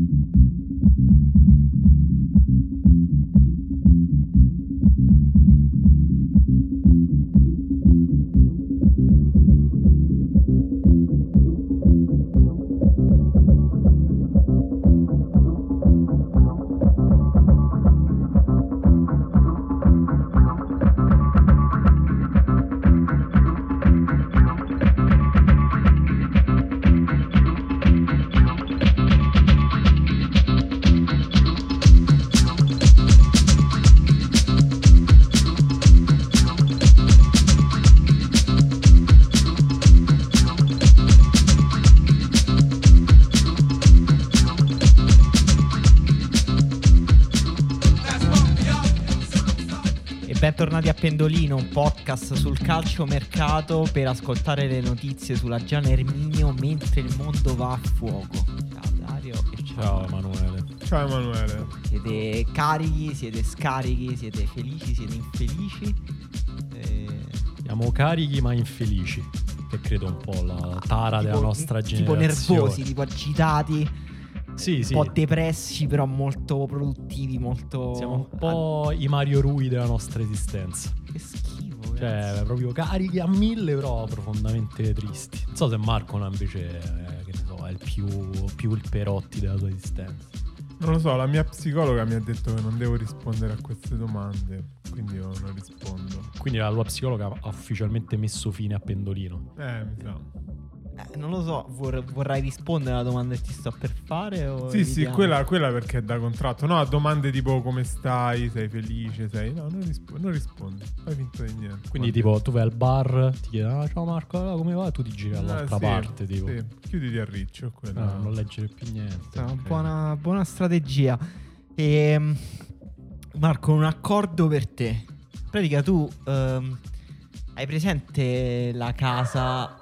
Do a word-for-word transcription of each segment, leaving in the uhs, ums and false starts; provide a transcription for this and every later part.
Bentornati a Pendolino, un podcast sul calciomercato per ascoltare le notizie sulla Gian Erminio mentre il mondo va a fuoco. Ciao Dario e ciao, ciao Emanuele. Ciao Emanuele. Siete carichi, siete scarichi, siete felici, siete infelici? Eh... Siamo carichi ma infelici, che credo un po' la tara tipo, della nostra tipo generazione. Tipo nervosi, tipo agitati. Sì, un sì. po' depressi, però molto produttivi, molto... Siamo un po' i Mario Rui della nostra esistenza. Che schifo, cioè, ragazzi. proprio carichi a mille, però profondamente tristi. Non so se Marco invece, eh, che ne so, è il più, più il Perotti della sua esistenza. Non lo so, la mia psicologa mi ha detto che non devo rispondere a queste domande, quindi io non rispondo. Quindi la tua psicologa ha ufficialmente messo fine a Pendolino. Eh, mi sa. Eh, non lo so, vor- vorrai rispondere alla domanda che ti sto per fare? O Sì, sì, evitiamo? quella, quella perché è da contratto. No, a domande tipo come stai, sei felice, sei... No, non, rispo- non rispondi, fai finta di niente. Quindi Quando- tipo tu vai al bar, ti chiedi ah, ciao Marco, allora, come va? Tu ti giri dall'altra Eh, sì, parte tipo. sì, chiuditi a riccio quella. No, non leggere più niente. È una Ok. buona, buona strategia. E, Marco, un accordo per te. In pratica tu ehm, hai presente la casa...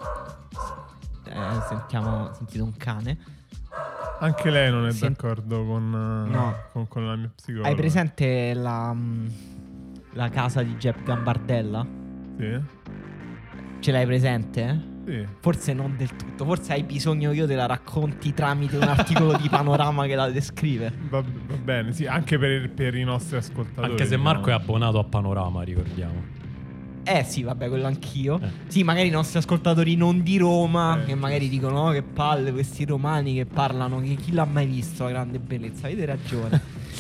Eh, sentiamo, sentite un cane. Anche lei non è Sen- d'accordo con, eh, No. con, con la mia psicologa. Hai presente la, mm, la casa di Jeff Gambardella? Sì, Ce l'hai presente? sì. Forse non del tutto. Forse hai bisogno che io te la racconti tramite un articolo di Panorama che la descrive. Va, va bene, sì, anche per, per i nostri ascoltatori. Anche se diciamo. Marco è abbonato a Panorama, ricordiamo. Eh sì, vabbè, quello anch'io. Eh. Sì, magari i nostri ascoltatori non di Roma, Eh, che magari dicono, oh, che palle questi romani che parlano, che chi l'ha mai visto, la grande bellezza. Avete ragione.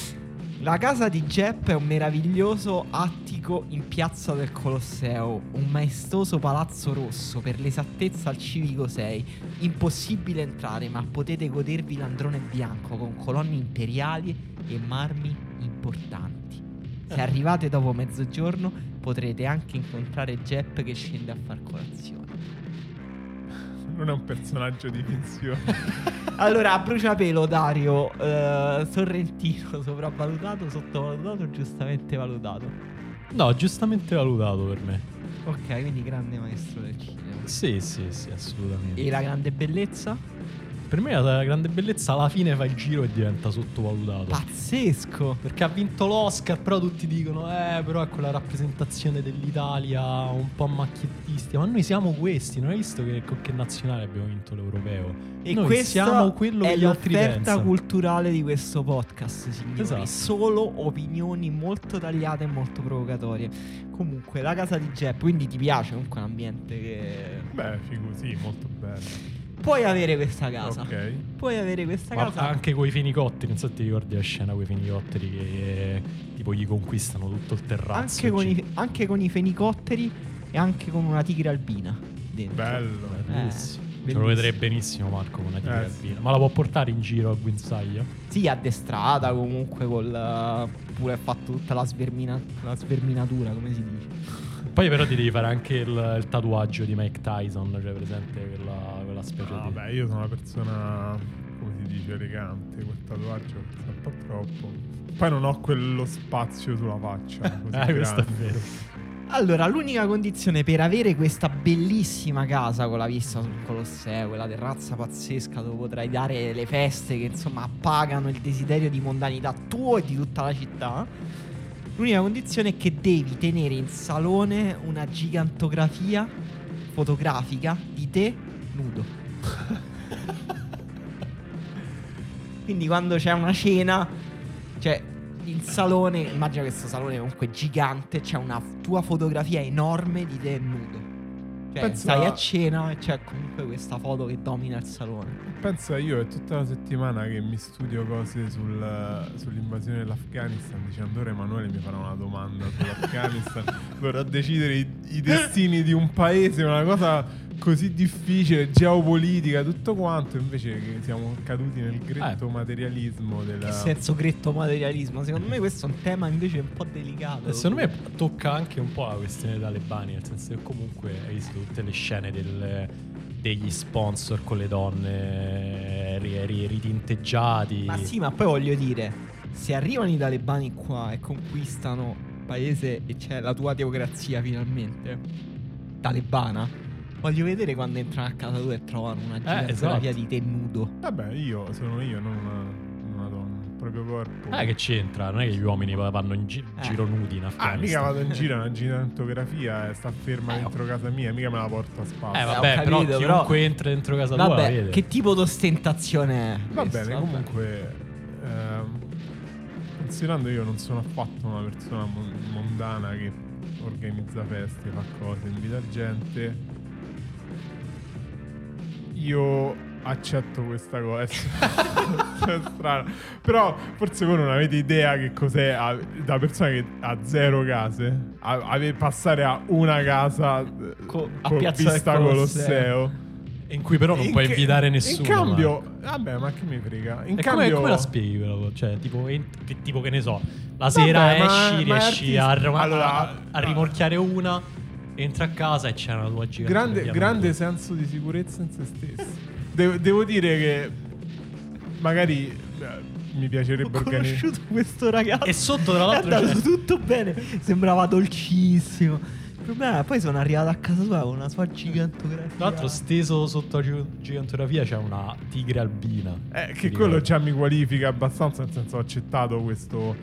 La casa di Jepp è un meraviglioso attico in piazza del Colosseo, un maestoso palazzo rosso, per l'esattezza al Civico sei. Impossibile entrare, ma potete godervi l'androne bianco con colonne imperiali e marmi importanti. Se arrivate dopo mezzogiorno potrete anche incontrare Jepp che scende a far colazione. Non è un personaggio di finzione. Allora, a bruciapelo, Dario, eh, Sorrentino sopravvalutato, sottovalutato, giustamente valutato. No, giustamente valutato per me. Ok, quindi grande maestro del cinema. Sì, sì, sì, assolutamente. E la grande bellezza? Per me la grande bellezza alla fine fa il giro e diventa sottovalutato. Pazzesco! Perché ha vinto l'Oscar, però tutti dicono eh, però è quella rappresentazione dell'Italia un po' macchiettistica. Ma noi siamo questi, non hai visto che con che nazionale abbiamo vinto l'europeo? E noi questa siamo quello è che gli altri l'offerta pensano. culturale di questo podcast, signori. Esatto. Solo opinioni molto tagliate e molto provocatorie. Comunque, la casa di Jepp, quindi ti piace comunque l'ambiente che... Beh, figu, sì, molto bello. Puoi avere questa casa. Ok. Puoi avere questa Ma casa. anche coi fenicotteri, non so se ti ricordi la scena coi fenicotteri che eh, tipo gli conquistano tutto il terrazzo. Anche con, ci- i, anche con i fenicotteri e anche con una tigre albina dentro. Bello. Bellissimo. Eh, Ce lo bellissimo. vedrei benissimo Marco con una tigre Eh, sì. albina. Ma la può portare in giro a guinzaglia? Sì, addestrata comunque col... Pure ha fatto tutta la, svermina, la sverminatura, come si dice. Poi però ti devi fare anche il, il tatuaggio di Mike Tyson, cioè presente quella, quella specie No, di... vabbè, io sono una persona, come si dice, elegante. Quel tatuaggio è un po' troppo. Poi non ho quello spazio sulla faccia. Così Eh, questo è grande. vero. Allora, l'unica condizione per avere questa bellissima casa con la vista sul Colosseo, quella terrazza pazzesca dove potrai dare le feste che insomma appagano il desiderio di mondanità tuo e di tutta la città, l'unica condizione è che devi tenere in salone una gigantografia fotografica di te nudo. Quindi quando c'è una cena, cioè in salone, immagina questo salone comunque gigante, c'è una tua fotografia enorme di te nudo. Cioè Pensa- stai a cena e c'è comunque questa foto che domina il salone. Pensa, io è tutta la settimana che mi studio cose sul- sull'invasione dell'Afghanistan, dicendo ora Emanuele mi farà una domanda sull'Afghanistan, dovrà decidere i, i destini di un paese, una cosa così difficile, geopolitica, tutto quanto, invece che siamo caduti nel gretto Eh. materialismo della... Che senso gretto materialismo? Secondo me questo è un tema invece un po' delicato. E secondo me tocca anche un po' la questione dei talebani, nel senso che comunque hai visto tutte le scene del- degli sponsor con le donne ri- ri- ritinteggiati. Ma sì, ma poi voglio dire, se arrivano i talebani qua e conquistano il paese e c'è la tua teocrazia finalmente talebana, voglio vedere quando entrano a casa tua e trovano una gigantografia esatto. di te nudo. Vabbè, io sono io, non una, una donna, il proprio corpo. Ah, che c'entra? Non è che gli uomini vanno in gi- Eh. giro nudi in Ah, Afghanistan. mica vado in giro, una gigantografia e sta ferma Eh, dentro casa mia, mica me la porto a spalla. Eh ho vabbè, capito, però però- chiunque entra dentro casa tua la Vabbè, vede. che tipo di ostentazione è? Va questo? bene, Vabbè. comunque, ehm, considerando io non sono affatto una persona mon- mondana che organizza feste, fa cose, invita gente, io accetto questa cosa. È strano. Però forse voi non avete idea che cos'è a- da persona che ha zero case, a- ave- passare a una casa eh, Co- a con Piazza del vista Colosseo. Colosseo. In cui però non In puoi che- invitare nessuno. In cambio, Marco. vabbè, ma che mi frega? In E come, cambio, come la spieghi quella cosa? Cioè, tipo, ent- che, tipo che ne so, la sera Vabbè, ma- esci, ma è riesci a, artista- a- allora, a- a rimorchiare una, entra a casa e c'è una tua gigante. grande, grande senso di sicurezza in se stesso. Devo, devo dire che magari eh, mi piacerebbe Ho organizzare. conosciuto questo ragazzo. E sotto, tra È l'altro, andato c'è- tutto bene. Sembrava dolcissimo. Il problema è poi sono arrivato a casa sua con una sua gigantografia. tra l'altro steso sotto la gi- gigantografia c'è una tigre albina. Eh, Ti che quello ricordo. già mi qualifica abbastanza, nel senso ho accettato questo,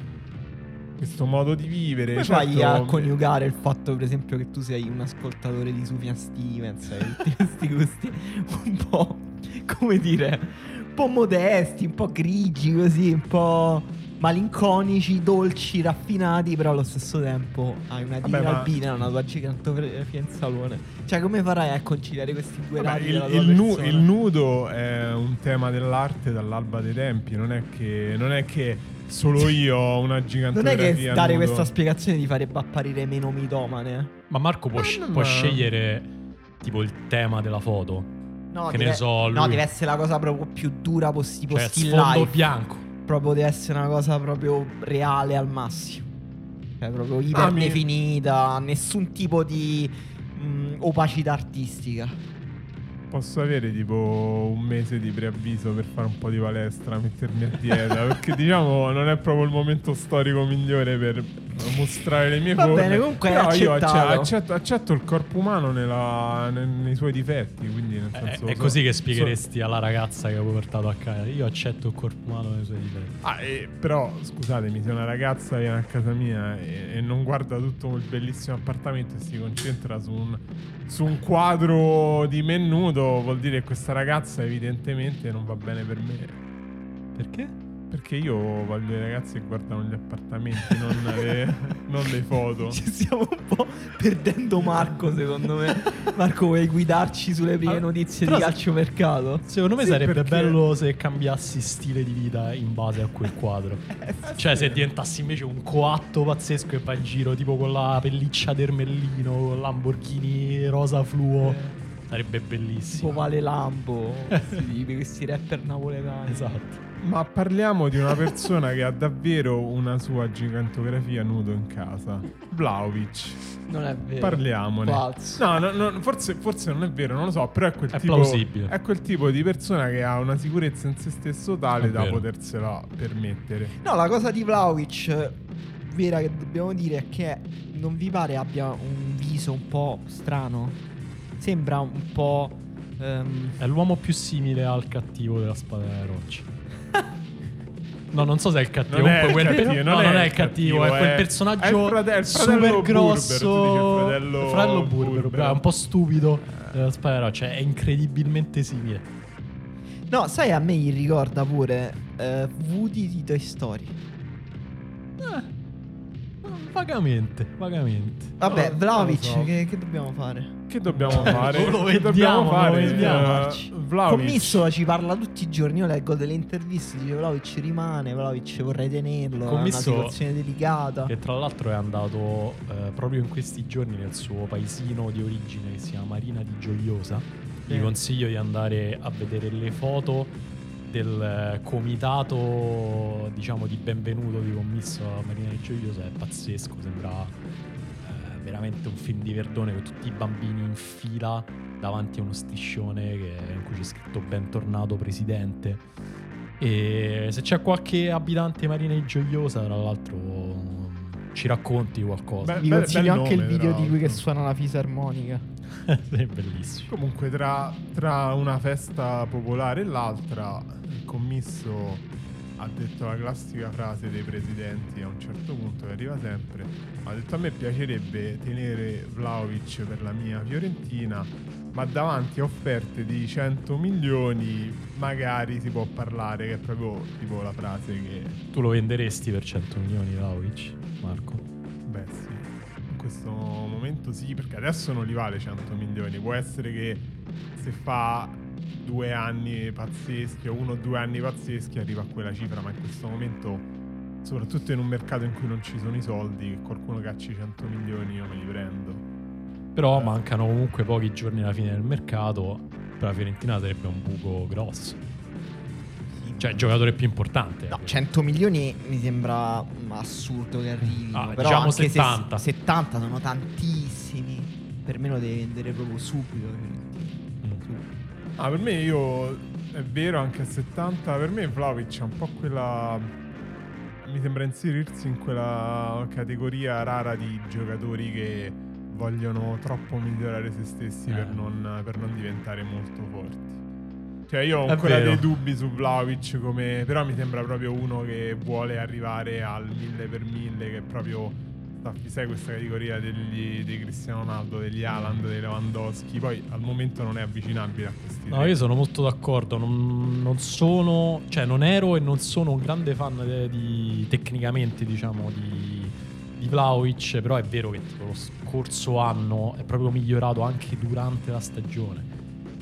questo modo di vivere. Come Certo, fai a coniugare il fatto, per esempio, che tu sei un ascoltatore di Sufjan Stevens e tutti questi gusti un po', come dire, un po' modesti, un po' grigi così, un po' malinconici, dolci, raffinati, però allo stesso tempo hai una tigre Vabbè, ma- albina e una tua gigantografia in salone. Cioè, come farai a conciliare questi due Vabbè, lati il, della tua il nu- persona? il nudo è un tema dell'arte dall'alba dei tempi. Non è che, non è che solo io ho una Non gigantografia. è che dare nudo. questa spiegazione ti farebbe apparire meno mitomane. Ma Marco può, Ma sc- no, può ma- scegliere tipo il tema della foto. No, Che deve, ne so, no, lui- deve essere la cosa proprio più dura possibile. Cioè, Still sfondo life. bianco. Proprio deve essere una cosa proprio reale al massimo. Cioè, proprio iper Ah, mi- definita. Nessun tipo di mh, opacità artistica. Posso avere tipo un mese di preavviso per fare un po' di palestra, mettermi a dieta, perché diciamo non è proprio il momento storico migliore per mostrare le mie Va forme. bene, comunque hai Però io accettato. acce- accetto, accetto il corpo umano nella- ne- nei suoi difetti, quindi nel È, senso... è so- così che so- spiegheresti alla ragazza che avevo portato a casa. Io accetto il corpo umano nei suoi difetti. Ah, eh, però scusatemi, se una ragazza viene a casa mia e, e non guarda tutto quel bellissimo appartamento e si concentra su un, su un quadro di me nudo, vuol dire che questa ragazza evidentemente non va bene per me. Perché? Perché io voglio le ragazze che guardano gli appartamenti, non le, non le foto. Ci stiamo un po' perdendo Marco, secondo me. Marco, vuoi guidarci sulle prime Ah, notizie però di se- calciomercato? Secondo me Sì, sarebbe perché- bello se cambiassi stile di vita in base a quel quadro. Cioè, se diventassi invece un coatto pazzesco e vai in giro tipo con la pelliccia d'ermellino, con Lamborghini rosa fluo, sarebbe Tipo bellissimo. Vale Lambo, questi tipi, questi rapper napoletani. Esatto. Ma parliamo di una persona che ha davvero una sua gigantografia nudo in casa. Vlahovic. Non è vero. Parliamone. Falso. No, no, no, forse, forse non è vero, non lo so, però è quel È tipo plausibile. è quel tipo di persona che ha una sicurezza in se stesso tale È da vero. potersela permettere. No, la cosa di Vlahovic vera che dobbiamo dire è che non vi pare abbia un viso un po' strano? Sembra un po'... ehm, È l'uomo più simile al cattivo della spada delle rocce. No, non so se è il cattivo. Non è comunque il quel cattivo, no, non non è è il il cattivo, cattivo, è quel è- personaggio è il frate- il fratello super Burber, grosso. tu dici il fratello- fratello Burber, Burber. bravo, un po' stupido della spada delle rocce. È incredibilmente simile. No, sai, a me gli ricorda pure... eh, Woody di Toy Story. Eh, vagamente, vagamente. Vabbè, No, Vlahovic, non lo so. che, che dobbiamo fare? Che dobbiamo fare? Lo Che vediamo, dobbiamo lo fare? vediamo. Eh, Vlahovic. Commisso ci parla tutti i giorni. Io leggo delle interviste, dice Vlahovic rimane, Vlahovic vorrei tenerlo, Commisso è una situazione delicata. Che tra l'altro è andato eh, proprio in questi giorni nel suo paesino di origine che si chiama Marina di Gioiosa. Gli Sì. consiglio di andare a vedere le foto del eh, comitato, diciamo, di benvenuto di Commisso a Marina di Gioiosa. È pazzesco, sembra eh, veramente un film di Verdone con tutti i bambini in fila davanti a uno striscione che- in cui c'è scritto bentornato presidente. E se c'è qualche abitante Marina di Gioiosa, tra l'altro, ci racconti qualcosa. Beh, Vi bel- consiglio bel anche il nome, video tra di lui che l'altro. suona la fisarmonica. È bellissimo. Comunque tra, tra una festa popolare e l'altra il commisso ha detto la classica frase dei presidenti a un certo punto che arriva sempre. Ha detto: a me piacerebbe tenere Vlahovic per la mia Fiorentina, ma davanti a offerte di cento milioni magari si può parlare, che è proprio tipo la frase che... Tu lo venderesti per cento milioni, Vlahovic, Marco? Beh sì, in questo momento sì, perché adesso non li vale cento milioni. Può essere che se fa due anni pazzeschi o uno o due anni pazzeschi arriva a quella cifra, ma in questo momento, soprattutto in un mercato in cui non ci sono i soldi, che qualcuno cacci cento milioni io me li prendo. Però Eh. mancano comunque pochi giorni alla fine del mercato. Per la Fiorentina sarebbe un buco grosso. Cioè, il giocatore più importante. No, cento milioni mi sembra assurdo che arrivino. Ah, però diciamo anche se- settanta. settanta sono tantissimi. Per me lo devi vendere proprio subito. Mm. Ah, per me io è vero anche a settanta, per me Vlahovic è un po' quella, mi sembra inserirsi in quella categoria rara di giocatori che vogliono troppo migliorare se stessi Eh. per, non, per non diventare molto forti. Cioè io ho È ancora vero. dei dubbi su Vlahovic, come, però mi sembra proprio uno che vuole arrivare al mille per mille, che è proprio... sai questa categoria degli, dei Cristiano Ronaldo, degli Haaland, dei Lewandowski, poi al momento non è avvicinabile a questi No, tre. io sono molto d'accordo. Non, non sono, cioè, non ero e non sono un grande fan de- di tecnicamente, diciamo, di, di Vlahovic. Però è vero che tipo, lo scorso anno è proprio migliorato anche durante la stagione.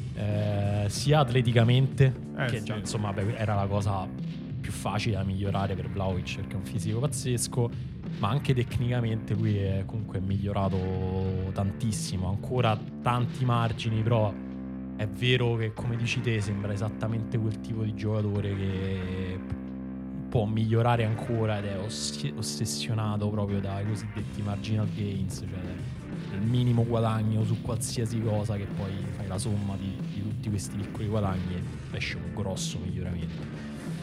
Eh, sia atleticamente, Eh, che sì. già insomma beh, era la cosa più facile da migliorare per Vlahovic perché è un fisico pazzesco, ma anche tecnicamente lui è comunque migliorato tantissimo, ancora tanti margini, però è vero che come dici te sembra esattamente quel tipo di giocatore che può migliorare ancora ed è oss- ossessionato proprio dai cosiddetti marginal gains, cioè il minimo guadagno su qualsiasi cosa, che poi fai la somma di, di tutti questi piccoli guadagni e esce un grosso miglioramento.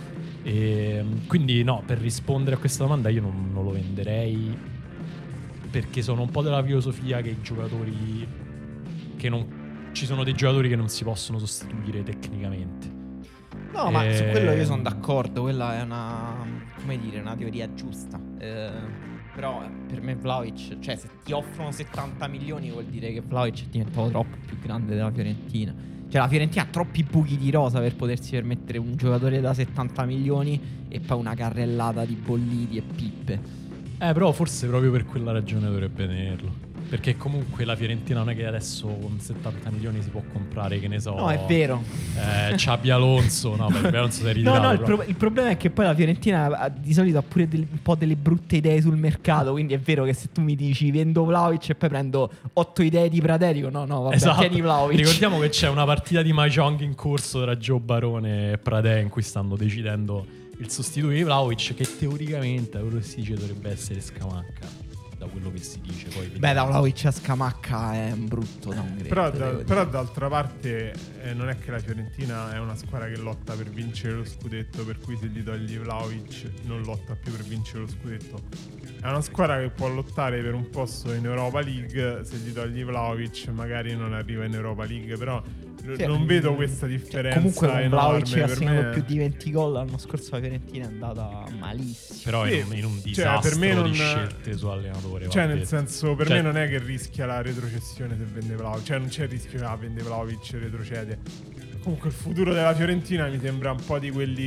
E quindi no, per rispondere a questa domanda io non, non lo venderei, perché sono un po' della filosofia che i giocatori che non ci sono dei giocatori che non si possono sostituire tecnicamente. No, ma su Eh, quello io sono d'accordo. Quella è una, come dire, una teoria giusta. Eh, però eh, per me Vlahovic, cioè se ti offrono settanta milioni vuol dire che Vlahovic è diventato troppo più grande della Fiorentina. Cioè la Fiorentina ha troppi buchi di rosa per potersi permettere un giocatore da settanta milioni e poi una carrellata di bolliti e pippe. Eh, però forse proprio per quella ragione dovrebbe tenerlo. Perché comunque la Fiorentina non è che adesso con settanta milioni si può comprare, che ne so. No, è vero. Eh, Xabi Alonso. No, perché Alonso si è No, ritirato. no, il, però. pro- il problema è che poi la Fiorentina ha- di solito ha pure del- un po' delle brutte idee sul mercato. Quindi è vero che se tu mi dici vendo Vlahovic e poi prendo otto idee di Pratetico, no, no, vabbè, Esatto. tieni Vlahovic. Ricordiamo che c'è una partita di Mahjong in corso tra Joe Barone e Pradè in cui stanno decidendo il sostituto di Vlahovic, che teoricamente quello che si dice dovrebbe essere Scamacca, da quello che si dice. Poi Beh, da Vlahovic a Scamacca è un brutto downgrade. Però, da- devo però dire. d'altra parte eh, non è che la Fiorentina è una squadra che lotta per vincere lo scudetto, per cui se gli togli Vlahovic non lotta più per vincere lo scudetto. È una squadra che può lottare per un posto in Europa League, se gli togli Vlahovic magari non arriva in Europa League, però n- Sì, non mm, vedo questa Cioè, differenza comunque con Vlahovic che enorme ha per segnato me. più di venti gol l'anno scorso la Fiorentina è andata malissimo. Però Sì, in, un, in un cioè, disastro per me non- di scelte su allenatore. Cioè va nel detto. senso, per Cioè- me non è che rischia la retrocessione se vende Vlahovic, cioè non c'è il rischio che ah, vende Vlahovic e retrocede. Comunque il futuro della Fiorentina mi sembra un po' di quelli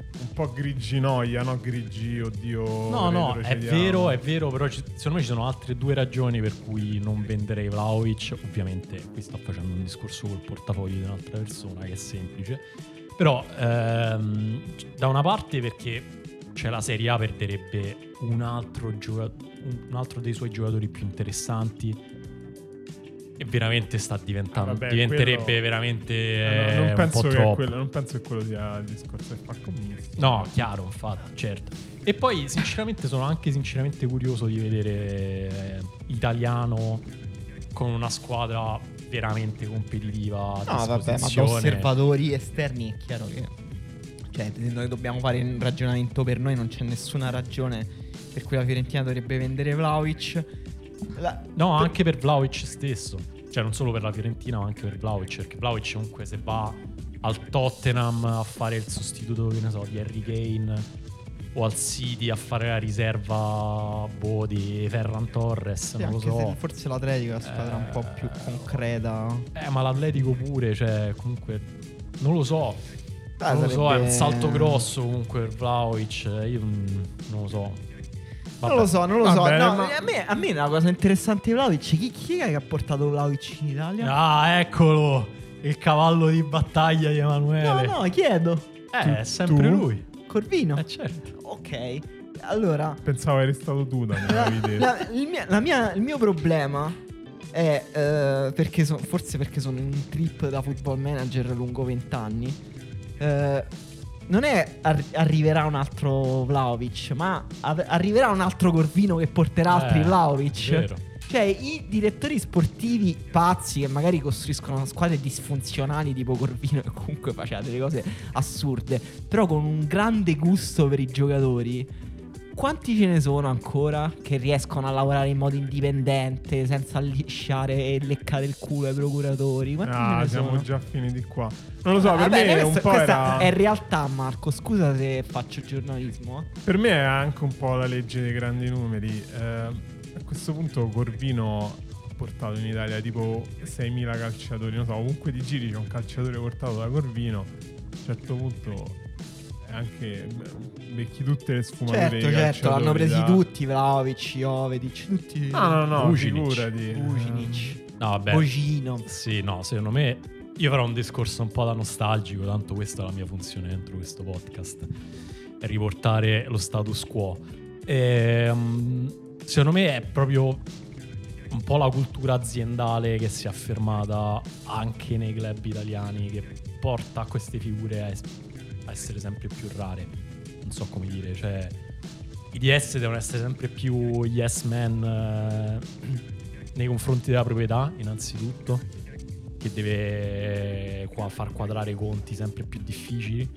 un po' griginoia, no? Grigi, oddio. No, no, è retrocediamo. vero, è vero, però ci- secondo me ci sono altre due ragioni per cui non venderei Vlahovic. Ovviamente qui sto facendo un discorso col portafoglio di un'altra persona, che è semplice. Però ehm, da una parte perché cioè, la Serie A perderebbe un altro, gioca- un altro dei suoi giocatori più interessanti e veramente sta diventando Ah, vabbè, diventerebbe quello- veramente Eh, no, non, eh, penso un po' che troppo. quello, non penso che quello sia il discorso del fa comunista. No, chiaro, infatti, certo. E poi sinceramente sono anche sinceramente curioso di vedere eh, Italiano con una squadra veramente competitiva a No, vabbè, ma da disposizione. osservatori esterni è chiaro che, cioè, se noi dobbiamo fare un ragionamento per noi, non c'è nessuna ragione per cui la Fiorentina dovrebbe vendere Vlahovic. La- No, anche per Vlahovic stesso. Cioè non solo per la Fiorentina, ma anche per Vlahovic, perché Vlahovic comunque se va al Tottenham a fare il sostituto, che ne so, di Harry Kane, o al City a fare la riserva boh, di Ferran Torres, Sì, non lo anche so. se forse l'Atletico è una squadra un po' più concreta. Eh, ma l'Atletico pure, cioè, comunque, non lo so. Ah, non lo so, è un sarebbe- salto grosso comunque per Vlahovic. Io mm, non lo so. Vabbè. Non lo so, non lo so. Vabbè, No, ma- a, me, a me una cosa interessante di Vlahovic. Chi, chi è che ha portato Vlahovic in Italia? Ah, eccolo! Il cavallo di battaglia di Emanuele. No, no, chiedo. Eh, Tu- è sempre tu? lui. Corvino. Eh, certo. Ok. Allora, Pensavo eri stato tu, da me la, l'avevi detto. la- il, mia- la mia- il mio problema è eh, perché so- forse perché sono in un trip da football manager lungo vent'anni. Eh, non è ar- arriverà un altro Vlahovic, ma av- arriverà un altro Corvino che porterà altri Eh, Vlahovic. vero. Cioè, i direttori sportivi pazzi che magari costruiscono squadre disfunzionali tipo Corvino, che comunque faceva delle cose assurde, però con un grande gusto per i giocatori. Quanti ce ne sono ancora che riescono a lavorare in modo indipendente, senza lisciare e leccare il culo ai procuratori? Quanti ce Ah, ne siamo sono? già finiti qua. Non lo so, per Vabbè, me è questa, un po' questa era... è realtà, Marco. Scusa se faccio giornalismo. eh. Per me è anche un po' la legge dei grandi numeri. Eh, a questo punto Corvino ha portato in Italia tipo seimila calciatori. Non so, ovunque ti giri c'è un calciatore portato da Corvino. A un certo punto è anche becchi tutte le sfumature Certo, dei certo, calciatori l'hanno presi da- tutti, Vlahovic, Jovetic, tutti. No, no, no, Vucinic. figurati. Vucinic, No, vabbè. Bogino. Sì, no, secondo me io farò un discorso un po' da nostalgico, tanto questa è la mia funzione dentro questo podcast, è riportare lo status quo. Ehm, secondo me è proprio un po' la cultura aziendale che si è affermata anche nei club italiani, che porta a queste figure a, es- a essere sempre più rare. Non so come dire, cioè i D S devono essere sempre più yes man eh, nei confronti della proprietà, innanzitutto, che deve qua far quadrare conti sempre più difficili,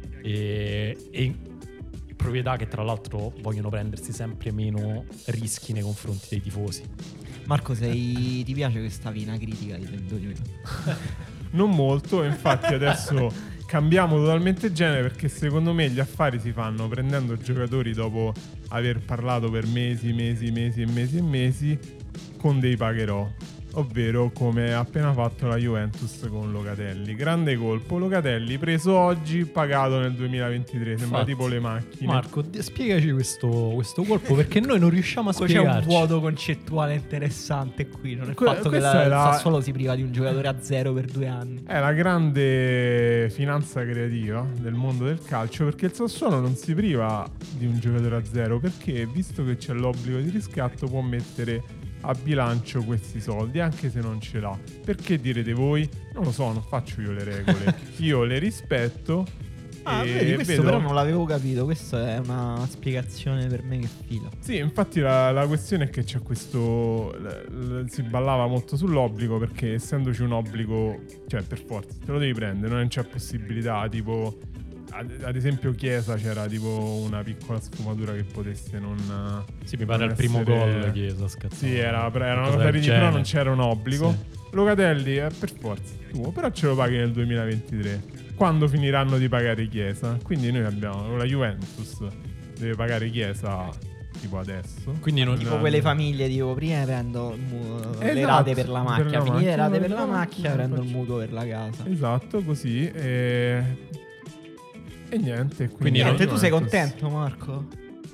e, e proprietà che tra l'altro vogliono prendersi sempre meno rischi nei confronti dei tifosi. Marco, sei... ti piace questa vina critica di Pendolino? Non molto, infatti adesso cambiamo totalmente genere, perché secondo me gli affari si fanno prendendo giocatori dopo aver parlato per mesi, mesi, mesi e mesi e mesi con dei pagherò, ovvero come ha appena fatto la Juventus con Locatelli. Grande colpo, Locatelli preso oggi, pagato nel duemilaventitré, sembra Infatti, tipo le macchine. Marco, di- spiegaci questo, questo colpo, perché noi non riusciamo a Poi c'è un spiegarci. vuoto concettuale interessante qui. Non è il Que- fatto che questa la, è il la- Sassuolo si priva di un giocatore a zero per due anni. È la grande finanza creativa del mondo del calcio, perché il Sassuolo non si priva di un giocatore a zero, perché visto che c'è l'obbligo di riscatto può mettere a bilancio questi soldi anche se non ce l'ha. Perché direte voi? Non lo so, non faccio io le regole, io le rispetto. Ah, e vedi, questo vedo- però non l'avevo capito. Questa è una spiegazione per me che fila. Sì, infatti la, la questione è che c'è questo l- l- si ballava molto sull'obbligo, perché essendoci un obbligo, cioè per forza te lo devi prendere, non c'è possibilità, tipo ad, ad esempio Chiesa c'era tipo una piccola sfumatura che potesse non Sì, mi pare non al primo essere- gol Chiesa scazzato. Sì, era, era una Qualcosa cosa del ridicolo, però genere. non c'era un obbligo. Sì. Locatelli è per forza tuo, però ce lo paghi nel duemilaventitré, quando finiranno di pagare Chiesa. Quindi noi abbiamo la Juventus deve pagare Chiesa tipo adesso. Quindi non, Tipo No, quelle no. famiglie, tipo prima prendo il mu- le Esatto, rate per la per macchina, la finire le macchina, rate per per la la macchina, macchina, prendo il faccio- mutuo per la casa. Esatto, così. E... E niente, quindi, Quindi Niente, no, tu sei Juventus. contento, Marco?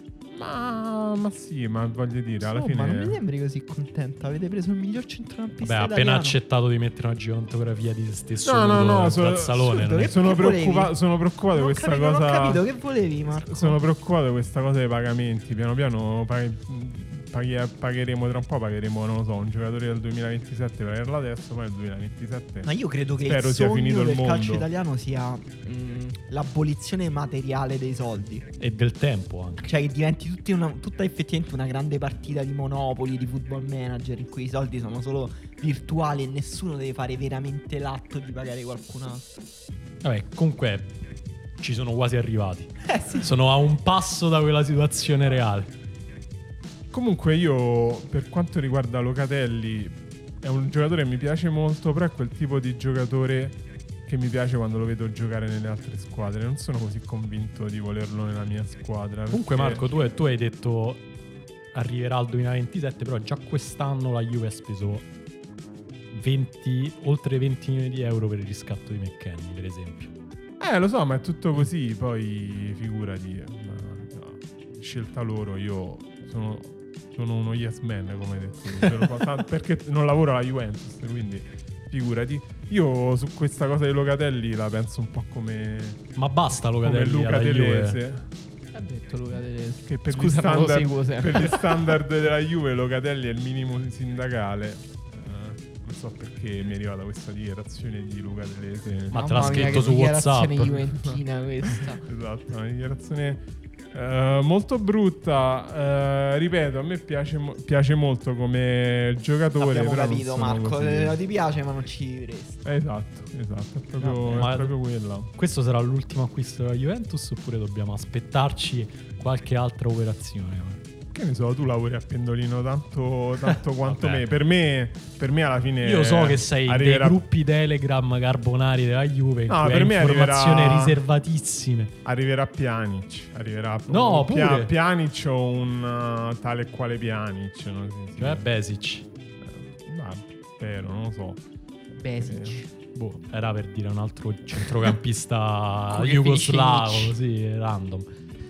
Ma, ma sì, ma voglio dire, alla Insomma, fine non mi sembri così contento. Avete preso il miglior centrocampista Beh, ha appena italiano. accettato di mettere una gigantografia di se stesso No, no, nudo no, nel sono- Brazzalone. assurdo, non è- che- sono, volevi? preoccupa- sono preoccupato di Non ho questa capito, cosa. non ho capito che volevi, Marco. Sono preoccupato di questa cosa dei pagamenti. Piano piano pag- paghi- pagheremo tra un po', pagheremo, non lo so, un giocatore del duemilaventisette per averlo adesso, poi nel duemilaventisette. Ma io credo che Spero il sia sogno finito il del mondo. calcio italiano sia mh, l'abolizione materiale dei soldi. E del tempo anche. Cioè che diventi tutti una, tutta effettivamente una grande partita di Monopoli, di Football Manager, in cui i soldi sono solo virtuali e nessuno deve fare veramente l'atto di pagare qualcun altro. Vabbè, comunque ci sono quasi arrivati. Eh sì. Sono a un passo da quella situazione reale. Comunque io, per quanto riguarda Locatelli, è un giocatore che mi piace molto, però è quel tipo di giocatore che mi piace quando lo vedo giocare nelle altre squadre. Non sono così convinto di volerlo nella mia squadra. Comunque perché- Marco, tu, tu hai detto arriverà al duemilaventisette, però già quest'anno la Juve ha speso venti, oltre venti milioni di euro per il riscatto di McKennie, per esempio. Eh, lo so, ma è tutto così, poi figurati, è una, una scelta loro, io sono, sono uno yes man, come hai detto, te lo fa- tanto- perché non lavoro alla Juventus, quindi figurati. Io su questa cosa dei Locatelli la penso un po' come, Ma basta come Locatelli Luca alla Juve. Telese, Ha detto Luca Telese. che per, Scusa, gli ma lo standard, seguo sempre. per gli standard della Juve Locatelli è il minimo sindacale. Eh, non so perché mi è arrivata questa dichiarazione di Luca Telese. Ma te l'ha Mamma mia, scritto che su dichiarazione WhatsApp. juventina questa. Esatto, una dichiarazione eh, molto brutta. Eh, ripeto, a me piace, mo- piace molto come giocatore. Abbiamo però non capito, sono Marco. così. eh, Ti piace, ma non ci vivresti. Esatto, esatto, è proprio, Vabbè. è Ma- proprio quella. Questo sarà l'ultimo acquisto della Juventus oppure dobbiamo aspettarci qualche altra operazione? Che ne so, tu lavori a Pendolino tanto, tanto quanto Vabbè. me. Per me, per me alla fine. Io so che sei arriverà, dei gruppi Telegram carbonari della Juve in No, cui per hai me informazioni arriverà- riservatissime. Arriverà Pjanic. Arriverà No, Pia- pure. Pjanic o un uh, tale e quale Pjanic. Non so se- Cioè Besic. Eh, ma spero, non lo so. Besic. Boh, era per dire un altro centrocampista Come jugoslavo, Felice. così, random.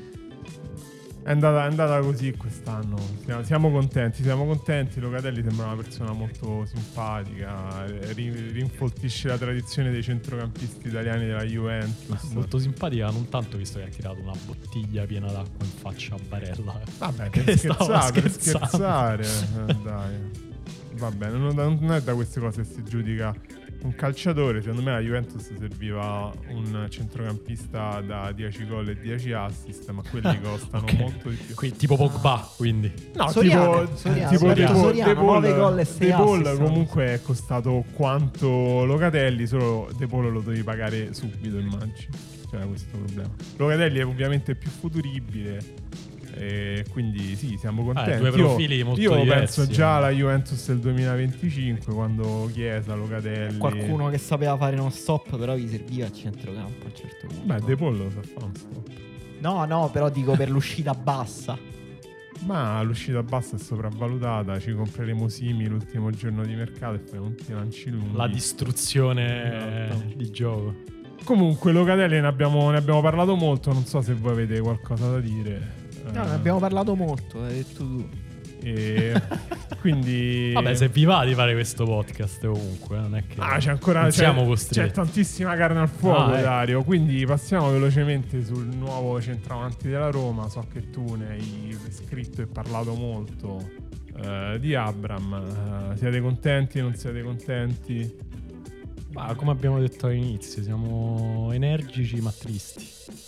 È andata, è andata così quest'anno. Siamo, siamo contenti, siamo contenti. Locatelli sembra una persona molto simpatica. ri- Rinfoltisce la tradizione dei centrocampisti italiani della Juventus. Molto simpatica, non tanto visto che ha tirato una bottiglia piena d'acqua in faccia a Barella. Vabbè, Che per stavo scherzare, per scherzando. scherzare. Eh, dai. Va bene, non, non è da queste cose che si giudica un calciatore. Secondo me la Juventus serviva un centrocampista da dieci gol e dieci assist, ma quelli costano Ok. molto di più. Qui- tipo Pogba, quindi. No, Soriano, tipo, Soriano, tipo Soriano, De Paul- Soriano, De Paul- nove gol e sei De Paul assist. comunque è costato quanto Locatelli, solo De Paul lo devi pagare subito, immagino. C'era questo problema. Locatelli è ovviamente più futuribile. E quindi sì, siamo contenti. due profili io molto io diversi, penso già eh. alla Juventus del duemilaventicinque, quando Chiesa, Locatelli. Qualcuno che sapeva fare uno stop, però vi serviva il centrocampo a un certo punto. Beh, De Paul lo sa fare un stop. No, no, però dico per l'uscita bassa. Ma l'uscita bassa è sopravvalutata. Ci compreremo Simi l'ultimo giorno di mercato e fai un lanci lunghi. La distruzione Esatto. di gioco. Comunque, Locatelli ne abbiamo, ne abbiamo parlato molto. Non so se voi avete qualcosa da dire. No, Eh, ne abbiamo parlato molto, hai detto tu. E quindi. Vabbè, se vi va di fare questo podcast comunque, non è che Ah, c'è ancora. non c'è, siamo c'è costretti. tantissima carne al fuoco, Ah, ecco. Dario. Quindi passiamo velocemente sul nuovo centravanti della Roma. So che tu ne hai scritto e parlato molto eh, di Abram. Eh, siete contenti? Non siete contenti? Ma come abbiamo detto all'inizio, siamo energici ma tristi.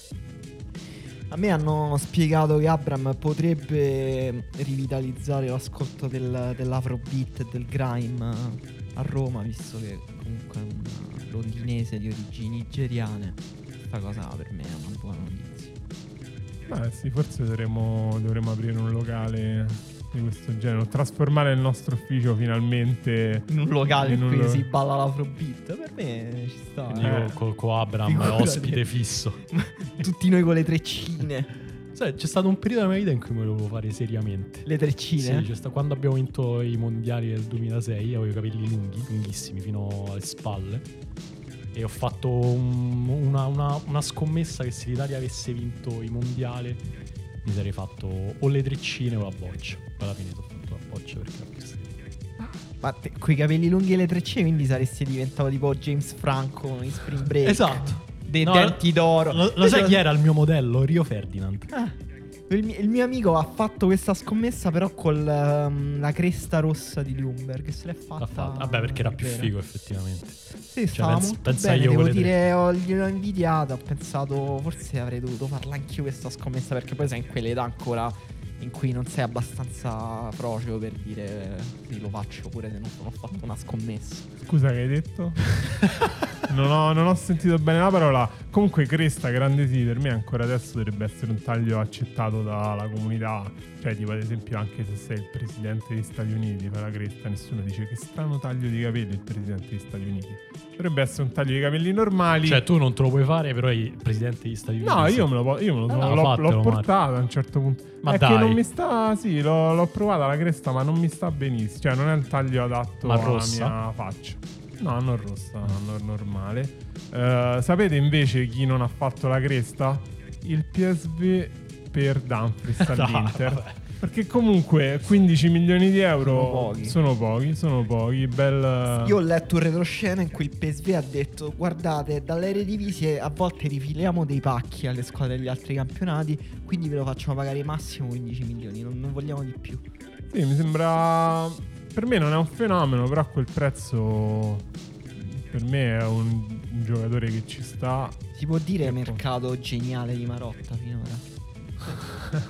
A me hanno spiegato che Abram potrebbe rivitalizzare l'ascolto del, dell'Afrobeat e del grime a Roma, visto che comunque è un londinese di origini nigeriane. Questa cosa per me è una buona notizia. Beh sì, forse dovremmo, dovremmo aprire un locale di questo genere, trasformare il nostro ufficio finalmente In un locale in in un cui lo- si balla l'Afrobeat, per me ci sta. Quindi eh. Eh. con, con Abram Figurati. ospite fisso. Tutti noi con le treccine. Sai, c'è stato un periodo della mia vita in cui me lo volevo fare seriamente. Le treccine? Sì, c'è sta- quando abbiamo vinto i mondiali del duemilasei avevo i capelli lunghi, lunghissimi fino alle spalle. e ho fatto un- una, una- una scommessa che se l'Italia avesse vinto i mondiali mi sarei fatto o le treccine o la boccia. Alla fine ho fatto la boccia perché era più semplice. Ma te, coi capelli lunghi e le treccine, quindi saresti diventato tipo James Franco in Spring Break. Esatto. Dei No, denti d'oro. Lo, lo sai chi era il mio modello? Rio Ferdinand. Ah, il, mio, il mio amico ha fatto questa scommessa però con um, la cresta rossa di Lumber, che se l'è fatta. L'ha fatto. Vabbè, perché era più davvero. figo effettivamente. Sì, stava pensa- molto pensa bene, io devo con le dire, ho, gliel'ho invidiata. Ho pensato, forse avrei dovuto farla anch'io questa scommessa, perché poi sei in quell'età ancora in cui non sei abbastanza frocio per dire sì, lo faccio pure se non ho fatto una scommessa. Scusa, che hai detto? non, ho, non ho sentito bene la parola. Comunque cresta, grande sì, per me ancora adesso dovrebbe essere un taglio accettato dalla comunità. Cioè tipo ad esempio anche se sei il presidente degli Stati Uniti fai la cresta, nessuno dice che strano taglio di capelli il presidente degli Stati Uniti. Dovrebbe essere un taglio di capelli normali. Cioè tu non te lo puoi fare, però il presidente degli Stati Uniti. No, sì. io me lo, po- io me lo Ah, sono- no, l'ho, fatelo, l'ho Marco. portato a un certo punto. Ma è dai. che non mi sta. Sì, l'ho, l'ho provata la cresta, ma non mi sta benissimo. Cioè, non è il taglio adatto Ma alla rossa? mia faccia. No, non rossa, non normale. Eh, sapete invece chi non ha fatto la cresta? Il P S V per Dumfries all'Inter. vabbè. Perché comunque quindici milioni di euro Sono pochi. sono pochi, sono pochi. Bel. Io ho letto un retroscena in cui il P S V ha detto: guardate, dall'Eredivisie a volte rifiliamo dei pacchi alle squadre degli altri campionati, quindi ve lo facciamo pagare massimo quindici milioni, non, non vogliamo di più. Sì, mi sembra. Per me non è un fenomeno, però a quel prezzo. Per me è un, un giocatore che ci sta. Si può dire Che mercato geniale di Marotta finora.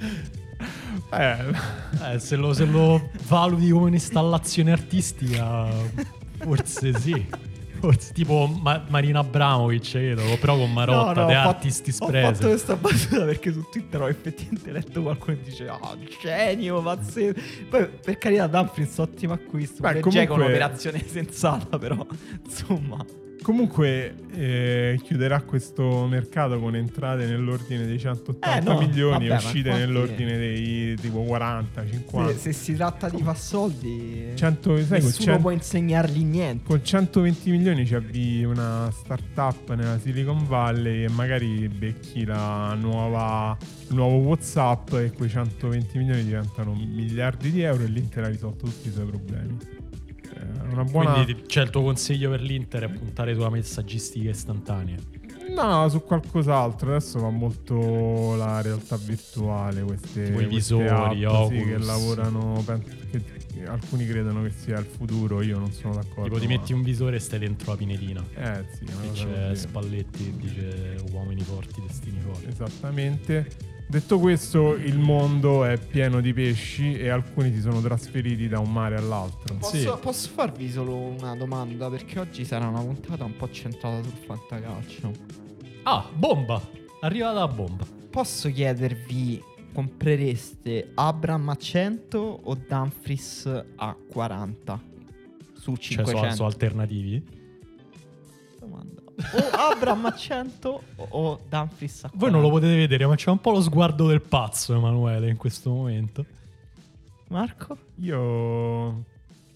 Eh, Eh, se, lo, se lo valuti come un'installazione artistica, forse sì. Forse tipo Ma- Marina Abramovic, credo, però con Marotta, No, no, The ho fatto- Artist is Ho fatto Present. questa battuta perché su Twitter ho effettivamente letto qualcuno che dice: ah, genio, pazzesco. Poi per carità, Dumfries ottimo acquisto. Beh, Pure comunque- Dzeko è un'operazione sensata, però insomma. comunque eh, chiuderà questo mercato con entrate nell'ordine dei centottanta Eh, no, milioni vabbè, e ma uscite infatti- nell'ordine dei tipo quaranta, cinquanta. Se, se si tratta di far soldi, cento, sai, con, nessuno cen- può insegnargli niente. con centoventi milioni ci avvii una startup nella Silicon Valley e magari becchi la nuova, il nuovo WhatsApp e quei centoventi milioni diventano miliardi di euro e l'Inter ha risolto tutti i suoi problemi. Eh, Una buona... Quindi ti- cioè, il tuo consiglio per l'Inter è puntare sulla messaggistica istantanea. No, su qualcos'altro. Adesso va molto la realtà virtuale. Queste, Tipo i queste visori, app, sì, Oculus. che lavorano. pen- che, che alcuni credono che sia il futuro. Io non sono d'accordo. Tipo ti ma- metti un visore e stai dentro la pinetina. Eh sì, una E cosa c'è così. Spalletti che dice uomini forti, destini forti. Esattamente. Detto questo, il mondo è pieno di pesci e alcuni si sono trasferiti da un mare all'altro. Posso, Sì. posso farvi solo una domanda? Perché oggi sarà una puntata un po' centrata sul fantacalcio. Ah, bomba! Arrivata la bomba. Posso chiedervi, comprereste Abram a cento o Dumfries a quaranta? Su Cioè, sono cinquecento? so alternativi. Domanda. O Abram a cento o, o Dumfries a quaranta? Voi non lo potete vedere, ma c'è un po' lo sguardo del pazzo, Emanuele, in questo momento. Marco? Io.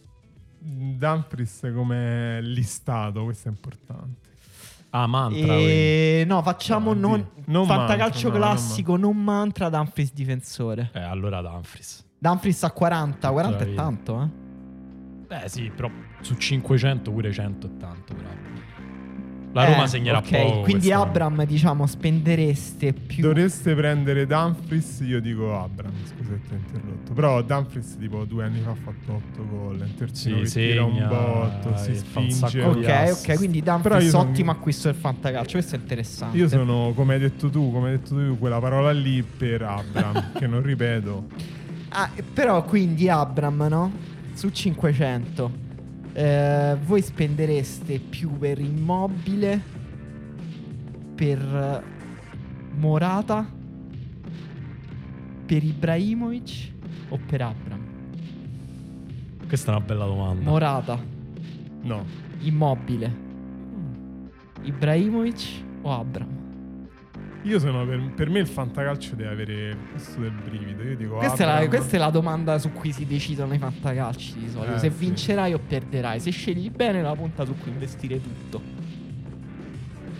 Dumfries come listato, questo è importante. Ah, mantra. E... No, facciamo No, non, oddio. Non fantacalcio mantra, no, classico, non mantra, Dumfries difensore. Eh, allora Dumfries. Dumfries a quaranta, quaranta è vita. tanto, eh. Beh, sì, però su cinquecento pure cento è tanto, bravo. La Eh, Roma segnerà ok, poco. quindi quest'anno. Abram, diciamo, spendereste più. Dovreste prendere Dumfries, io dico Abram, scusate, ho interrotto. Però Dumfries tipo due anni fa ha fatto otto gol, è un terzino Sì, che segna, tira un botto, si e fa un spinge. sacco di Ok, assist. ok, quindi Però Dumfries io sono- ottimo acquisto del fantacalcio, questo è interessante. Io sono, come hai detto tu, come hai detto tu, quella parola lì per Abram, che non ripeto. Ah, però quindi Abram, no? Su cinquecento. eh, voi spendereste più per Immobile, per eh, Morata, per Ibrahimovic o per Abram? Questa è una bella domanda. Morata, No. Immobile, Ibrahimovic o Abram? Io sono per, per me il fantacalcio deve avere il gusto del brivido. Io dico Questa è, la, Abram. questa è la domanda su cui si decidono i fantacalci di solito. Eh, Se sì. vincerai o perderai. Se scegli bene, è la punta su cui investire tutto.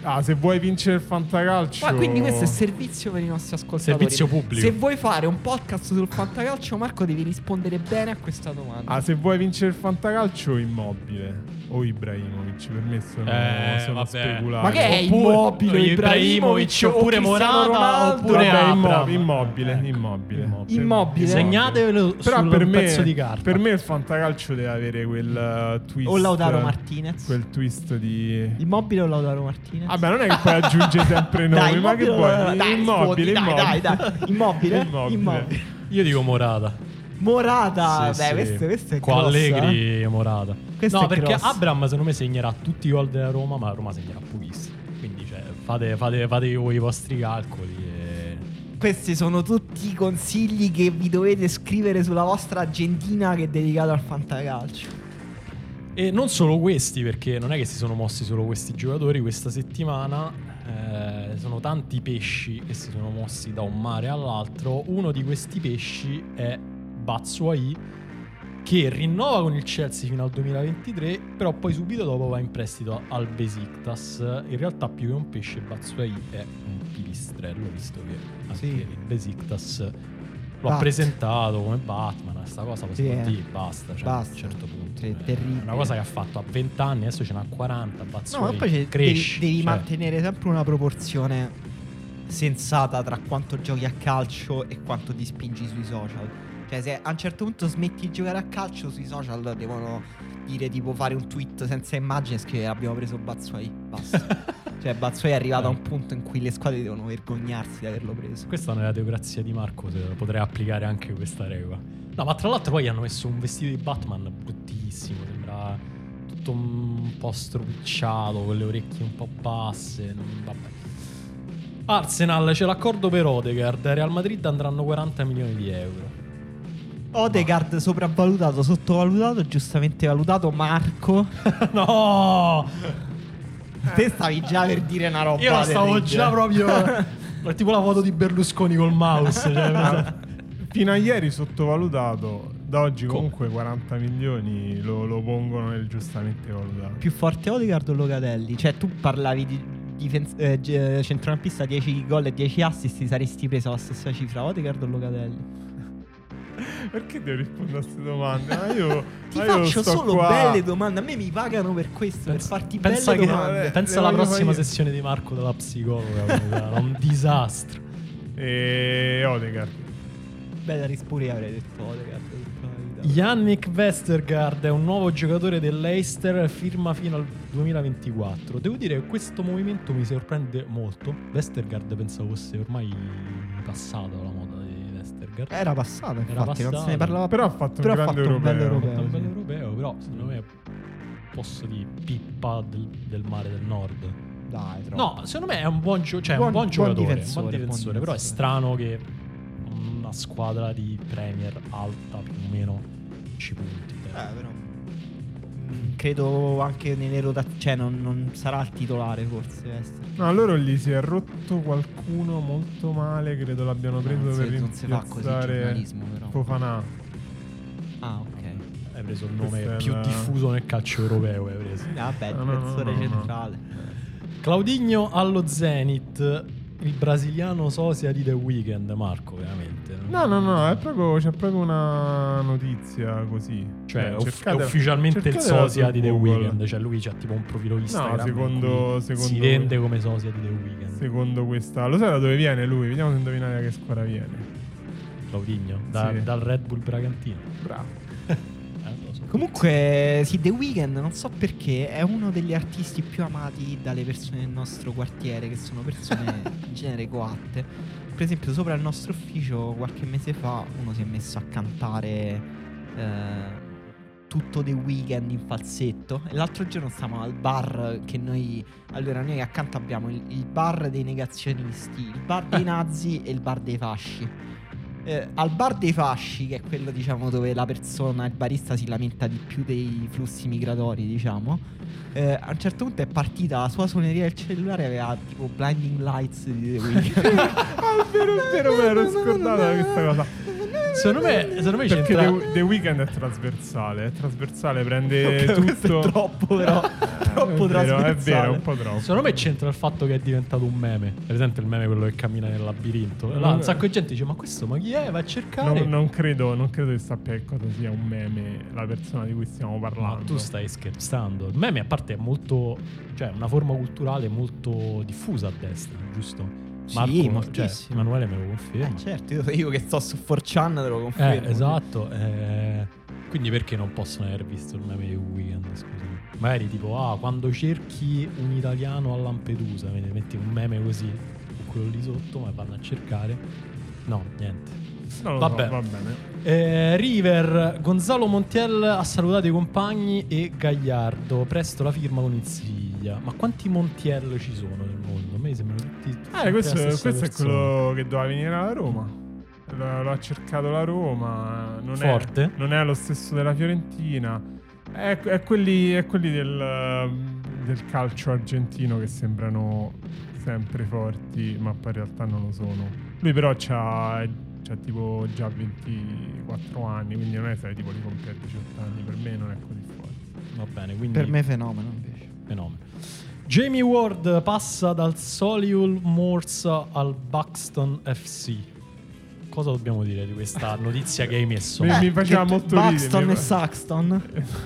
Ah, se vuoi vincere il fantacalcio. Ma quindi questo è servizio per i nostri ascoltatori. Servizio pubblico. Se vuoi fare un podcast sul fantacalcio, Marco, devi rispondere bene a questa domanda. Ah, se vuoi vincere il fantacalcio, Immobile o Ibrahimovic, per me sono, Eh, sono vabbè. speculati. Ma che è Oppure- Immobile, Ibrahimovic, o oppure Cristiano Morata, Ronaldo? oppure Vabbè, Abraham. immo- immobile, Ecco. immobile. Immobile. Immobile. Segnatevelo Però sul per me, pezzo di carta. per me il fantacalcio deve avere quel uh, twist. O Lautaro Martinez. Quel twist di. Immobile o Lautaro Martinez? Vabbè, non è che poi aggiunge sempre nomi, Dai, ma che Immobile o- vuoi? dai, Immobile, rispondi, immobile. dai, dai, dai. Immobile? Immobile. Immobile. Io dico Morata. Morata, Sì, beh, sì. questo, questo è Con grosso, eh. Allegri e Morata. Questo no, è perché grosso. Abraham secondo me segnerà tutti i gol della Roma, ma la Roma segnerà pochissimi. Quindi cioè, fate, fate, fate voi i vostri calcoli e... Questi sono tutti i consigli che vi dovete scrivere sulla vostra agendina che è dedicata al fantacalcio. E non solo questi, perché non è che si sono mossi solo questi giocatori questa settimana. Eh, sono tanti pesci che si sono mossi da un mare all'altro. Uno di questi pesci è Batshuayi, che rinnova con il Chelsea fino al duemilaventitré, però poi subito dopo va in prestito al Besiktas. In realtà più che un pesce Batshuayi è un pipistrello, visto che anche Sì. il Besiktas lo ha Bat. presentato come Batman. Sta cosa Sì, possiamo eh. dire, basta, cioè, Basta. a un certo punto. Sì, è È terribile. una cosa che ha fatto a venti anni, adesso ce n'ha quaranta. No, Batshuayi ma poi c'è- devi, cresce. devi cioè, mantenere sempre una proporzione sensata tra quanto giochi a calcio e quanto ti spingi sui social. Cioè, se a un certo punto smetti di giocare a calcio, sui social devono dire tipo fare un tweet senza immagine e scrivere abbiamo preso Batshuayi, basta. Cioè Batshuayi è arrivato a un punto in cui le squadre devono vergognarsi di averlo preso. Questa nella teocrazia di Marco se potrei applicare anche questa regola. No, ma tra l'altro poi hanno messo un vestito di Batman bruttissimo, sembra tutto un po' stropicciato, con le orecchie un po' basse. non- Vabbè. Arsenal, c'è l'accordo per Odegaard, Real Madrid andranno quaranta milioni di euro. Odegaard sopravvalutato, sottovalutato, giustamente valutato. Marco, No! te stavi già per dire una roba. Io la stavo terribile. già proprio... tipo la foto di Berlusconi col mouse. Cioè, Fino a ieri sottovalutato. Da oggi Co- comunque quaranta milioni lo, lo pongono nel giustamente valutato. Più forte Odegaard o Locatelli? Cioè tu parlavi di difens- eh, ge- centrocampista dieci gol e dieci assist, ti saresti preso la stessa cifra Odegaard o Locatelli? Perché devo rispondere a queste domande? Ma io, Ti ma io faccio sto solo qua. belle domande. A me mi pagano per questo, per farti pensa belle che- domande. pensa Le alla voglio prossima fare io. sessione di Marco della psicologa. Era un disastro. E Odegaard. Bella risposta, avrei detto Odegaard tutta la vita. Yannick Vestergaard è un nuovo giocatore dell'Leicester, firma fino al duemilaventiquattro. Devo dire che questo movimento mi sorprende molto. Vestergaard pensavo fosse ormai passata la moda di Vestergaard. Era passato, Era infatti, non se passato. ne parlava Però ha fatto Però un ha grande fatto un bello europeo. europeo. Un bello europeo, però secondo me posso di pippa del, del mare del nord. Dai, troppo. No, secondo me è un buon, gio- cioè Buon- un buon buon giocatore, un difensore, buon buon difensore, però è difensore. strano che una squadra di Premier alta più o meno ci punti. Eh, però. mm, Credo anche nelle rotazioni. Cioè, non, non sarà il titolare, forse. Vester. No, a loro gli si è rotto qualcuno molto male. Credo l'abbiano preso non si- per non si fa così rimpiazzare giornalismo, però. Fofana. Ah, ok. Hai preso il Questo nome è più il- diffuso nel calcio europeo, hai preso. Vabbè, No, no, no, difensore no, no. centrale. Claudinho allo Zenit, il brasiliano sosia di The Weeknd, Marco, veramente. No, no, no, è proprio, c'è proprio una notizia così. Cioè, Eh, uff- cercate- è ufficialmente il cercatela sosia su di The Google. Weeknd, cioè lui c'ha tipo un profilo Instagram in secondo- cui secondo si vende come sosia di The Weeknd. Secondo questa. Lo sai da dove viene lui? Vediamo se indovinare da che squadra viene. Claudinho, da- Sì. dal Red Bull Bragantino. Bravo. Eh, lo so. Comunque, sì, The Weeknd, non so perché, è uno degli artisti più amati dalle persone del nostro quartiere, che sono persone in genere coatte. Per esempio, sopra il nostro ufficio, qualche mese fa, uno si è messo a cantare eh, tutto The Weeknd in falsetto. E l'altro giorno stavamo al bar che noi... Allora, noi accanto abbiamo il, il bar dei negazionisti, il bar dei nazi e il bar dei fasci. Eh, al bar dei fasci, che è quello diciamo dove la persona, il barista si lamenta di più dei flussi migratori, diciamo, eh, a un certo punto è partita la sua suoneria del cellulare, aveva tipo Blinding Lights di The Weeknd. Ah, è vero, è vero, me l'ero scordata questa cosa. Secondo me, secondo me Perché c'entra... The, The Weeknd è trasversale, è trasversale, prende Ok, questo tutto. è troppo, però. Eh, troppo È vero, è trasversale. vero, un po' troppo. Secondo me c'entra il fatto che è diventato un meme. Per esempio il meme quello che cammina nel labirinto. Là Non- un sacco di gente dice: ma questo ma chi è? Va a cercare. Non, non credo, non credo che sappia che cosa sia un meme la persona di cui stiamo Ma parlando. tu stai scherzando. Il meme a parte è molto, cioè una forma culturale molto diffusa a destra, giusto? Sì, Marco, moltissimo. cioè, Emanuele me lo conferma. Eh, certo, io, io che sto su four chan te lo confermo. Eh, esatto. eh, Quindi perché non possono aver visto il meme di Weekend? Scusami. Magari tipo, ah, quando cerchi un italiano a Lampedusa, quindi metti un meme così, quello lì sotto, ma vanno a cercare. No, niente. Non lo Vabbè. so, va bene. Eh, River, Gonzalo Montiel ha salutato i compagni e Gagliardo. Presto la firma con il Siviglia. Ma quanti Montiel ci sono nel mondo? A me sembrano tutti. tutti Eh, sempre questo, la stessa questo è persona. quello che doveva venire alla Roma. Lo, lo ha cercato la Roma. Non Forte? È, non è lo stesso della Fiorentina. È, è quelli, è quelli del, del calcio argentino che sembrano sempre forti, ma poi in realtà non lo sono. Lui però c'ha, c'ha tipo già ventiquattro anni, quindi non è sai, tipo li compie a diciotto anni. Per me non è così forte. Va bene, quindi. Per me fenomeno invece. Fenomeno. Jamie Ward passa dal Solihull Moors al Buxton F C. Cosa dobbiamo dire di questa notizia che hai messo? Mi- mi faceva Che- molto Buxton ridere. e Saxton.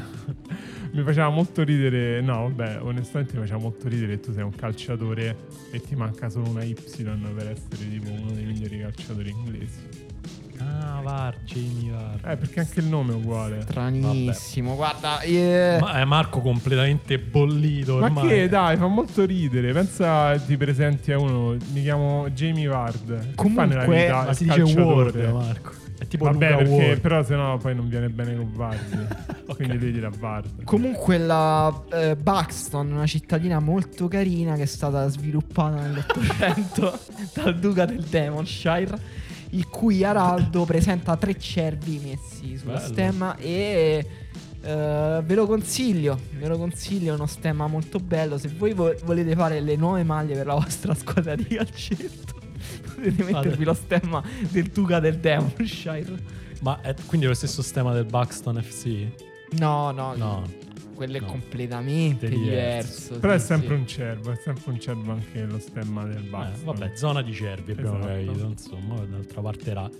Mi faceva molto ridere, no, vabbè, onestamente mi faceva molto ridere che tu sei un calciatore e ti manca solo una Y per essere tipo uno dei migliori calciatori inglesi. Ah, Var, Jamie Var. Eh, perché anche il nome è uguale. Stranissimo, guarda. eh, Ma è Marco completamente bollito Ma ormai. che dai, fa molto ridere. Pensa ti presenti a uno, mi chiamo Jamie Ward. Che Comunque- fa nella vita Ma il si dice Ward, calciatore? Marco. È tipo Vabbè, Luca perché Ward. però sennò poi non viene bene con Vardy. Quindi devi dire a Ward. Comunque la eh, Buxton, una cittadina molto carina che è stata sviluppata nell'Ottocento dal duca del Devonshire, il cui araldo presenta tre cervi messi sullo Bello. stemma e eh, ve lo consiglio, ve lo consiglio, è uno stemma molto bello. Se voi vo- volete fare le nuove maglie per la vostra squadra di calcetto, potete mettervi lo stemma del duca del Devonshire. Ma è quindi è lo stesso stemma del Buxton F C? No, no, No. quello è No. completamente Diverso. diverso. Però sì, è sempre sì. un cervo, è sempre un cervo anche lo stemma del Eh, Buxton. vabbè, zona di cervi abbiamo Esatto. capito. Insomma, d'altra parte era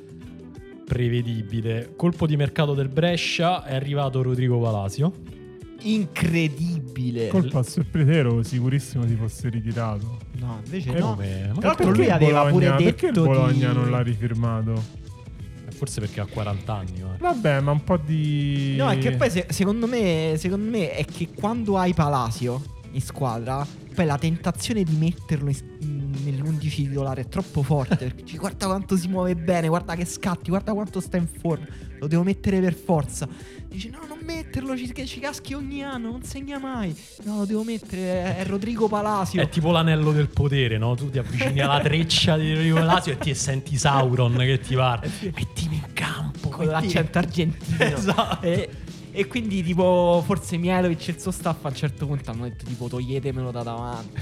prevedibile. Colpo di mercato del Brescia, è arrivato Rodrigo Palacio. Incredibile. Colpa a sorpresa, ero sicurissimo si fosse ritirato. No, invece Eh, no. come? Ma Tra l'altro Perché lui il aveva pure Bologna- Perché il detto Bologna di... non l'ha rifirmato? forse perché ha quaranta anni. guarda. Vabbè, ma un po' di... No, è che poi se- secondo me secondo me è che quando hai Palacio in squadra, poi la tentazione di metterlo in- in- nell'undici titolare è troppo forte. Perché dici, guarda quanto si muove bene, guarda che scatti, guarda quanto sta in forma. Lo devo mettere per forza. Dici no, non metterlo, ci, che ci caschi ogni anno, non segna mai. No, lo devo mettere, è, è Rodrigo Palacio. È tipo l'anello del potere, no? Tu ti avvicini alla treccia di Rodrigo Palacio e ti senti Sauron che ti parla. Mettimi in campo. Con mettimi- l'accento argentino. Esatto. E, e quindi tipo forse Mihailovic e il suo staff a un certo punto hanno detto tipo toglietemelo da davanti.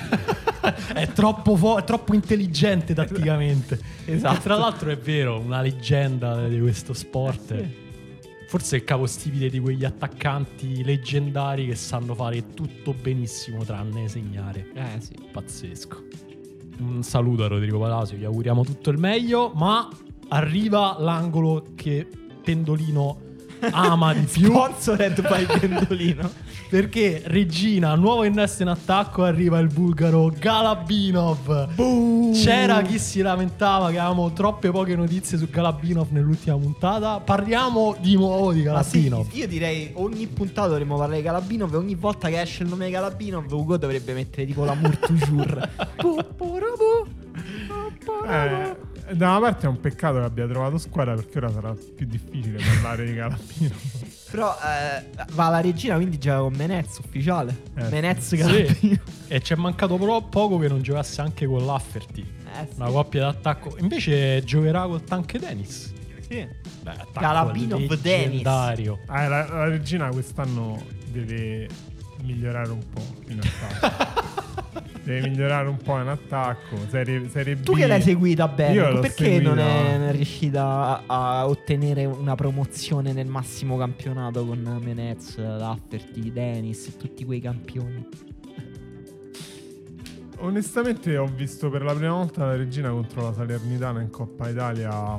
È troppo, fo- è troppo intelligente tatticamente. Esatto. E tra l'altro è vero, una leggenda di questo sport. Eh, Forse è il capostipite di quegli attaccanti leggendari che sanno fare tutto benissimo tranne segnare. Eh sì. Pazzesco. Un saluto a Rodrigo Palacio, gli auguriamo tutto il meglio, ma arriva l'angolo che Pendolino ama di più. Sponsored by Pendolino. Perché Regina, nuovo innesto in attacco, arriva il bulgaro Galabinov. C'era chi si lamentava che avevamo troppe poche notizie su Galabinov nell'ultima puntata. Parliamo di nuovo di Ma sì, Galabinov. io direi ogni puntata dovremmo parlare di Galabinov e ogni volta che esce il nome di Galabinov Ugo dovrebbe mettere tipo l'amour toujours. Eh, da una parte è un peccato che abbia trovato squadra perché ora sarà più difficile parlare di Galabino. Però eh, va la regina, quindi gioca con Menez ufficiale. Eh, Menez Sì. Galabino. E ci è mancato però poco che non giocasse anche con l'Afferty. Eh, sì. Una coppia d'attacco. Invece giocherà col Tanque Dennis. Sì. Beh, attacco Galabinov leggendario. Ah, la, la regina quest'anno deve migliorare un po' in attacco. Deve migliorare un po' in attacco. Serie, serie B. Tu che l'hai seguita bene, Io l'ho perché non è, seguita- non è riuscita a, a ottenere una promozione nel massimo campionato con Menez, Lafferty, Dennis e tutti quei campioni? onestamente ho visto per la prima volta la Regina contro la Salernitana in Coppa Italia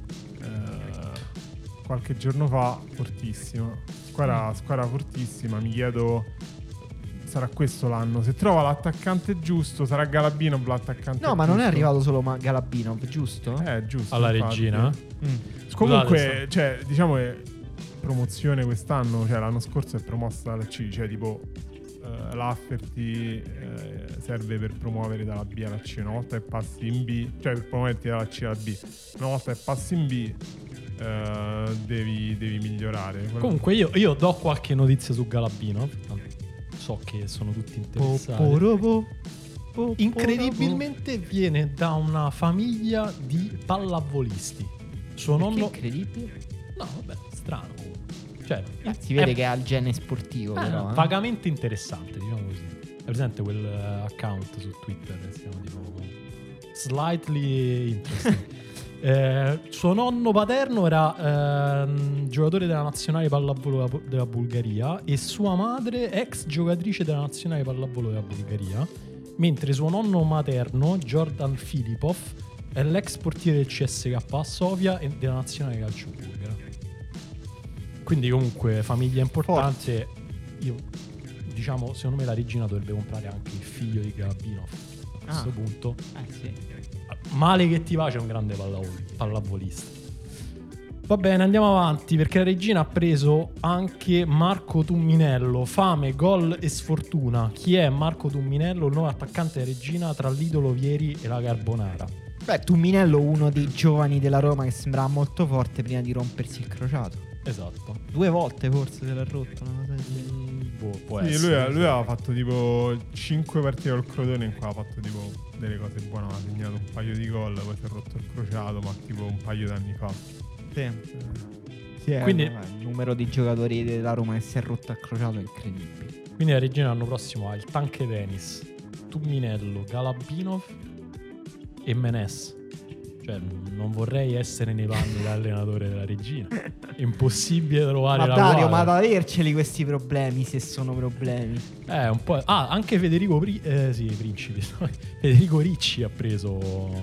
eh, qualche giorno fa, fortissima. Squadra, squadra fortissima, mi chiedo, sarà questo l'anno? Se trova l'attaccante giusto, sarà Galabinov l'attaccante No, ma giusto? non è arrivato solo ma- Galabinov, giusto? Eh, giusto. Alla infatti. Regina? Mm. Comunque, Scusate, cioè, diciamo che promozione quest'anno, cioè l'anno scorso è promossa dalla C, cioè tipo uh, l'Afferty eh, serve per promuovere dalla B alla C, una volta che passi in B, cioè per promuoverti dalla C alla B, una volta che passi in B uh, devi, devi migliorare. Comunque io, io do qualche notizia su Galabinov. So che sono tutti interessati. Po-po-ro-po, po-po-ro-po. Incredibilmente viene da una famiglia di pallavolisti. Suo Perché nonno... incredibile. No, vabbè, strano. Cioè, Eh, si vede è- che ha il gene sportivo, eh, però. eh. vagamente interessante, diciamo così. È presente quel eh, account su Twitter che si chiama tipo Slightly Interesting. Eh, suo nonno paterno era ehm, giocatore della nazionale pallavolo della, della Bulgaria e sua madre ex giocatrice della nazionale pallavolo della Bulgaria, mentre suo nonno materno Jordan Filipov è l'ex portiere del C S K a Sofia e della nazionale calcio bulgara. Quindi comunque famiglia importante. Io diciamo, secondo me la Regina dovrebbe comprare anche il figlio di Galabinov a questo Ah. punto. Eh sì. Male che ti va, c'è un grande pallavol- pallavolista. Va bene, andiamo avanti perché la Regina ha preso anche Marco Tumminello, fame, gol e sfortuna. Chi è Marco Tumminello, il nuovo attaccante della Regina tra l'idolo Vieri e la Carbonara? Beh, Tumminello, uno dei giovani della Roma che sembrava molto forte prima di rompersi il crociato. Esatto. Due volte forse se l'ha rotto, una cosa del genere. Mm, boh, può Sì, essere. lui, lui aveva fatto tipo cinque partite col Crotone in cui aveva fatto tipo delle cose buone, aveva segnato un paio di gol, poi si è rotto il crociato, ma tipo un paio d'anni fa. Sì. Eh, Sì, eh, Quindi- vabbè, il numero di giocatori della Roma che si è rotto al crociato è incredibile. Quindi la Regina l'anno prossimo ha il Tanque Dennis, Tumminello, Galabinov e Menes. Cioè, non vorrei essere nei panni dell'allenatore della Regina. È impossibile trovare Ma la Dario, ma quadra. da averceli questi problemi, se sono problemi. Eh, un po'. Ah, anche Federico Pri- eh, sì, Principi. Federico Ricci ha preso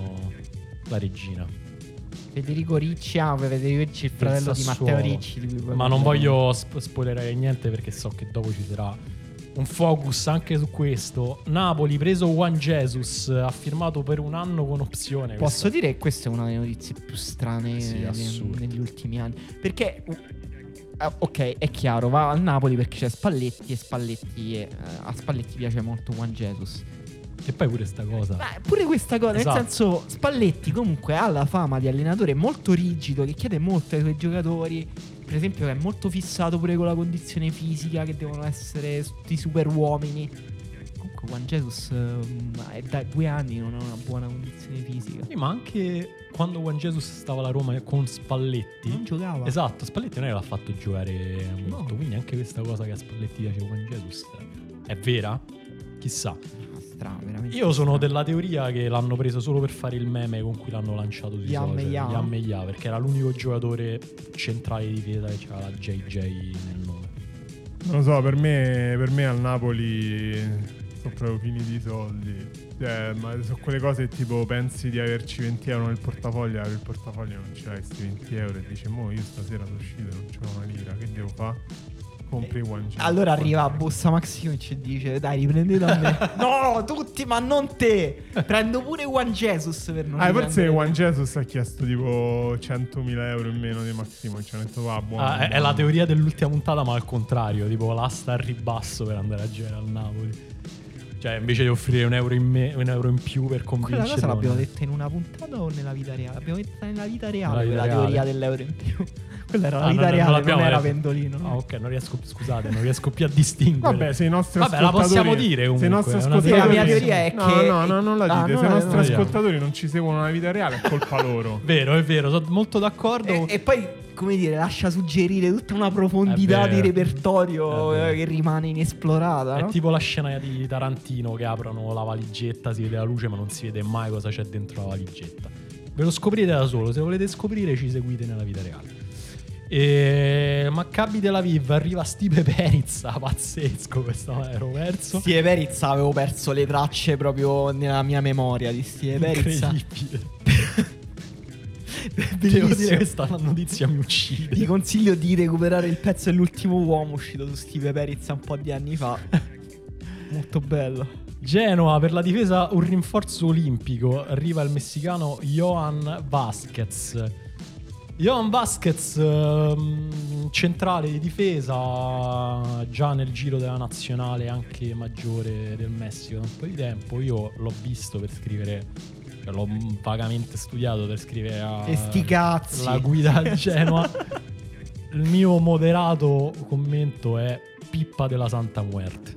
la Regina. Federico Ricci, ah, Federico Ricci, il fratello di Sassuolo. Matteo Ricci. Di cui poi Ma non parleremo. voglio sp- spoilerare niente perché so che dopo ci sarà un focus anche su questo. Napoli preso Juan Jesus, ha firmato per un anno con opzione. Posso Questa- dire che questa è una delle notizie più strane Sì, ne- assurdo. negli ultimi anni. Perché, uh, eh, ok, è chiaro, va al Napoli perché c'è Spalletti e Spalletti, eh, a Spalletti piace molto Juan Jesus. E poi pure sta cosa. Beh, pure questa cosa, Esatto. nel senso, Spalletti comunque ha la fama di allenatore molto rigido, che chiede molto ai suoi giocatori. Per esempio, che è molto fissato pure con la condizione fisica, che devono essere tutti super uomini. Comunque Juan Jesus ehm, è da due anni non ha una buona condizione fisica. Sì, ma anche quando Juan Jesus stava alla Roma con Spalletti. Non giocava. Esatto, Spalletti non è che l'ha fatto giocare molto. No. Quindi anche questa cosa che a Spalletti piace Juan Jesus è vera? Chissà. Strano, veramente Io sono strano. della teoria che l'hanno preso solo per fare il meme con cui l'hanno lanciato sui Yam social. Yam. Yam Ya, perché era l'unico giocatore centrale di difesa che aveva la J J nel nome. Non lo so, per me, per me al Napoli sono proprio finiti i soldi. Cioè, ma sono quelle cose tipo pensi di averci venti euro nel portafoglio, apri il portafoglio non ce l'hai questi venti euro e dici mo io stasera sono uscito e non c'ho una lira, che devo fare? Compri One G. Allora arriva a Bussa Maximovic e dice: dai, riprendete da me. No, tutti, ma non te. Prendo pure Juan Jesus per non Ah, forse riprendere Juan te. Jesus ha chiesto tipo centomila euro in meno di Massimo. Ci hanno detto va, buono. Ah, è, è buono. la teoria dell'ultima puntata, ma al contrario, tipo l'asta al ribasso per andare a giocare al Napoli. Cioè, invece di offrire un euro in, me- un euro in più per Quella convincerlo. cosa l'abbiamo detta in una puntata o nella vita reale? L'abbiamo detta nella vita reale, Nella vita quella reale. teoria dell'euro in più. Quella era la Ah, vita no, no, non reale, non, l'abbiamo era detto. Pendolino. Ah, ok, non riesco, scusate, non riesco più a distinguere. Vabbè, se i nostri Vabbè, la ascoltatori possiamo dire se comunque, i nostri è una ascoltatori Sì, la mia teoria è no, che- No, no, non la Ah, dite. no, se i no, nostri no. ascoltatori non ci seguono nella vita reale è colpa loro. Vero, è vero, sono molto d'accordo. E, e poi, come dire, lascia suggerire tutta una profondità È vero. di repertorio È vero. eh, che rimane inesplorata. È no? tipo la scena di Tarantino che aprono la valigetta, si vede la luce ma non si vede mai cosa c'è dentro la valigetta. Ve lo scoprite da solo, se volete scoprire ci seguite nella vita reale. E Maccabi Tel Aviv arriva Stipe Perica, pazzesco, questo ero perso. Stipe Perica, avevo perso le tracce proprio nella mia memoria di Stipe Perica. Incredibile. Devo dire che questa notizia mi uccide. Ti consiglio di recuperare il pezzo dell'ultimo uomo uscito su Stipe Perica un po' di anni fa. Molto bello. Genoa, per la difesa un rinforzo olimpico. Arriva il messicano Johan Vázquez. Johan Vázquez, ehm, centrale di difesa, già nel giro della nazionale anche maggiore del Messico da un po' di tempo. Io l'ho visto per scrivere, cioè l'ho vagamente studiato per scrivere a, E sti cazzi. la guida a Genoa. Il mio moderato commento è Pippa della Santa Muerte.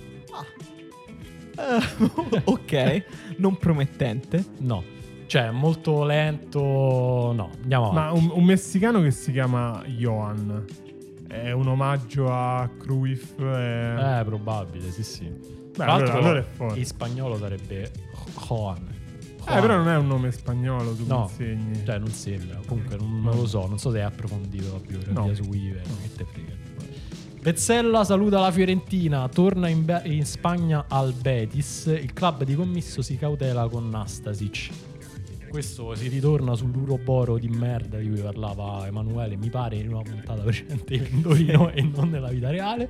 Uh, ok, non promettente. No, cioè molto lento. No, andiamo avanti. Ma un, un messicano che si chiama Johan è un omaggio a Cruyff. E... Eh, probabile, sì, sì. Beh, Tra l'altro, allora, allora è forte. in spagnolo sarebbe Johan. Eh, però non è un nome spagnolo, tu No, mi insegni. cioè non sembra. Comunque non, non lo so, non so se hai approfondito la biografia No. su Wikipedia, che te frega. Pezzella saluta la Fiorentina, torna in, Be- in Spagna al Betis. Il club di commisso si cautela con Nastasic. Questo si ritorna sull'Uroboro di merda di cui parlava Emanuele, mi pare, in una puntata precedente di Pendolino e non nella vita reale.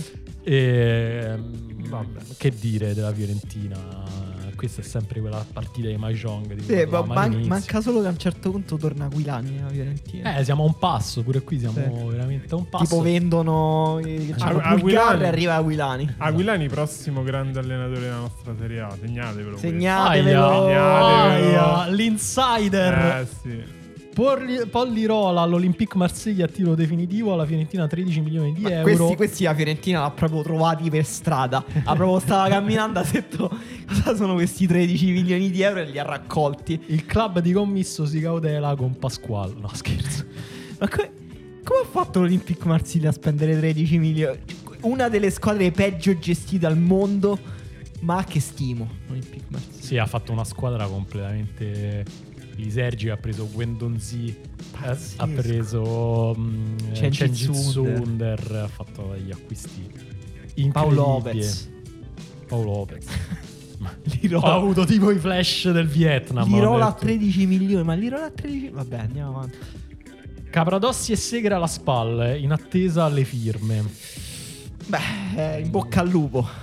E, Vabbè. che dire della Fiorentina? Questa è sempre quella partita di Mahjong di cui Sì, ma parlavamo man- all'inizio. manca solo che a un certo punto torna Aquilani nella Fiorentina. Eh, siamo a un passo, pure qui siamo Sì. veramente a un passo. Tipo vendono il Ah, gioco Aquilani. Bulgar e arriva Aquilani. Aquilani, prossimo grande allenatore della nostra Serie A. Segnatevelo. Segnatevelo. Segnatevelo. Aia, l'insider. Eh sì. Polli- Pollirola all'Olympique Marsiglia a titolo definitivo, alla Fiorentina tredici milioni di Ma euro. questi, questi la Fiorentina l'ha proprio trovati per strada. Ha proprio stava camminando, ha detto cosa sono questi tredici milioni di euro e li ha raccolti. Il club di commisso si cautela con Pasquale. No, scherzo. Ma come, come ha fatto l'Olympique Marsiglia a spendere tredici milioni? Una delle squadre peggio gestite al mondo, ma che stimo l'Olympique Marsiglia. Sì, ha fatto una squadra completamente lisergica. Ha preso Guendonzi, ha, Pazzesco. ha preso um, Cengiz Cengiz Under. Under, ha fatto degli acquisti incredibili. Paolo Lopez. Paolo Lopez. Ha Lirola, avuto tipo i flash del Vietnam. Lirola ho a detto. tredici milioni. Ma Lirola a tredici. Vabbè, andiamo avanti. Capradossi e Segre alla spalla, in attesa alle firme. Beh, eh, in bocca al lupo.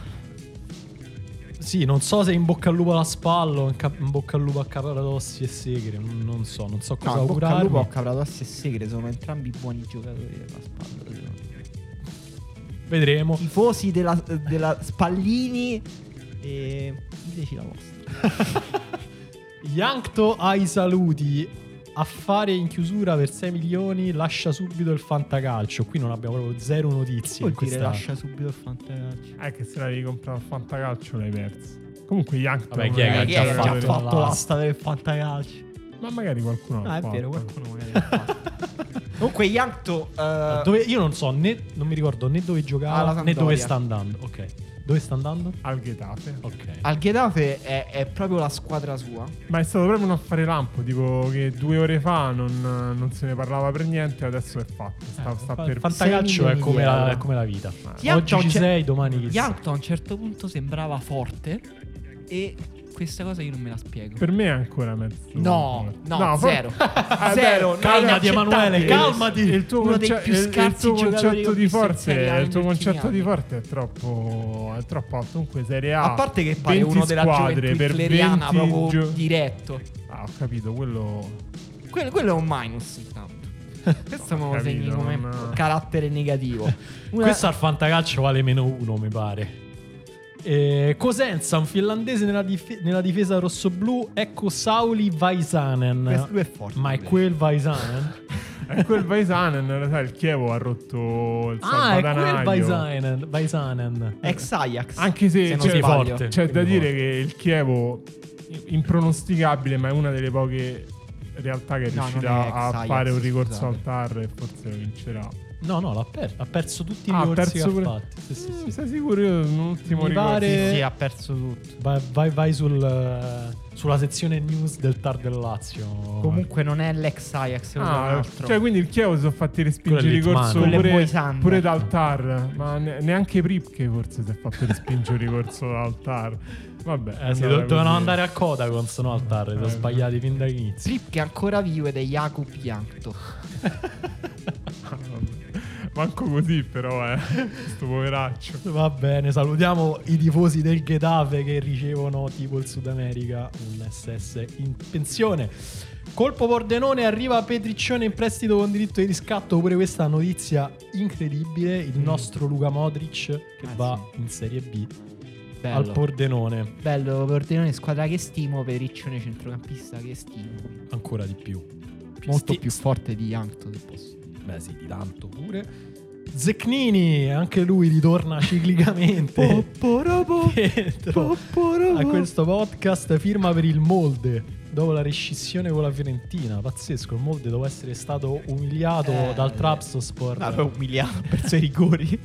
Sì, non so se in bocca al lupo alla spalla o in, cap- in bocca al lupo a Capradossi e Segre. Non, non so, non so cosa No, in bocca al lupo augurarmi. ho Capradossi e Segre. Sono entrambi buoni giocatori della spalla. secondo me. Vedremo. Tifosi della, della Spallini. E diteci la vostra. Yankto ai saluti. Affare in chiusura per sei milioni. Lascia subito il fantacalcio. Qui non abbiamo proprio zero notizie. Vuol in dire questa... lascia subito il fantacalcio. Eh, che se l'avevi comprato al fantacalcio l'hai perso. Comunque Young Vabbè, chi è che ha Chi già è che ha fatto fatto la- l'asta del fantacalcio? Ma magari qualcuno l'ha Ah, è fatto. vero, qualcuno magari l'ha fatto. Comunque Yankto eh, Dove, io non so né, non mi ricordo né dove Alla giocava né Sampdoria. dove sta andando. Ok. Dove sta andando? Al Getafe. Ok. al Getafe è, è proprio la squadra sua. Ma è stato proprio un affare lampo. Tipo che due ore fa non, non se ne parlava per niente. Adesso è fatto. Sta, Eh, sta fa- per il fantacalcio è sei come, milioni di la, euro. è come la vita. Yankto Oggi a un ci cer- sei, domani chissà. Yankto a un certo punto sembrava forte. E questa cosa io non me la spiego. Per me è ancora mezzo. No, no, for- zero. Ah, Zero, beh, calmati, è Emanuele, inaccettabile. calmati. Il, il tuo, Uno dei conce- più il- il scarsi tuo giocatori che concetto ho di visto in forte, Serie A il tuo negli ultimi concetto di anni. forte è troppo, è troppo alto. Comunque Serie A. A parte che pare venti uno della squadre gioventù per hitleriana venti proprio gio- diretto. Ah, ho capito, quello. Quello, quello è un minus intanto. Questo me lo capito, segni come non- carattere negativo. Una- Questo al fantacalcio vale meno uno, mi pare. E Cosenza, un finlandese nella, dif- nella difesa rossoblù. Ecco Sauli Vaisanen. Questo lui è forte. Ma è quel Vaisanen? È quel Vaisanen, lo sai, il Chievo ha rotto il Ah, è quel salvadanaio. Vaisanen. Vaisanen. Ex Ajax. Anche se, se non cioè, Sì, sbaglio. forte. c'è da Quindi dire forte. che il Chievo impronosticabile, ma è una delle poche realtà che No, non riuscirà è a ex-Ajax, fare un ricorso scusate. al T A R e forse lo vincerà. No, no, l'ha perso. Ha perso tutti i Ah, ha ricorsi che perso ha pure- fatto. Sì, sì, sì. Eh, sei sicuro? Io un ultimo Mi ricordo. pare- Sì, sì, ha perso tutto. Vai, vai, vai sul, eh, sulla sezione news del T A R del Lazio. Comunque non è l'ex Ajax, è un Ah, altro. cioè quindi il Chievo si sono fatti respingere Quello è il ricorso Litmano. Quello è pure, Moisander. pure dal T A R. Ma ne- neanche Pripke forse si è fatto respingere il ricorso dal T A R. Vabbè, Eh, sì, è andata do- dovevano così. andare a coda con sono al T A R. Sono Eh, sbagliati fin dall'inizio. Trip che è ancora vivo ed è Jakub Jankto. Manco così però, eh. Sto poveraccio. Va bene, salutiamo i tifosi del Getafe che ricevono tipo il Sud America un S S in pensione. Colpo Pordenone, arriva Petriccione in prestito con diritto di riscatto. Pure questa notizia incredibile. Il nostro Luka Modric che Ah, va sì. in Serie B Bello. al Pordenone. Bello, Pordenone squadra che stimo, Periccione centrocampista che stimo. Ancora di più. Molto Sti- più forte di Jankto se posso. Beh sì, di tanto pure. Zecnini, anche lui ritorna ciclicamente dentro a questo podcast. Firma per il Molde dopo la rescissione con la Fiorentina. Pazzesco, il Molde dopo essere stato umiliato Eh, dal Trabzonspor Ah, poi umiliato, ha perso i rigori.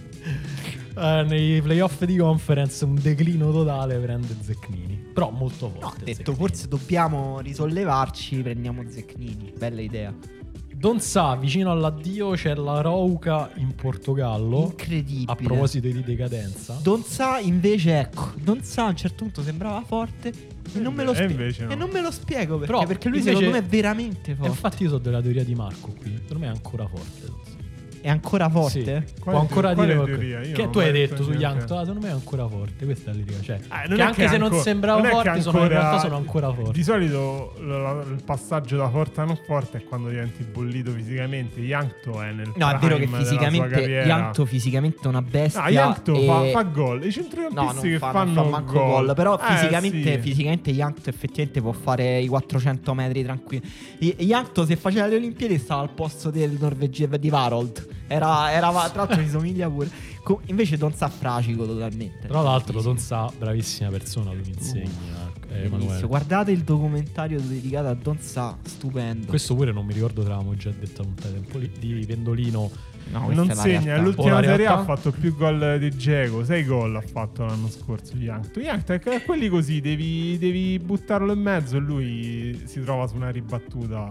eh, nei playoff di conference. Un declino totale prende Zecnini, però molto forte. No, ha detto Zecchini. forse dobbiamo risollevarci, prendiamo Zecchini. Bella idea. Don Sa, vicino all'addio c'è la Rouca in Portogallo. Incredibile. A proposito di decadenza. Don Sa invece, ecco, Don Sa a un certo punto sembrava forte e non me lo E spiego. invece no. E non me lo spiego perché, Però perché lui invece- secondo me è veramente E forte. infatti io so della teoria di Marco qui. Per me è ancora forte. Don Sa. È ancora forte? Sì. Quale Può ancora te- quale dire qualcosa. teoria? Io Che non tu ho hai mai detto detto su niente. Young? Ah, secondo me è ancora forte. Questa è la teoria. Cioè, Eh, che non è anche che se non anco- sembrano non è che forti, sono in ancora- realtà sono ancora forti. Di solito l- l- il passaggio da forte a non forte è quando diventi bollito fisicamente. Yankto è nel No, è vero che prime della sua fisicamente carriera. Yankto fisicamente è una bestia. Ah, Yankto e- fa, fa gol. I No, centrocampisti non che fa, fanno non fa manco gol. gol. Però Eh, fisicamente, sì. fisicamente Yankto effettivamente può fare i quattrocento metri tranquilli. I- Yankto se faceva le Olimpiadi stava al posto del norvegese di Varold. Era, era tra l'altro ci somiglia pure. Co- invece Don Sa fracico totalmente. Tra l'altro, Fisico. Don Sa, bravissima persona, lui mi insegna. eh, Bellissimo. Emanuele. Guardate il documentario dedicato a Don Sa, stupendo. Questo pure non mi ricordo se l'avevamo già detto un tempo lì, di Vendolino. No, questa Non è la segna, realtà. l'ultima O la serie A realtà? ha fatto più gol di Dzeko. Sei gol ha fatto l'anno scorso Yankto. Yankto è che- quelli così, devi, devi buttarlo in mezzo e lui si trova su una ribattuta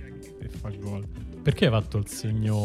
e fa gol. Perché hai fatto il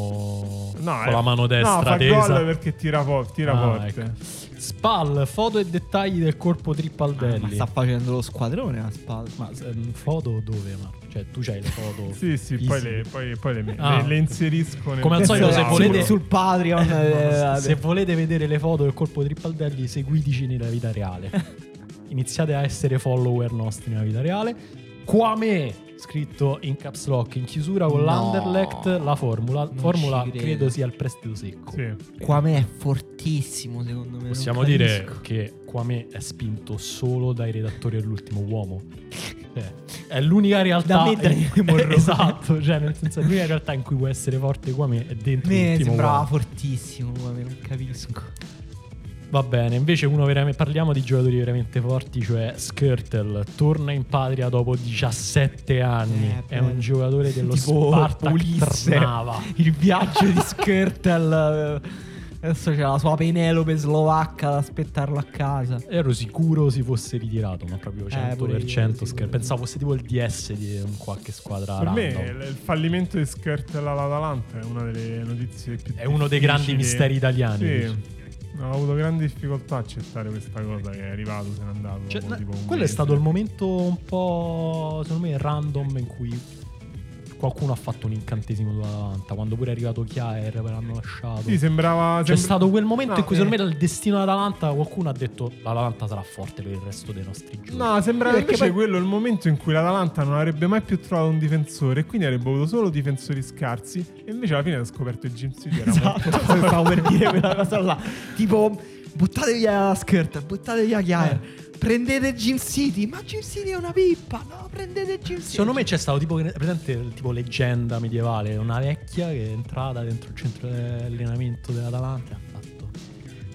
segno No, con eh, la mano destra no, fa tesa? gol perché tira, po- tira Ah, forte. ecco. Spal, foto e dettagli del corpo Ah, Tripaldelli. ma sta facendo lo squadrone a spalla. Ma ehm, foto dove? Ma? Cioè, tu c'hai le foto? Sì, sì, fisiche? poi le, poi, poi le, Ah, le- le ok. inserisco nel Come al solito, se Sul- volete- sul Patreon eh, Se volete vedere le foto del corpo Tripaldelli, seguiteci nella vita reale. Iniziate a essere follower nostri nella vita reale. Quame, scritto in caps lock in chiusura con No. l'Anderlecht, la formula. Non Formula ci credo. credo sia il prestito secco. Sì. Quame è fortissimo secondo me. Possiamo non dire capisco. che Quame è spinto solo dai redattori dell'Ultimo Uomo. Cioè, è l'unica realtà. Da me e Daniele in- Morrone. Esatto, cioè nel senso è l'unica realtà in cui può essere forte Quame è dentro A me l'Ultimo sembrava Uomo. fortissimo Quame, non capisco. Va bene, invece uno veramente, parliamo di giocatori veramente forti, cioè Skrtel torna in patria dopo diciassette anni, Eh, è bello. un giocatore dello Tipo Spartak Ulisse. Trnava. Il viaggio di Skrtel. Adesso c'è la sua Penelope slovacca ad aspettarlo a casa. Ero sicuro si fosse ritirato, ma proprio cento per cento pure io, Skrtel. Pensavo fosse tipo il D S di un qualche squadra Per me random. il, il fallimento di Skrtel all'Atalanta è una delle notizie più È uno dei grandi difficili. misteri italiani. Sì. dici. Ho avuto grandi difficoltà a accettare questa cosa che è arrivato, se n'è andato. Cioè, dopo no, tipo un quello è mese. stato il momento un po', secondo me, random in cui qualcuno ha fatto un incantesimo sull'Atalanta. Quando pure è arrivato Chiaer, ve l'hanno lasciato. Sì, sembrava. C'è sembra- stato quel momento No, in cui eh. secondo me dal destino dell'Atalanta qualcuno ha detto l'Atalanta sarà forte per il resto dei nostri giorni. No, sembrava Perché invece poi- quello il momento in cui l'Atalanta non avrebbe mai più trovato un difensore e quindi avrebbe avuto solo difensori scarsi e invece alla fine ha scoperto il Jim City era Esatto, molto stavo per dire quella cosa là. Tipo, buttate via la skirt, buttate via Chiaer. Prendete Jim City, ma Jim City è una pippa. No, prendete Jim City. Secondo me c'è stato tipo, presente il tipo leggenda medievale, una vecchia che è entrata dentro il centro di allenamento dell'Atalanta e ha fatto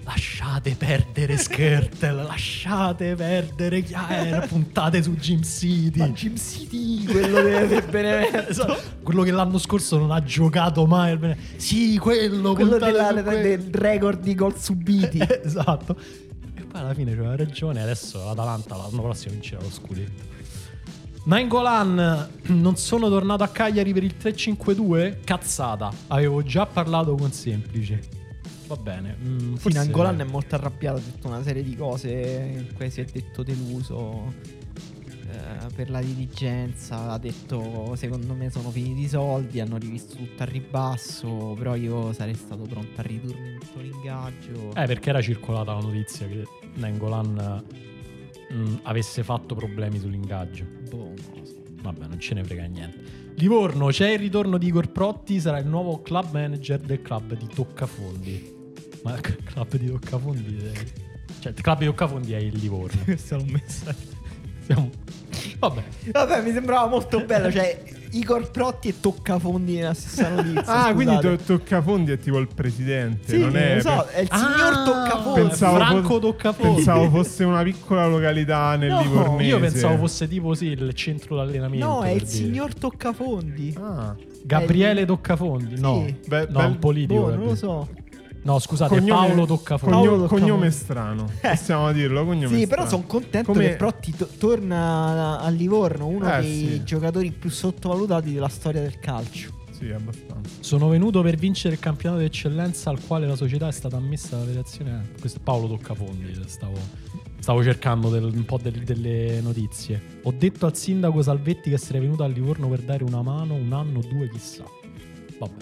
lasciate perdere Skirtle, lasciate perdere Chiaer, puntate su Jim City. Ma Jim City, quello del Benevento. Esatto. Quello che l'anno scorso non ha giocato mai il Benevento. Sì, quello, quello puntate della, su quello. del record di gol subiti. Esatto. E poi alla fine c'aveva ragione. Adesso l'Atalanta l'anno prossimo vincerà lo scudetto. Nainggolan, non sono tornato a Cagliari per il tre cinque due? Cazzata, avevo già parlato con Semplice. Va bene. Mm, Sì, Nainggolan è molto arrabbiato, ha detto una serie di cose in cui si è detto deluso eh, per la dirigenza. Ha detto secondo me sono finiti i soldi, hanno rivisto tutto al ribasso, però io sarei stato pronto a ridurmi tutto l'ingaggio. Eh, perché era circolata la notizia che Nainggolan mh, avesse fatto problemi sull'ingaggio. Boh, non lo so. Vabbè, non ce ne frega niente. Livorno, c'è il ritorno di Igor Protti, sarà il nuovo club manager del club di Toccafondi. Ma il club di Toccafondi è... Cioè, il club di Toccafondi è il Livorno. Questo l'ho messo. Siamo... Vabbè. Vabbè, mi sembrava molto bello, cioè Igor Protti e Toccafondi nella stessa notizia. Ah, scusate. quindi to- Toccafondi è tipo il presidente, Sì, non è lo so, è il signor Ah, Toccafondi. Pensavo Franco fo- Toccafondi. Pensavo fosse una piccola località nel No, Livornese. Io pensavo fosse tipo sì, il centro d'allenamento. No, è per il dire. signor Toccafondi. Ah, Gabriele È- Toccafondi. No, Sì. Beh, no, bel- un politico. Boh, per non lo dire. so. No, scusate, Paolo Toccafondi. cogno- Paolo Toccafondi. cognome strano. Possiamo dirlo, cognome Sì, strano. però sono contento Come- che Protti to- torna a Livorno, uno Eh, dei sì. giocatori più sottovalutati della storia del calcio. Sì, abbastanza. Sono venuto per vincere il campionato d'eccellenza al quale la società è stata ammessa alla federazione. Questo è Paolo Toccafondi. Stavo, stavo cercando del- un po' del- delle notizie. Ho detto al sindaco Salvetti che sarei venuto a Livorno per dare una mano, un anno o due, chissà. Vabbè.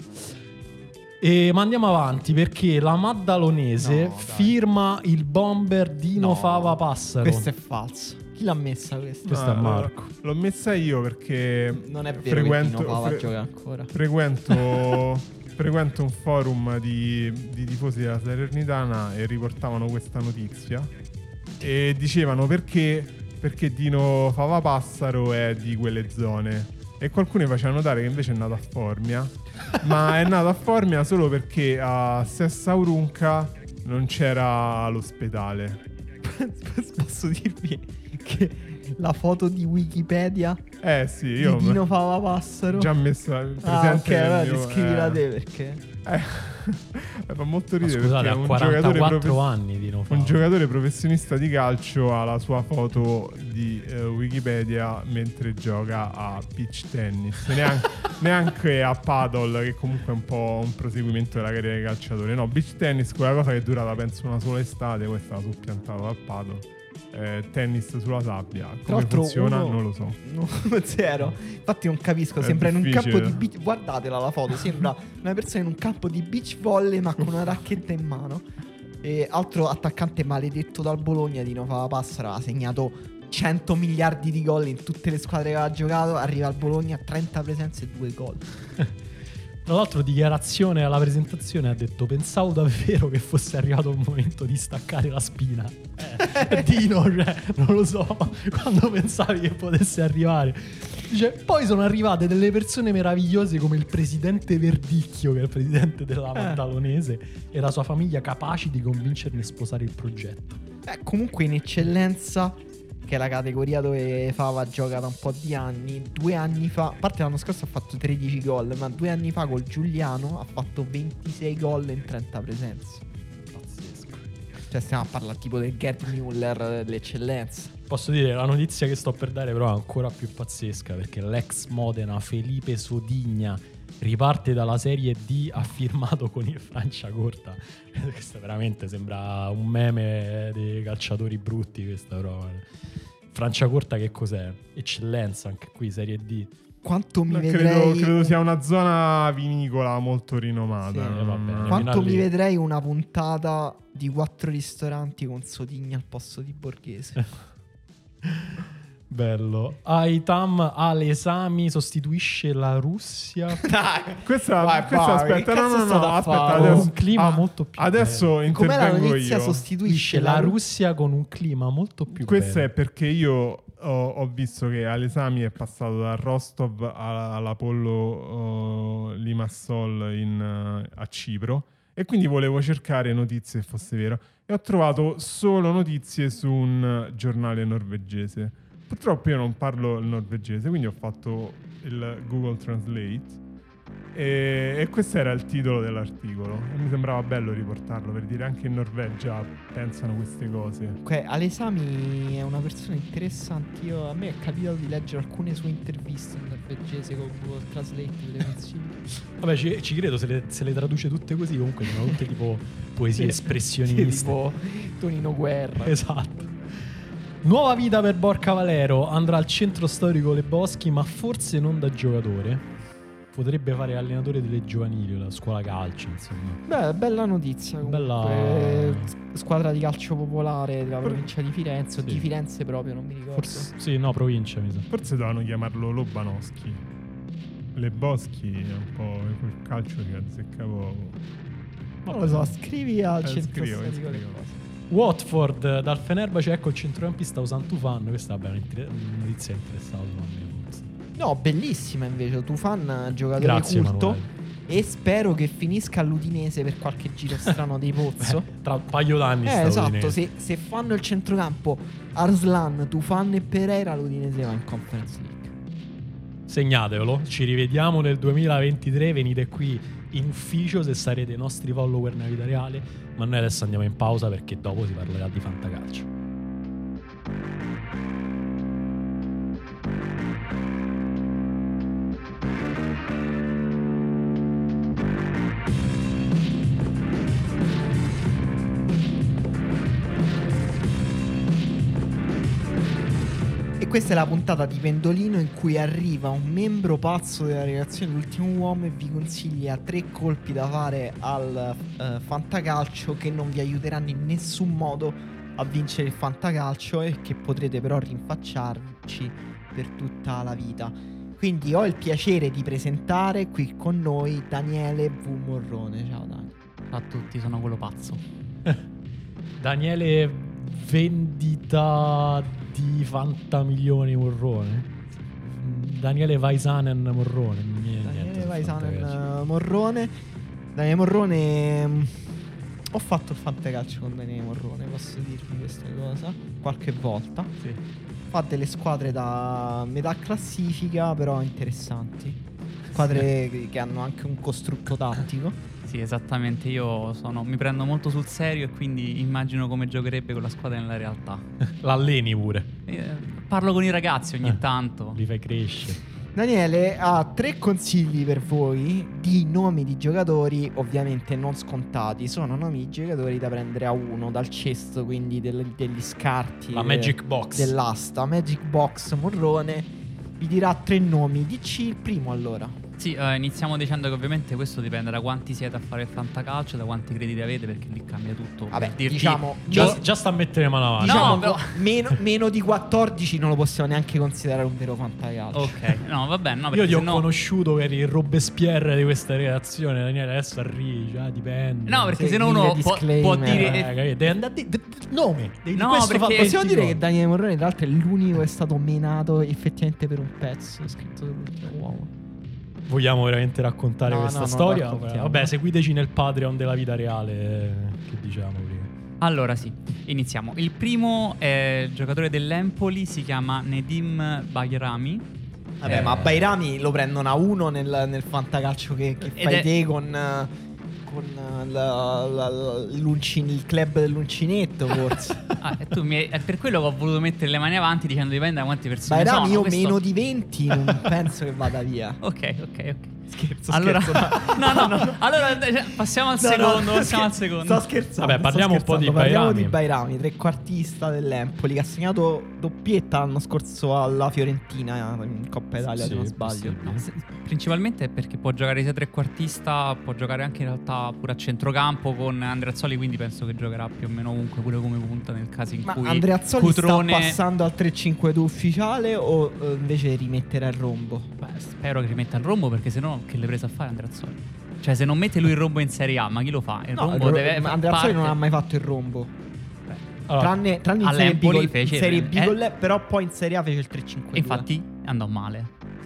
E, ma andiamo avanti perché la Maddalonese No, dai. firma il bomber Dino No, Fava Passaro. Questo è falso. Chi l'ha messa questa? Questo è Marco. L'ho messa io perché Non è vero frequento, che Dino Fava fre- gioca ancora. frequento, frequento un forum di, di tifosi della Salernitana e riportavano questa notizia e dicevano perché, perché Dino Fava Passaro è di quelle zone. E qualcuno faceva notare che invece è nato a Formia, ma è nato a Formia solo perché a Sessaurunca non c'era l'ospedale. Posso dirvi che la foto di Wikipedia Eh sì, io di Dino Fava Passaro già messa Ah, presente ok, nel allora mio- descrivila eh. te perché Eh, fa molto Ma ridere scusate, perché ha un giocatore, quarantaquattro profe- anni Dino Fava. un giocatore professionista di calcio ha la sua foto di eh, Wikipedia mentre gioca a beach tennis, neanche, neanche a paddle, che comunque è un po' un proseguimento della carriera di calciatore. No, beach tennis, quella cosa che è durata penso una sola estate, poi è stato suppiantato dal paddle. Eh, tennis sulla sabbia, Tra come l'altro funziona uno- non lo so. no, zero. Infatti non capisco, È sembra in un difficile. campo di beach. Guardatela la foto, sembra una persona in un campo di beach volley ma con una racchetta in mano. E altro attaccante maledetto dal Bologna, Dino Fava Passaro, ha segnato cento miliardi di gol in tutte le squadre che ha giocato. Arriva al Bologna, trenta presenze e due gol. Tra l'altro, dichiarazione alla presentazione, ha detto: pensavo davvero che fosse arrivato il momento di staccare la spina. Eh, Dino, cioè, non lo so, quando pensavi che potesse arrivare. Dice: poi sono arrivate delle persone meravigliose come il presidente Verdicchio, che è il presidente della Maddalonese, e la sua famiglia, capaci di convincermi a sposare il progetto. Eh, comunque in eccellenza, che è la categoria dove Fava gioca da un po' di anni. Due anni fa, a parte l'anno scorso ha fatto tredici gol, ma due anni fa col Giuliano ha fatto ventisei gol in trenta presenze. Pazzesco. Cioè stiamo a parlare tipo del Gerd Müller dell'eccellenza. Posso dire, la notizia che sto per dare però è ancora più pazzesca, perché l'ex Modena Felipe Sodigna riparte dalla Serie D, ha firmato con il Franciacorta. Questo veramente sembra un meme dei calciatori brutti, questa però. Franciacorta che cos'è? Eccellenza, anche qui Serie D. Quanto mi No, vedrei credo, credo sia una zona vinicola molto rinomata. Sì, non- va bene. Quanto fino a mi lì. vedrei una puntata di quattro ristoranti con Sodigna al posto di Borghese. Bello. Aitam all'esami sostituisce la Russia. Questa, Vai, questa vai, aspetta, che no, cazzo no, sta no, da aspetta, fare? adesso, Un clima ah, molto più adesso bello. Com'è la intervengo notizia? io. Sostituisce la Ru- Russia con un clima molto più Questo bello. è perché io ho, ho visto che all'esami è passato da Rostov alla- all'Apollo uh, Limassol in, uh, a Cipro E quindi volevo cercare notizie se fosse vero. E ho trovato solo notizie su un giornale norvegese. Purtroppo io non parlo il norvegese, quindi ho fatto il Google Translate. E, e questo era il titolo dell'articolo. E mi sembrava bello riportarlo per dire anche in Norvegia pensano queste cose. Que- Alesami è una persona interessante. Io, a me è capitato di leggere alcune sue interviste in norvegese con Google Translate, ve le consiglio. Vabbè, ci, ci credo, se le, se le traduce tutte così, comunque sono tutte tipo poesie espressioniste. Sì, tipo Tonino Guerra. Esatto. Nuova vita per Borca Valero, andrà al centro storico Le Boschi, ma forse non da giocatore. Potrebbe fare allenatore delle giovanili, la scuola calcio, insomma. Beh, bella notizia comunque. Bella... Squadra di calcio popolare della provincia di Firenze, o Sì. di Firenze proprio, non mi ricordo. Forse, sì, no, provincia, mi sa. Forse dovevano chiamarlo Lobanowski. Le Boschi è un po' quel calcio che azzecca poco. Non lo so, scrivi al Eh, centro scrivo, storico le scrivo. cose. Watford, dal Fenerbahce, ecco il centrocampista Usan Tufan. Questa vabbè, è una notizia interessata su me. No, bellissima invece. Tufan, giocatore Grazie, culto. Emanuele. E spero che finisca all'Udinese per qualche giro strano dei Pozzo. Beh, tra un paio d'anni Eh, sta esatto, l'Udinese. se, se fanno il centrocampo Arslan, Tufan e Pereira, l'Udinese va in Conference League. Segnatevelo, ci rivediamo nel duemilaventitré, venite qui in ufficio se sarete i nostri follower nella vita reale, ma noi adesso andiamo in pausa perché dopo si parlerà di fantacalcio. E questa è la puntata di Pendolino in cui arriva un membro pazzo della redazione L'Ultimo Uomo e vi consiglia tre colpi da fare al eh, fantacalcio che non vi aiuteranno in nessun modo a vincere il fantacalcio e che potrete però rinfacciarci per tutta la vita. Quindi ho il piacere di presentare qui con noi Daniele V. Morrone. Ciao Dani. Ciao a tutti, sono quello pazzo. Daniele, vendita di fantamilioni Morrone. Daniele Vaisanen Morrone. Niente, Daniele niente, Vaisanen fantacalcio. Morrone. Daniele Morrone. mh, Ho fatto il fantacalcio con Daniele Morrone, posso dirvi questa cosa qualche volta. Sì. Fa delle squadre da metà classifica, però interessanti. Squadre che, che hanno anche un costrutto tattico. Sì, esattamente, io sono, mi prendo molto sul serio e quindi immagino come giocherebbe con la squadra nella realtà. L'alleni pure. Eh, parlo con i ragazzi ogni Eh, tanto. Li fai crescere. Daniele ha tre consigli per voi di nomi di giocatori, ovviamente non scontati. Sono nomi di giocatori da prendere a uno dal cesto, quindi del- degli scarti. La de- Magic Box. Dell'asta. Magic Box Morrone vi dirà tre nomi. Dici il primo allora. Sì, eh, iniziamo dicendo che ovviamente questo dipende da quanti siete a fare il fantacalcio, da quanti crediti avete, perché lì cambia tutto. Vabbè, Per dirti- diciamo, Già, me- già sta a mettere mano avanti. diciamo No, però- meno, meno di quattordici non lo possiamo neanche considerare un vero fantacalcio. Ok, no, va bene. No, Io perché ti ho sennò- conosciuto che eri il Robespierre di questa redazione, Daniele. Adesso arrivi, già dipende. No, perché Sì, se no mille uno può, disclaimer. può Eh, dire... capito? Devi andare a di- di- di- nome. Di No, questo perché- fa Possiamo dire che ventidue. Daniele Morrone, tra l'altro, è l'unico che è stato menato effettivamente per un pezzo scritto dall'ultimo uomo. Vogliamo veramente raccontare No, questa no, non storia? raccontiamo. Vabbè, seguiteci nel Patreon della vita reale. eh, Che diciamo prima. Allora sì, iniziamo. Il primo è il giocatore dell'Empoli, si chiama Nedim Bayrami. Vabbè, Eh. ma Bayrami lo prendono a uno nel, nel fantacalcio che, che Ed fai è- te con, eh, con eh, la- la- la- l'uncin- il club dell'uncinetto, forse. Ah, e tu mi hai- è per quello che ho voluto mettere le mani avanti dicendo dipende da quante persone Bayrami sono. io Questo- meno di venti non penso che vada via. Ok, ok, ok. Scherzo, Allora, scherzo. no, no, no. Allora cioè, passiamo al No, no, secondo. sto passiamo al scher- secondo. Sto scherzando. Vabbè, parliamo sto un po' di scherzando. Parliamo Bayrami. di Bayrami, trequartista dell'Empoli, che ha segnato doppietta l'anno scorso alla Fiorentina in Coppa Italia, Sì, se non è sbaglio. possibile. No, se- principalmente è perché può giocare sia trequartista, può giocare anche in realtà pure a centrocampo con Andreazzoli, quindi penso che giocherà più o meno ovunque, pure come punta nel caso in Ma cui Andreazzoli Cutrone... sta passando al tre cinque due ufficiale o eh, invece rimettere il rombo? Beh, spero che rimetta il rombo, perché sennò che le presa a fare Andreazzoli? Cioè, se non mette lui il rombo in Serie A, ma chi lo fa? Il No, rombo il ro- deve ma far Andreazzoli parte- non ha mai fatto il rombo. Allora, tranne, tranne in Serie B, all'Empoli col- in fece- Serie B eh. con le- però poi in Serie A fece il tre cinque due. E infatti andò male.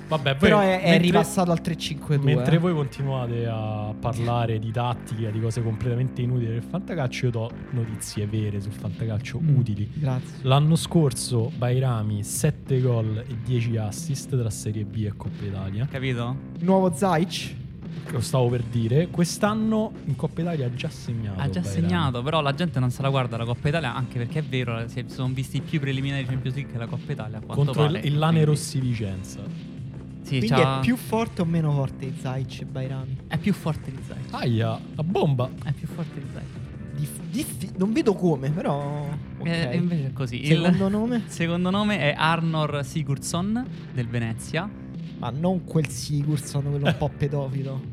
Vabbè, voi- Però è, è mentre- ripassato al tre cinque due. Mentre eh. voi continuate a parlare di tattica, di cose completamente inutili del fantacalcio, io do notizie vere sul fantacalcio Mm, utili. Grazie. L'anno scorso Bairami sette gol e dieci assist tra Serie B e Coppa Italia. Capito? Nuovo Zaic. Lo stavo per dire. Quest'anno in Coppa Italia ha già segnato. Ha già Bairami. segnato, però la gente non se la guarda la Coppa Italia, anche perché è vero, si sono visti più preliminari di Champions League che la Coppa Italia. a quanto Contro pare, il, il Lane quindi- Rossi Vicenza. Sì, Quindi c'ha- è più forte o meno forte di Zaic e Bairami? è più forte di Zaic. Aia, la bomba. È più forte di Zaic. Dif- diffi- non vedo come, però. Ok. E invece è così. Secondo il nome? secondo nome è Arnor Sigurdsson del Venezia. Ma non quel Sigurdsson, quello un po' pedofilo.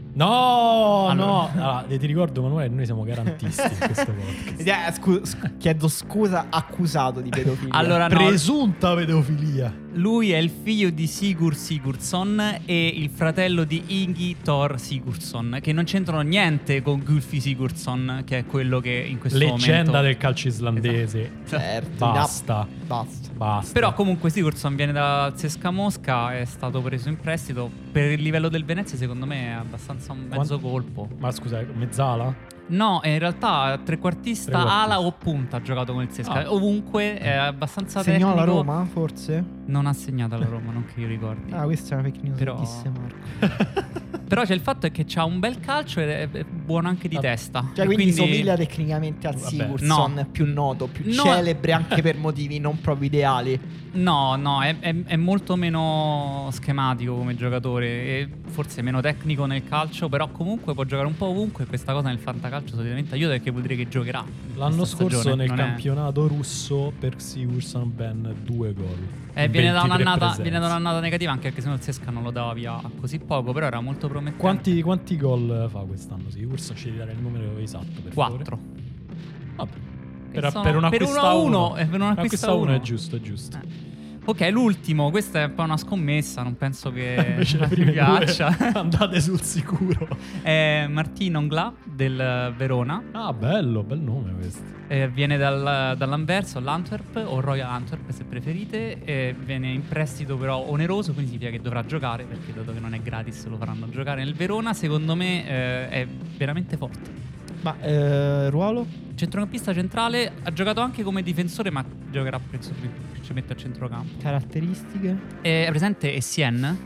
No, Allora- no. Allora, ti ricordo, Manuele, noi siamo garantisti in questo podcast. Eh, scu- scu- chiedo scusa, accusato di pedofilia. Allora, no, Presunta pedofilia. lui è il figlio di Sigurd Sigurdsson e il fratello di Ingi Thor Sigurdsson, che non c'entrano niente con Gylfi Sigurdsson, che è quello che in questo Leggenda momento... del calcio islandese. Certo, Basta. in app- basta. Basta. Però comunque Sigurdsson viene da Cesca Mosca, è stato preso in prestito. Per il livello del Venezia secondo me è abbastanza un mezzo Quanto- colpo. Ma scusa, mezzala? No, in realtà trequartista, Trequartista. ala o punta ha giocato con il Cesca. Ah. Ovunque è abbastanza Segnò tecnico. la Roma, forse? Non ha segnato alla Roma, non che io ricordi. Ah, questa è una fake news. Però- Disse Marco. Però c'è il fatto è che c'ha un bel calcio ed è è buono anche di Ah. testa. Cioè, E quindi, somiglia tecnicamente al Vabbè. Sigurdsson, No. più noto, più No. celebre anche per motivi non proprio ideali. No, no, è, è- è molto meno schematico come giocatore e forse meno tecnico nel calcio, però comunque può giocare un po' ovunque e questa cosa nel fantacalcio solitamente aiuta perché vuol dire che giocherà. L'anno questa scorso stagione, nel non è- campionato russo per Sigurdsson ben due gol. Eh, in viene, da ventitré un'annata, presenze. viene da un'annata negativa anche perché sennò il Cesca non lo dava via così poco, però era molto promettente. Quanti, quanti gol fa quest'anno Sigurdsson? Ci devi dare il numero esatto, per favore. Quattro. Vabbè. Che Per, sono- per un per acquisto uno a a uno, uno. eh, per un Un acquisto acquisto a a uno uno. è giusto, è giusto. Eh. Ok, l'ultimo, questa è un po' una scommessa, non penso che Invece le mi prime piaccia. due andate sul sicuro. È Martin Ongla del Verona. Ah, bello, bel nome questo. Eh, viene dal- dall'Anverso, l'Antwerp o Royal Antwerp se preferite. Eh, viene in prestito però oneroso, quindi significa che dovrà giocare perché dato che non è gratis lo faranno giocare nel Verona. Secondo me eh, è veramente forte. Ma eh, ruolo? Centrocampista centrale, ha giocato anche come difensore ma giocherà penso principalmente a centrocampo. Caratteristiche? È presente Essien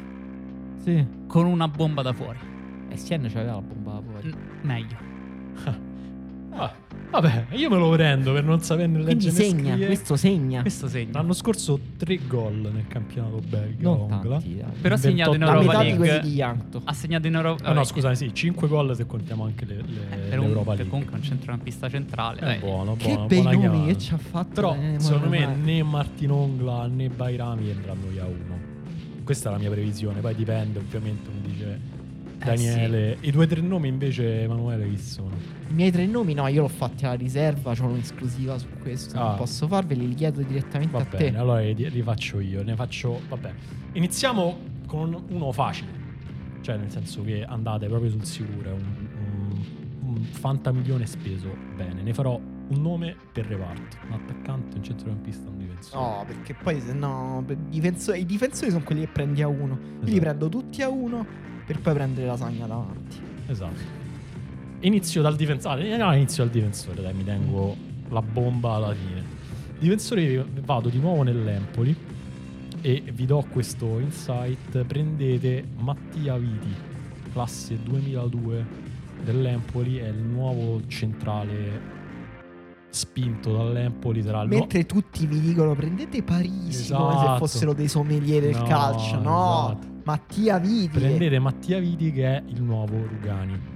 Sì. con una bomba da fuori. E Sien c'aveva la bomba fuori. N- meglio. Ah, vabbè, io me lo prendo per non saperne Quindi leggere né segna, scrivere. questo segna. Questo segna. L'anno scorso tre gol nel campionato belga. Non Ongla. tanti, dai. Però ha segnato in ventotto La Europa metà di League. quelli di Yankto. Ha segnato in Europa Ah, no, scusami, sì, cinque gol se contiamo anche le, le, Eh, per un, l'Europa per League. comunque un centrocampista centrale. È dai. buono, Che buono, bei buona nomi chiamata. che ci ha fatto. Però Daniele secondo me Mormai. né Martin Ongla né Bairami andranno via uno. Questa è la mia previsione, poi dipende ovviamente, come dice Daniele. I due o tre nomi invece, Emanuele, chi sono? I miei tre nomi, no, io l'ho fatti alla riserva, c'ho un'esclusiva su questo. Ah. Non posso farveli, li chiedo direttamente Va a bene, te. allora li, li faccio io. Ne faccio, vabbè. Iniziamo con uno facile. Cioè, nel senso che andate proprio sul sicuro. È un, un, un fantamilione speso. Bene, ne farò un nome per reparto. Un attaccante, un centrocampista, un difensore. No, perché poi se no per difenso- i difensori sono quelli che prendi a uno. Io li Esatto. prendo tutti a uno per poi prendere la sagna davanti. Esatto. Inizio dal difensore. No, inizio dal difensore, dai, mi tengo la bomba alla fine. Difensore, vado di nuovo nell'Empoli e vi do questo insight. Prendete Mattia Viti, classe duemiladue dell'Empoli, è il nuovo centrale spinto dall'Empoli. Sarà il nuovo- Mentre tutti vi dicono prendete Parisi come se Esatto. fossero dei sommelier del No, calcio. No, esatto. Mattia Viti. Prendete Mattia Viti che è il nuovo Rugani.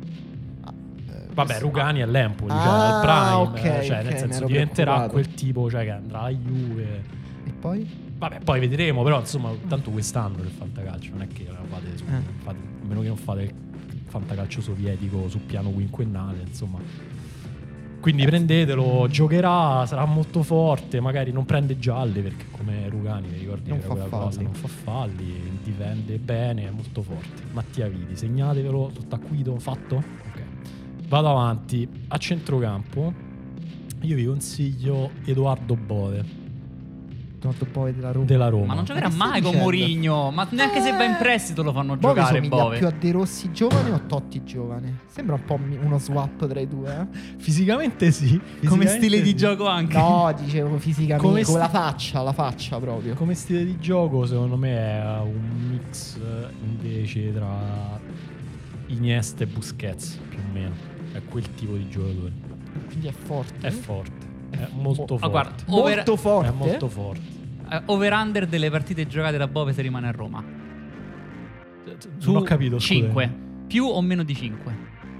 Eh, Vabbè, questo- Rugani è l'Empoli, cioè Ah, al prime, ok, eh, cioè ok, nel mi senso ero diventerà preoccupato. quel tipo, cioè che andrà a Juve. E poi? Vabbè, poi vedremo, però insomma, tanto quest'anno del fantacalcio non è che la fate, su, Eh. fate a meno che non fate il fantacalcio sovietico sul piano quinquennale, insomma. Quindi prendetelo, giocherà, sarà molto forte, magari non prende gialli perché come Rugani, vi ricordi Non che fa era quella cosa, falli. non fa falli, difende bene, è molto forte. Mattia Viti, segnatevelo, sottacquito, fatto? Ok. Vado avanti, a centrocampo io vi consiglio Edoardo Bove. Ronaldo Bove della Roma. della Roma. Ma non giocherà Ma che stai mai con dicendo? Mourinho. Ma neanche se va in prestito lo fanno Bove giocare. somiglia Bove. più a De Rossi giovane o Totti giovane? Sembra un po' mi- uno swap tra i due, eh? Fisicamente sì. Come fisicamente stile di sì. gioco anche. No, dicevo fisicamente, Come con sti- la faccia, la faccia proprio. Come stile di gioco, secondo me è un mix eh, invece tra Iniesta e Busquets, più o meno. È quel tipo di giocatore. Quindi è forte. È forte. È molto Ah, forte. guarda, over, Molto forte. È molto forte. eh, over-under delle partite giocate da Bove se rimane a Roma. Non ho capito, scusa. cinque. Più o meno di cinque?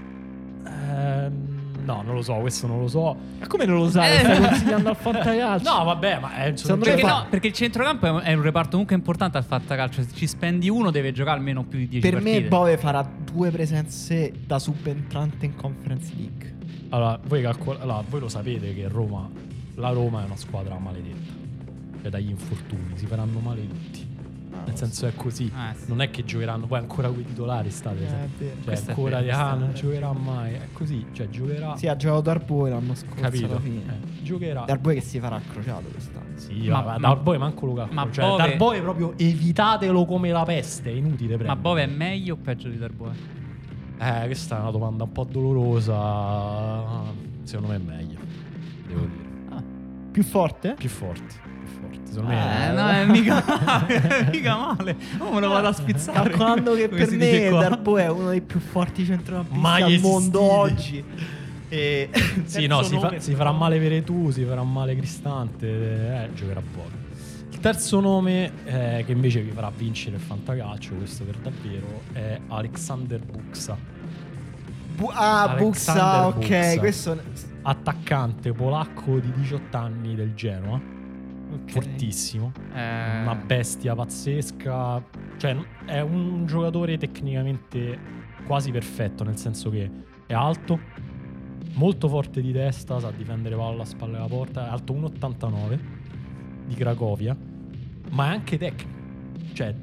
Ehm, no, non lo so, questo non lo so. Ma come non lo sai? Eh, Stai no. consigliando al fantacalcio? No, vabbè, ma è Secondo me Perché, fa- no, perché il centrocampo è un, è un reparto comunque importante al fantacalcio. Se ci spendi uno deve giocare almeno più di dieci Per partite. me Bove farà due presenze da subentrante in Conference League. Allora, voi, calcol- allora, voi lo sapete che Roma, la Roma è una squadra maledetta. Cioè, dagli infortuni si faranno male tutti. Nel senso è così. Eh, sì. Non è che giocheranno, poi ancora quei titolari state. Eh, sai. è vero. Cioè, Questo è ancora vero, di questo ah, è non vero. giocherà mai. È così, cioè giocherà. Sì, ha giocato Darboe l'anno scorso capito? alla fine. Eh, giocherà. Darboe che si farà accrociato quest'anno. Sì, Ma- ma, ma- Darboe manco lo calcolo. ma Cioè, Bove- Darboe proprio evitatelo come la peste, è inutile Ma prendere. Bove è meglio o peggio di Darboe? Eh, questa è una domanda un po' dolorosa. Secondo me è meglio. Devo dire. Ah. Più forte? Più forte. Più forte. Secondo me Eh, è- no, è mica male, è mica male. Oh, me lo vado a spizzare. Calcolando che Come per si me dice qua. Darboe è uno dei più forti centrocampisti Mai al mondo esistiti. oggi. E Sì, no, si, fa- si farà male Veretù, si farà male Cristante, eh, giocherà poco. Il terzo nome eh, che invece vi farà vincere il fantacalcio, questo per davvero, è Alexander Buxa. Bu- ah, Alexander Buxa, ok. Buxa. Questo Attaccante polacco di diciotto anni del Genoa, ok. fortissimo, Eh, una bestia pazzesca. Cioè, è un giocatore tecnicamente quasi perfetto, nel senso che è alto, molto forte di testa, sa difendere palla a spalle della porta, è alto uno virgola ottantanove di Cracovia, ma è anche tecnico. Cioè,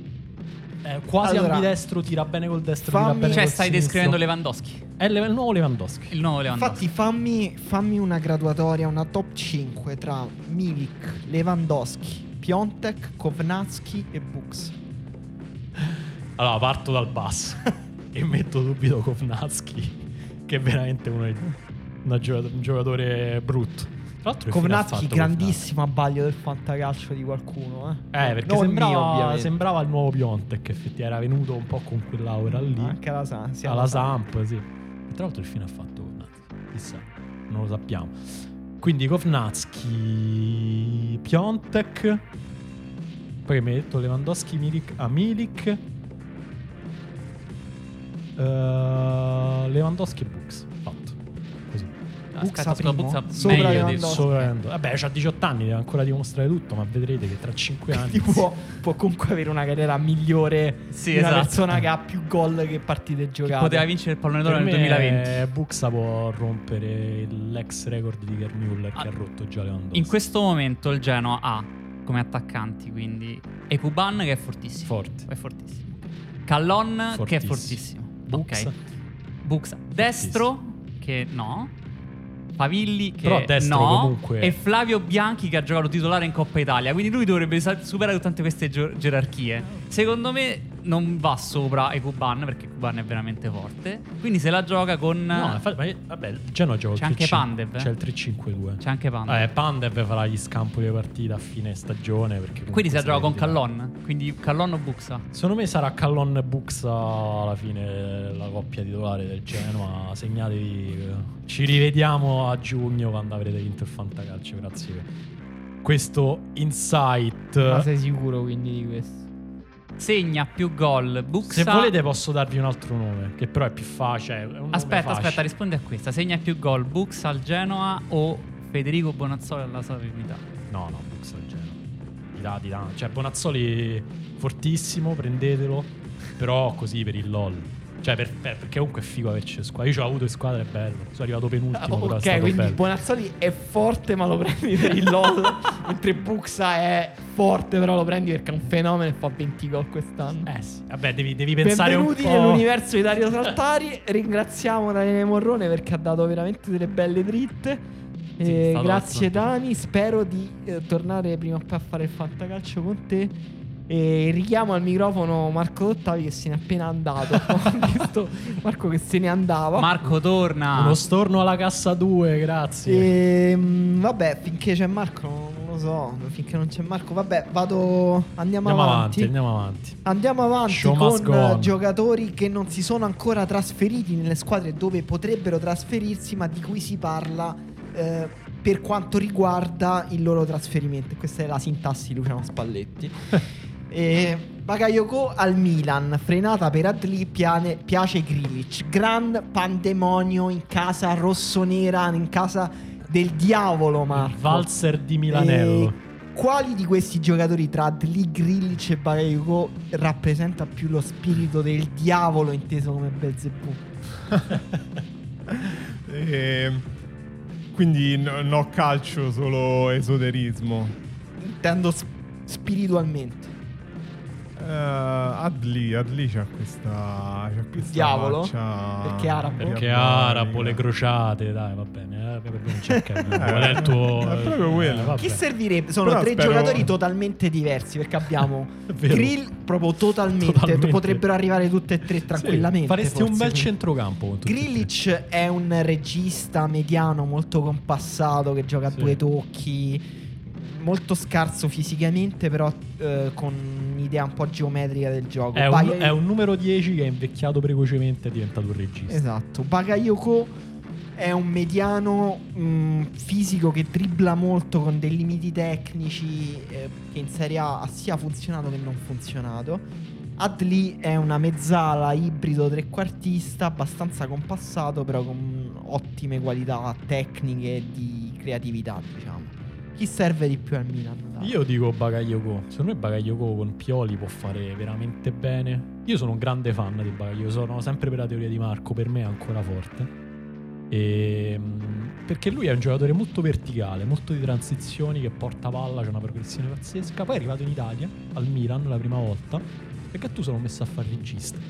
è quasi Allora, ambidestro, tira bene col destro, fammi- tira bene Cioè, col stai sinistro. descrivendo Lewandowski. È il il nuovo Lewandowski. Il nuovo Lewandowski. Infatti fammi, fammi una graduatoria, una top cinque tra Milik, Lewandowski, Piontek, Kovnatski e Buxa. Allora, parto dal basso e metto subito Kovnatski, che è veramente uno, una giocato- un giocatore brutto. Tra l'altro, che fine ha Kovnatski, fatto grandissimo abbaglio del fantacalcio di qualcuno, eh. Eh, perché Non mio, sembrava, ovviamente. sembrava il nuovo Piontek, effettivamente era venuto un po' con quell'aura lì. Anche alla Samp. sì, alla alla Samp, sì. E tra l'altro il fine ha fatto Kovnatski, chissà, non lo sappiamo. Quindi Kovnatski, Piontek, poi mi hai detto Lewandowski, Milik, a Milik, eh, Lewandowski e Buxa, fatto, così. Buxa Aspetta, scusa, primo? Buxa Sopra meglio di- Lewandowski. Sopra Lewandowski. Vabbè, c'ha diciotto anni, deve ancora dimostrare tutto, ma vedrete che tra cinque anni... Quindi può, può comunque avere una carriera migliore Sì, di una esatto. persona che ha più gol che partite giocate. Poteva vincere il pallone d'oro Per nel me duemilaventi. Buxa può rompere l'ex record di Gerd Müller che Ah, ha rotto già Lewandowski. In questo momento il Genoa ha come attaccanti quindi Ekuban che è fortissimo. Forte. È fortissimo. Callon che è Fortissimo. fortissimo. Buxa. Ok. Buxa. Destro che no. Pavilli che Però destro no. comunque- E Flavio Bianchi che ha giocato titolare in Coppa Italia. Quindi lui dovrebbe sa- superare tutte queste gio- gerarchie. Secondo me non va sopra Ekuban perché Ekuban è veramente forte. Quindi se la gioca con... No, infatti, ma vabbè, il Genoa gioca il C'è anche tre cinque Pandev, eh? C'è il tre cinque due. C'è anche Pandev. Eh, Pandev farà gli scampi di partita a fine stagione. Perché comunque Quindi se la sarà gioca con ritirato. Callon. Quindi Callon o Buxa? Secondo me sarà Callon e Buxa alla fine la coppia titolare del Genoa. Segnatevi. Ci rivediamo a giugno quando avrete vinto il fantacalcio. Grazie per questo insight. Ma sei sicuro quindi di questo? Segna più gol Buxa. Se volete posso darvi un altro nome, che però è più facile. È un nome Aspetta, facile. aspetta, rispondi a questa. Segna più gol Buxa al Genoa o Federico Bonazzoli alla Salernitana? No, no, Buxa al Genoa. Ti dà, ti dà. Cioè, Bonazzoli fortissimo, prendetelo. Però così per il LOL. Cioè, per, per- perché comunque è figo averci le squadre. Io ci ho avuto in squadra, è bello. Sono arrivato penultimo, però è ok, stato quindi bello. Bonazzoli è forte ma lo prendi per il LOL. Mentre Buxa è forte però lo prendi perché è un fenomeno e fa venti gol quest'anno. Eh sì, vabbè, devi, devi pensare Benvenuti un po'. nell'universo di Dario Saltari. Ringraziamo Daniele Morrone perché ha dato veramente delle belle dritte. Eh, sta grazie tosto. Dani, spero di eh, tornare prima o poi a fare il fantacalcio con te. E richiamo al microfono Marco Dottavi che se n'è appena andato. Ho visto Marco che se ne andava. Marco torna. Uno storno alla cassa due, grazie. E, mh, vabbè, finché c'è Marco, non lo so. Finché non c'è Marco, vabbè, vado. Andiamo, Andiamo avanti. avanti, andiamo avanti. Andiamo avanti Show must con go on. giocatori che non si sono ancora trasferiti nelle squadre dove potrebbero trasferirsi, ma di cui si parla eh, per quanto riguarda il loro trasferimento. Questa è la sintassi di Luciano Spalletti. E Bakayoko al Milan, frenata per Adli, piane, piace Grilic. Gran pandemonio in casa rossonera, in casa del diavolo, Marco. Il valzer di Milanello. E quali di questi giocatori tra Adli, Grilic e Bakayoko rappresenta più lo spirito del diavolo inteso come Belzebù? E quindi no, no calcio, solo esoterismo. Intendo sp- spiritualmente. Uh, Adli, Adli c'ha questa, c'ha questa diavolo? faccia Perché è arabo? Perché è diabolica. arabo, le crociate, dai, va bene. Eh, non c'è che- qual è il tuo. È proprio quello. eh, vabbè. Chi servirebbe? Sono Però tre spero- giocatori totalmente diversi perché abbiamo È vero. Grill proprio totalmente, Totalmente. potrebbero arrivare tutte e tre Sì, tranquillamente. faresti un forse, bel quindi. centrocampo con tutti e tre. Grilic è un regista mediano molto compassato che gioca a Sì. due tocchi, molto scarso fisicamente, però eh, con un'idea un po' geometrica del gioco. È un, Baga- è un numero dieci che è invecchiato precocemente e è diventato un regista. Esatto. Bakayoko è un mediano mh, fisico che dribbla molto con dei limiti tecnici eh, che in Serie A ha sia funzionato che non funzionato. Adli è una mezzala ibrido trequartista abbastanza compassato, però con ottime qualità tecniche e di creatività, diciamo. Chi serve di più al Milan? Dai. Io dico Bakayoko. Secondo me Bakayoko con Pioli può fare veramente bene. Io sono un grande fan di Bakayoko. Sono sempre per la teoria di Marco. Per me è ancora forte. E, perché lui è un giocatore molto verticale, molto di transizioni, che porta palla, c'è una progressione pazzesca. Poi è arrivato in Italia, al Milan, la prima volta, e che tu sono messo a fare regista.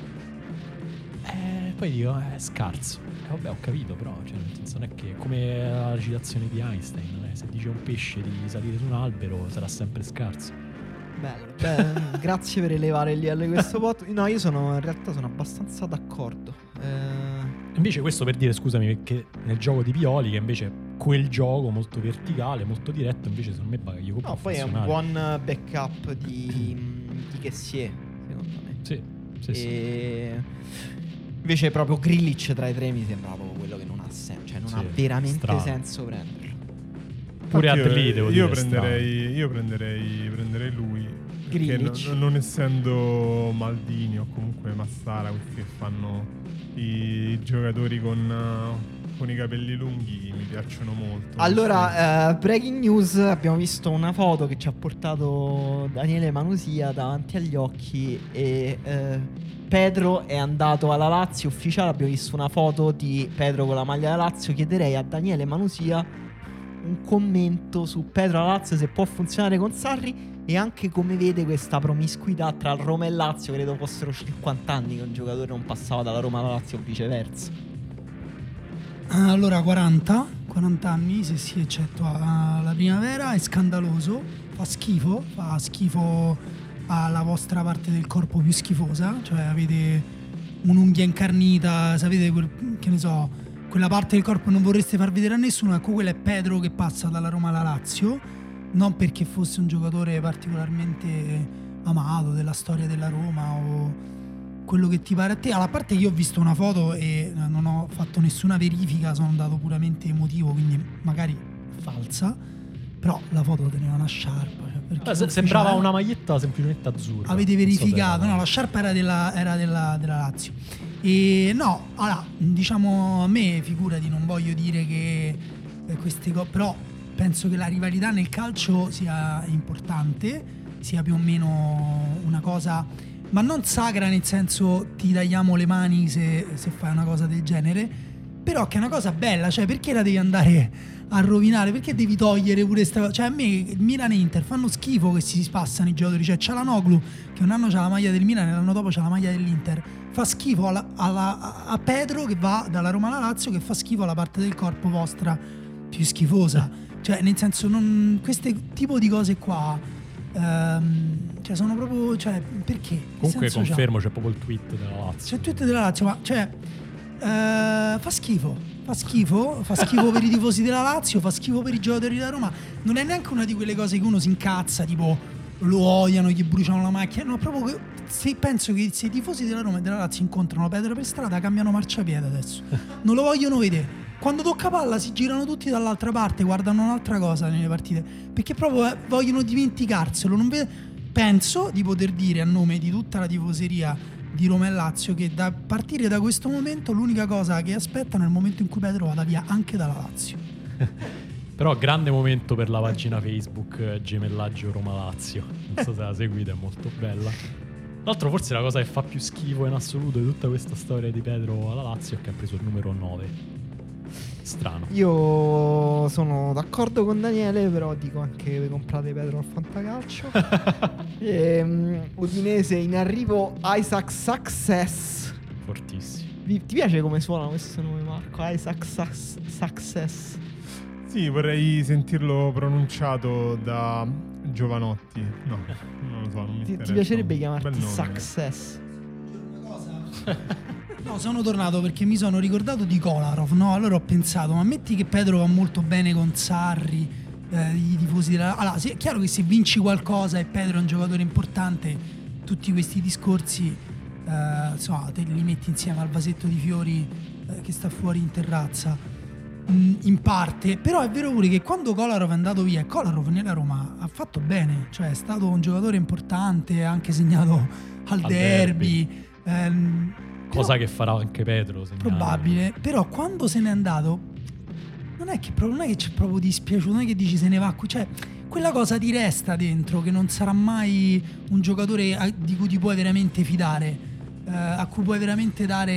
E poi dico, è scarso. E vabbè, ho capito, però, cioè, nel senso, non è che come la citazione di Einstein, non è, se dice a un pesce di salire su un albero sarà sempre scarso. Bello. Beh, grazie per elevare il livello di questo podcast. No, io sono in realtà sono abbastanza d'accordo. Eh, Invece questo per dire, scusami, perché nel gioco di Pioli, che invece è quel gioco molto verticale, molto diretto, invece secondo me Bakayoko può no, poi è un funzionare. buon backup di, di Kessié, secondo me. Sì, sì, sì. E invece proprio Grilic tra i tre mi sembra proprio quello che non ha senso, cioè non Sì, ha veramente strano. senso prenderlo. Pure Infatti Adli, io, devo io dire, prenderei, io prenderei, prenderei lui. Perché Grilic. non, non essendo Maldini o comunque Massara, questi che fanno i, i giocatori con, uh, con i capelli lunghi, mi piacciono molto. Allora, eh, breaking news, abbiamo visto una foto che ci ha portato Daniele Manusia davanti agli occhi e eh, Pedro è andato alla Lazio ufficiale, abbiamo visto una foto di Pedro con la maglia della Lazio. Chiederei a Daniele Manusia un commento su Pedro alla Lazio, se può funzionare con Sarri e anche come vede questa promiscuità tra il Roma e Lazio. Credo fossero cinquanta anni che un giocatore non passava dalla Roma alla Lazio o viceversa. Allora quaranta, quaranta anni, se si eccettua la primavera, è scandaloso, fa schifo, fa schifo alla vostra parte del corpo più schifosa, cioè avete un'unghia incarnita, sapete quel, che ne so, quella parte del corpo non vorreste far vedere a nessuno. Ecco, quello è Pedro che passa dalla Roma alla Lazio, non perché fosse un giocatore particolarmente amato della storia della Roma o quello che ti pare a te. Alla parte io ho visto una foto e non ho fatto nessuna verifica, sono andato puramente emotivo, quindi magari falsa, però la foto teneva una sciarpa, cioè, perché Ah, se- ufficiale- sembrava una maglietta semplicemente azzurra. avete Non so verificato, se- no, la sciarpa era della, era della, della Lazio. E no, allora, diciamo a me, figurati, non voglio dire che eh, queste cose, però penso che la rivalità nel calcio sia importante, sia più o meno una cosa, ma non sacra nel senso ti tagliamo le mani se, se fai una cosa del genere, però che è una cosa bella, cioè perché la devi andare a rovinare, perché devi togliere pure sta cosa? Cioè a me il Milan e Inter fanno schifo che si spassano i giocatori, cioè Çalhanoğlu che un anno c'ha la maglia del Milan e l'anno dopo c'ha la maglia dell'Inter, fa schifo alla, alla, a Pedro che va dalla Roma alla Lazio, che fa schifo alla parte del corpo vostra più schifosa. Cioè, nel senso, non, queste tipo di cose qua, ehm, cioè, sono proprio, cioè, perché? Che Comunque senso c'ha? confermo, c'è proprio il tweet della Lazio. C'è il tweet della Lazio, ma cioè, eh, fa schifo, fa schifo, fa schifo per i tifosi della Lazio, fa schifo per i giocatori della Roma. Non è neanche una di quelle cose che uno si incazza, tipo lo odiano, gli bruciano la macchina. No, proprio che se penso che se i tifosi della Roma e della Lazio incontrano Pedro per strada cambiano marciapiede adesso. Non lo vogliono vedere. Quando tocca palla si girano tutti dall'altra parte, guardano un'altra cosa nelle partite, perché proprio eh, vogliono dimenticarselo. Non ve- Penso di poter dire a nome di tutta la tifoseria di Roma e Lazio che da partire da questo momento l'unica cosa che aspettano è il momento in cui Pedro vada via anche dalla Lazio. Però grande momento per la pagina Facebook eh, Gemellaggio Roma-Lazio. Non so se la seguite, è molto bella. Tra l'altro forse la cosa che fa più schifo in assoluto di tutta questa storia di Pedro alla Lazio è che ha preso il numero nove. Strano. Io sono d'accordo con Daniele, però dico anche che vi comprate Pedro al Fantacalcio. Ehm, Udinese in arrivo, Isaac Success. Fortissimo. Vi- ti piace come suona questo nome, Marco? Isaac Suc- Success. Sì, vorrei sentirlo pronunciato da Giovanotti. No, non lo so, non mi Ti, interessa. ti piacerebbe Bel chiamarti nome. Success? No, sono tornato perché mi sono ricordato di Kolarov, no? Allora ho pensato, ma metti che Pedro va molto bene con Sarri, eh, i tifosi della... Allora, sì, è chiaro che se vinci qualcosa e Pedro è un giocatore importante, tutti questi discorsi, eh, insomma, te li metti insieme al vasetto di fiori eh, che sta fuori in terrazza, mh, in parte. Però è vero pure che quando Kolarov è andato via, Kolarov nella Roma ha fatto bene, cioè è stato un giocatore importante, ha anche segnato al, Al derby, derby. ehm, Cosa però- che farà anche Pedro, segnale. probabile, però quando se n'è andato non è che proprio non è che c'è proprio dispiaciuto, non è che dici se ne va, cioè quella cosa ti resta dentro che non sarà mai un giocatore a- di cui ti puoi veramente fidare, eh, a cui puoi veramente dare.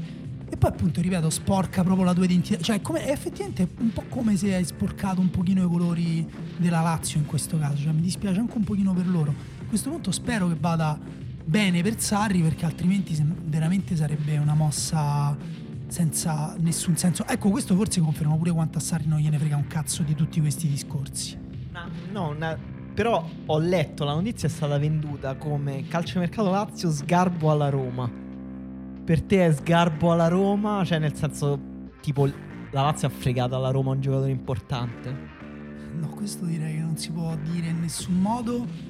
E poi appunto ripeto, sporca proprio la tua identità, cioè è, come, è effettivamente un po' come se hai sporcato un pochino i colori della Lazio in questo caso, cioè mi dispiace anche un pochino per loro. A questo punto spero che vada bene per Sarri, perché altrimenti se- veramente sarebbe una mossa senza nessun senso. Ecco, questo forse conferma pure quanto a Sarri non gliene frega un cazzo di tutti questi discorsi. No, no, una- però ho letto, la notizia è stata venduta come calciomercato Lazio sgarbo alla Roma. Per te è sgarbo alla Roma? Cioè nel senso, tipo, la Lazio ha fregato alla Roma un giocatore importante? No, questo direi che non si può dire in nessun modo.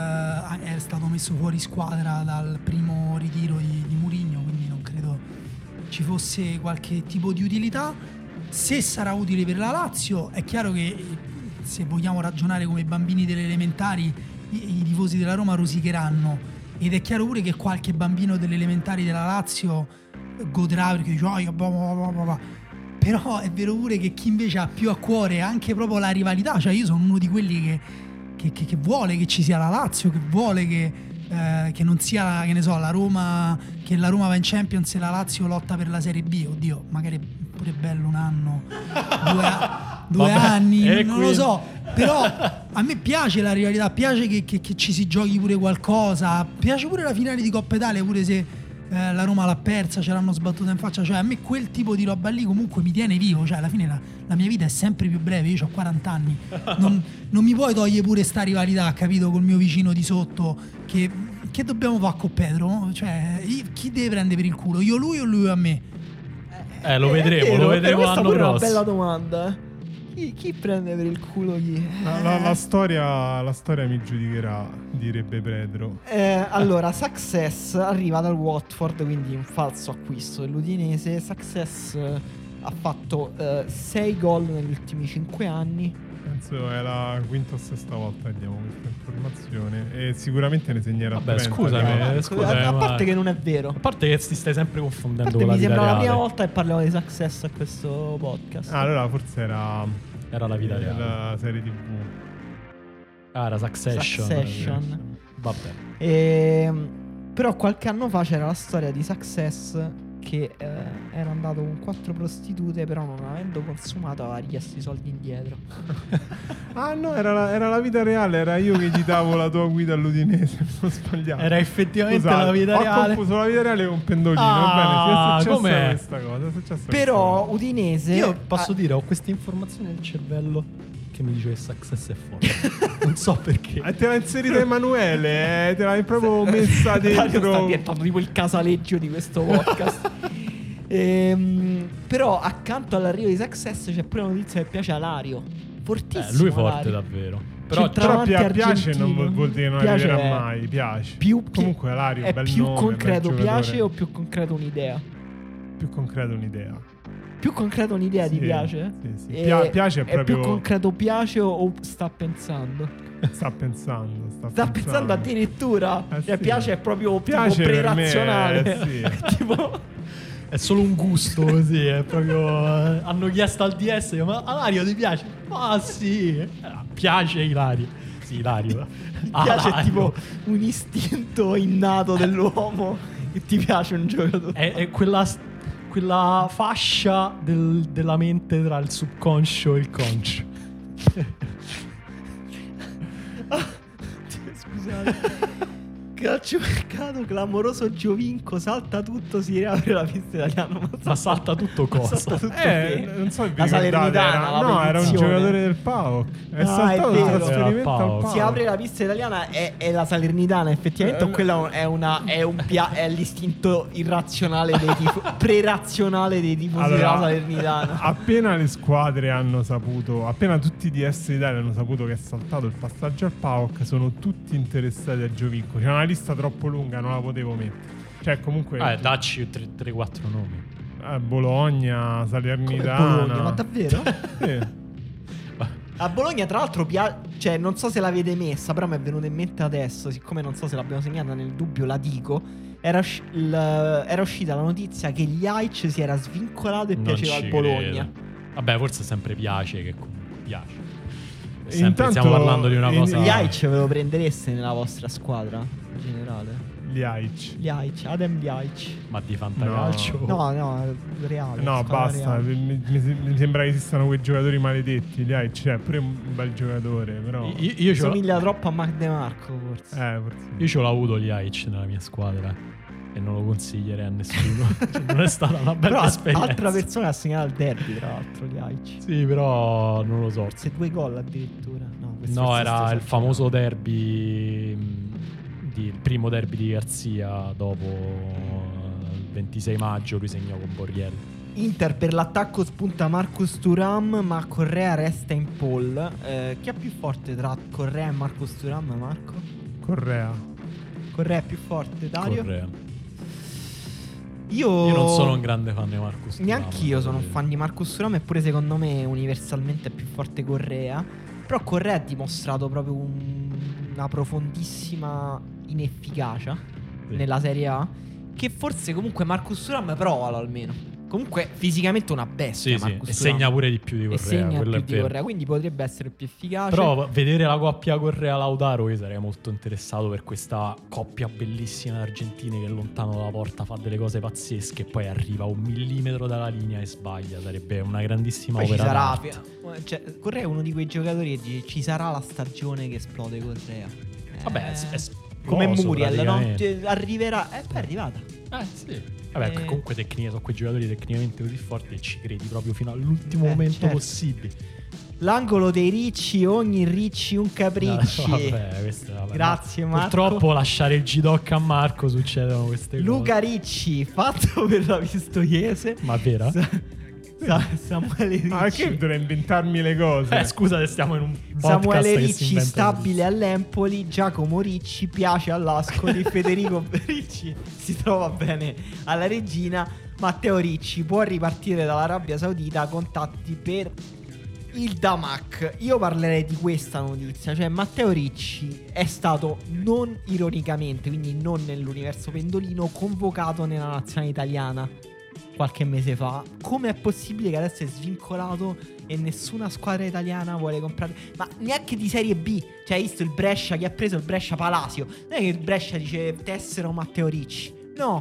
Eh, è stato messo fuori squadra dal primo ritiro di, di Mourinho, quindi non credo ci fosse qualche tipo di utilità. Se sarà utile per la Lazio, è chiaro che eh, se vogliamo ragionare come bambini delle elementari, i, i tifosi della Roma rosicheranno, ed è chiaro pure che qualche bambino delle elementari della Lazio godrà perché dice oh, blah, blah, blah, blah, blah. Però è vero pure che chi invece ha più a cuore anche proprio la rivalità, cioè io sono uno di quelli che Che, che, che vuole che ci sia la Lazio, che vuole che, eh, che non sia, che ne so, la Roma, che la Roma va in Champions e la Lazio lotta per la Serie B. Oddio, magari è pure bello un anno, due, a- due Vabbè, anni, e non qui- lo so. Però a me piace la rivalità, piace che, che, che ci si giochi pure qualcosa, piace pure la finale di Coppa Italia, pure se eh, la Roma l'ha persa, ce l'hanno sbattuta in faccia. Cioè a me quel tipo di roba lì comunque mi tiene vivo, cioè alla fine la, la mia vita è sempre più breve, io ho quaranta anni, non, non mi puoi togliere pure sta rivalità, capito, col mio vicino di sotto, che, che dobbiamo fare con Pedro? Cioè io- chi deve prendere per il culo, io lui o lui a me? Eh, lo È vedremo, vero, lo vedremo questa l'anno pure è una prossimo. bella domanda. eh. Chi, chi prende per il culo chi? La, la- la storia, la storia mi giudicherà, direbbe Pedro. Eh, allora, Success arriva dal Watford, quindi un falso acquisto dell'Udinese. Success eh, ha fatto sei gol negli ultimi cinque anni. Penso è la quinta o sesta volta che diamo questa informazione. E sicuramente ne segnerà Vabbè, trenta. scusami, di altri. eh, scusa, a, a parte ma- che non è vero. A parte che ti stai sempre A confondendo parte con la mi vita sembra la reale. prima volta che parliamo di Success a questo podcast. Ah, allora forse era Era la vita eh, reale. la serie tivù. Ah, era Succession. Succession. Vabbè. Ehm, però qualche anno fa c'era la storia di Success che eh, era andato con quattro prostitute, però non avendo consumato aveva richiesto i soldi indietro. Ah no, era la, era la vita reale, era io che gli davo la tua guida all'Udinese, mi sono sbagliato. Era effettivamente Scusate, la vita ho reale. confuso la vita reale con Pendolino, Ah, va bene, è successa com'è? questa cosa, è successa Però questa cosa. Udinese Io posso ah, dire, ho queste informazioni nel cervello che mi dice che Success è forte. Non so perché. Eh, te l'ha inserita Emanuele, eh, te l'hai proprio messa Dario sta dentro. diventando tipo il casaleggio di questo podcast. Ehm, però accanto all'arrivo di Success c'è pure una notizia che piace a Lario. Fortissimo. Eh, lui è forte Lario. davvero. Però Centravanti Però pia- piace argentino. non vuol, vuol dire non Piace arriverà è mai, piace. Più, pi- Comunque Lario, è bel più nome, concreto bel piace giocatore. o più concreto un'idea? Più concreto un'idea. Più concreto un'idea ti Sì, piace? sì, sì. E- Pia- piace è è proprio- più concreto piace o, o sta pensando? Sta pensando, sta, Sta pensando addirittura. Eh Cioè sì. piace è proprio Piace tipo per me, pre-razionale. eh, sì. Tipo è solo un gusto così, è proprio eh, hanno chiesto al D S, ma Ilario ti piace? Ah sì, Eh, piace Ilario. Sì, Ilario. Ah, piace è Ilario. tipo un istinto innato dell'uomo che ti piace un giocatore. È, è quella, quella fascia del- della mente tra il subconscio e il conscio. Scusate. Calciomercato clamoroso Giovinco, salta tutto, si riapre la pista italiana. Ma, Ma salta tutto ma cosa? salta tutto Eh, che? non so se vi La ricordate, Salernitana, era, la no, era un petizione. giocatore del PAOK. È Ah, saltato è il vero. trasferimento Era al PAOK. PAOK. Si apre la pista italiana, è, è la Salernitana effettivamente, Eh, o quella è, una, è, un pia- è l'istinto irrazionale dei tifo- pre-razionale dei tifosi Allora, della Salernitana. appena le squadre hanno saputo, appena tutti i D S Italia hanno saputo che è saltato il passaggio al PAOK, sono tutti interessati a Giovinco. C'è una lista troppo lunga, non la potevo mettere. Cioè, comunque, Eh, dacci tre quattro nomi. eh, Bologna, Come Salernitana. Bologna, ma davvero? Sì. A Bologna, tra l'altro, pia- cioè, non so se l'avete messa, però mi è venuta in mente adesso. Siccome non so se l'abbiamo segnata nel dubbio, la dico. Era, usci- il- era uscita la notizia che Ljajic si era svincolato e Non piaceva ci al Bologna. credo. Vabbè, forse sempre piace che comunque piace. Sempre Intanto, stiamo parlando di una in- cosa. Ljajic ve lo prendereste nella vostra squadra in generale? Ljajic. Ljajic, Adem Ljajic. Ma di fantacalcio? No, no, reale. No, squadra basta. reale. Mi, mi- mi sembra che esistano quei giocatori maledetti. Ljajic, cioè, pure un bel giocatore, però. Io, io ce l'ho- Somiglia troppo a Mac De Marco, forse. Eh, forse. io ce l'ho avuto Ljajic nella mia squadra e non lo consiglierei a nessuno. Cioè, non è stata una bella Però esperienza. altra persona ha segnato il derby, tra l'altro, Ljajic. Sì, però non lo so. Forse due gol addirittura. No, questo No, forse era sto il esagerando. famoso derby, mh, di- il primo derby di Garzia dopo eh, il ventisei maggio, lui segnò con Borrielli. Inter per l'attacco spunta Marcus Thuram, ma Correa resta in pole. Eh, chi è più forte tra Correa e Marcus Thuram, Marco? Correa. Correa è più forte, Dario? Correa. Io... Io non sono un grande fan di Marcus Thuram. Neanch'io sono un devo fan di Marcus Thuram, eppure secondo me universalmente è più forte Correa. Però Correa ha dimostrato proprio un- una profondissima inefficacia Sì. nella Serie A, che forse comunque Marcus Thuram provalo almeno. Comunque fisicamente una bestia, Sì, sì, Marcus e Thuram. segna pure di più di E Correa, segna quello più è di vero. Correa, quindi potrebbe essere più efficace. Però vedere la coppia Correa-Lautaro io sarei molto interessato per questa coppia bellissima argentina che lontano dalla porta fa delle cose pazzesche e poi arriva un millimetro dalla linea e sbaglia. Sarebbe una grandissima poi ci opera sarà, d'arte. cioè, Correa è uno di quei giocatori che dice ci sarà la stagione che esplode Correa. Vabbè, Eh, è, è come esploso Muriel, no? praticamente. Cioè, arriverà, è poi è arrivata. Eh sì. Vabbè, Eh. comunque tecniche, sono quei giocatori tecnicamente così forti e ci credi proprio fino all'ultimo Eh, momento certo. possibile. L'angolo dei ricci, ogni ricci un capricci. No, vabbè, questa è la- Grazie, ma Marco. Purtroppo lasciare il G-Doc a Marco succedono queste Luca cose. Ricci, fatto per la Pistoiese. Ma vera? Sa- Sa- Samuele Ricci. Ah, che dovrei inventarmi le cose? Eh, scusa se stiamo in un podcast Samuele che si Ricci inventa stabile all'Empoli, Giacomo Ricci piace all'Ascoli, Federico Ricci si trova bene alla Regina, Matteo Ricci può ripartire dall'Arabia Saudita, contatti per il Damac. Io parlerei di questa notizia, cioè Matteo Ricci è stato non ironicamente, quindi non nell'universo pendolino, convocato nella nazionale italiana qualche mese fa. Come è possibile che adesso è svincolato e nessuna squadra italiana vuole comprare? Ma neanche di Serie B. Cioè, hai visto il Brescia che ha preso il Brescia Palacio? Non è che il Brescia dice tessero Matteo Ricci. No,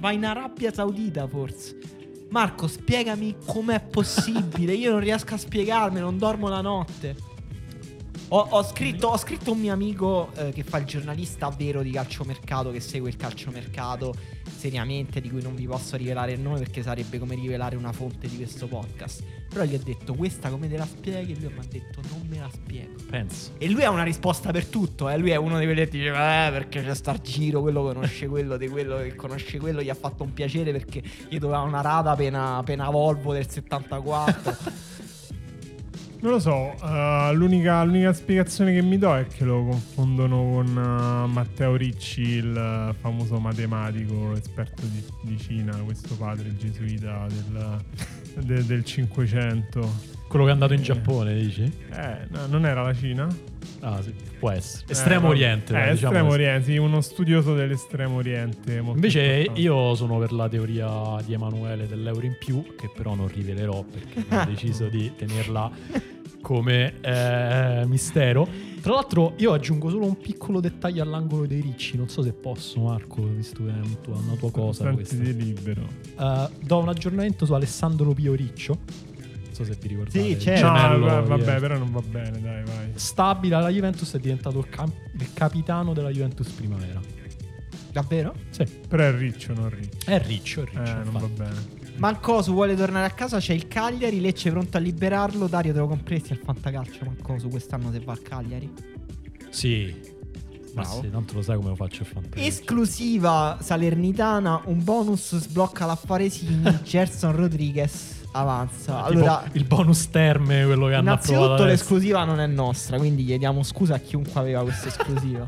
va in Arabia Saudita forse. Marco, spiegami com'è possibile. Io non riesco a spiegarmi, non dormo la notte. Ho, ho, scritto, ho scritto a un mio amico eh, che fa il giornalista vero di calciomercato, che segue il calciomercato seriamente, di cui non vi posso rivelare il nome perché sarebbe come rivelare una fonte di questo podcast. Però gli ho detto: questa come te la spieghi? E lui mi ha detto: non me la spiego. Penso. E lui ha una risposta per tutto, eh. Lui è uno di quelli che dice: eh, perché c'è sta giro, quello conosce quello, di quello che conosce quello, gli ha fatto un piacere perché gli doveva una rata pena, pena Volvo del settantaquattro. Non lo so, uh, l'unica, l'unica spiegazione che mi do è che lo confondono con uh, Matteo Ricci, il famoso matematico esperto di, di Cina, questo padre gesuita del, de, del Cinquecento. Quello che è andato in Eh. Giappone, dici? Eh, no, non era la Cina? Ah, sì, può essere. Estremo Eh, Oriente. Eh, dai, diciamo Estremo così. Oriente, sì, uno studioso dell'Estremo Oriente. Molto Invece importante. io sono per la teoria di Emanuele dell'euro in più, che però non rivelerò perché ho deciso di tenerla come eh, mistero. Tra l'altro io aggiungo solo un piccolo dettaglio all'angolo dei Ricci, non so se posso, Marco, visto che è un tuo- una tua cosa questa. Sentiti libero. Uh, do un aggiornamento su Alessandro Pio Riccio. Non so se vi ricordate. Sì, il certo. No, gemello va- di- vabbè, però non va bene, dai, vai. Stabile alla Juventus, è diventato il, cam- il capitano della Juventus Primavera. Davvero? Sì, Però è riccio, non riccio. è Riccio, è Riccio. Eh, non va infatti. bene. Mancosu vuole tornare a casa, c'è il Cagliari, Lecce pronto a liberarlo. Dario, te lo compresti al fantacalcio Mancosu quest'anno se va al Cagliari? Sì. Ma Bravo. sì, tanto lo sai come lo faccio il fantasy. Esclusiva salernitana, un bonus sblocca l'affare Simi. Gerson Rodriguez avanza. Tipo Allora, il bonus terme, quello che hanno approvato innanzitutto adesso. l'esclusiva non è nostra, quindi chiediamo scusa a chiunque aveva questa esclusiva.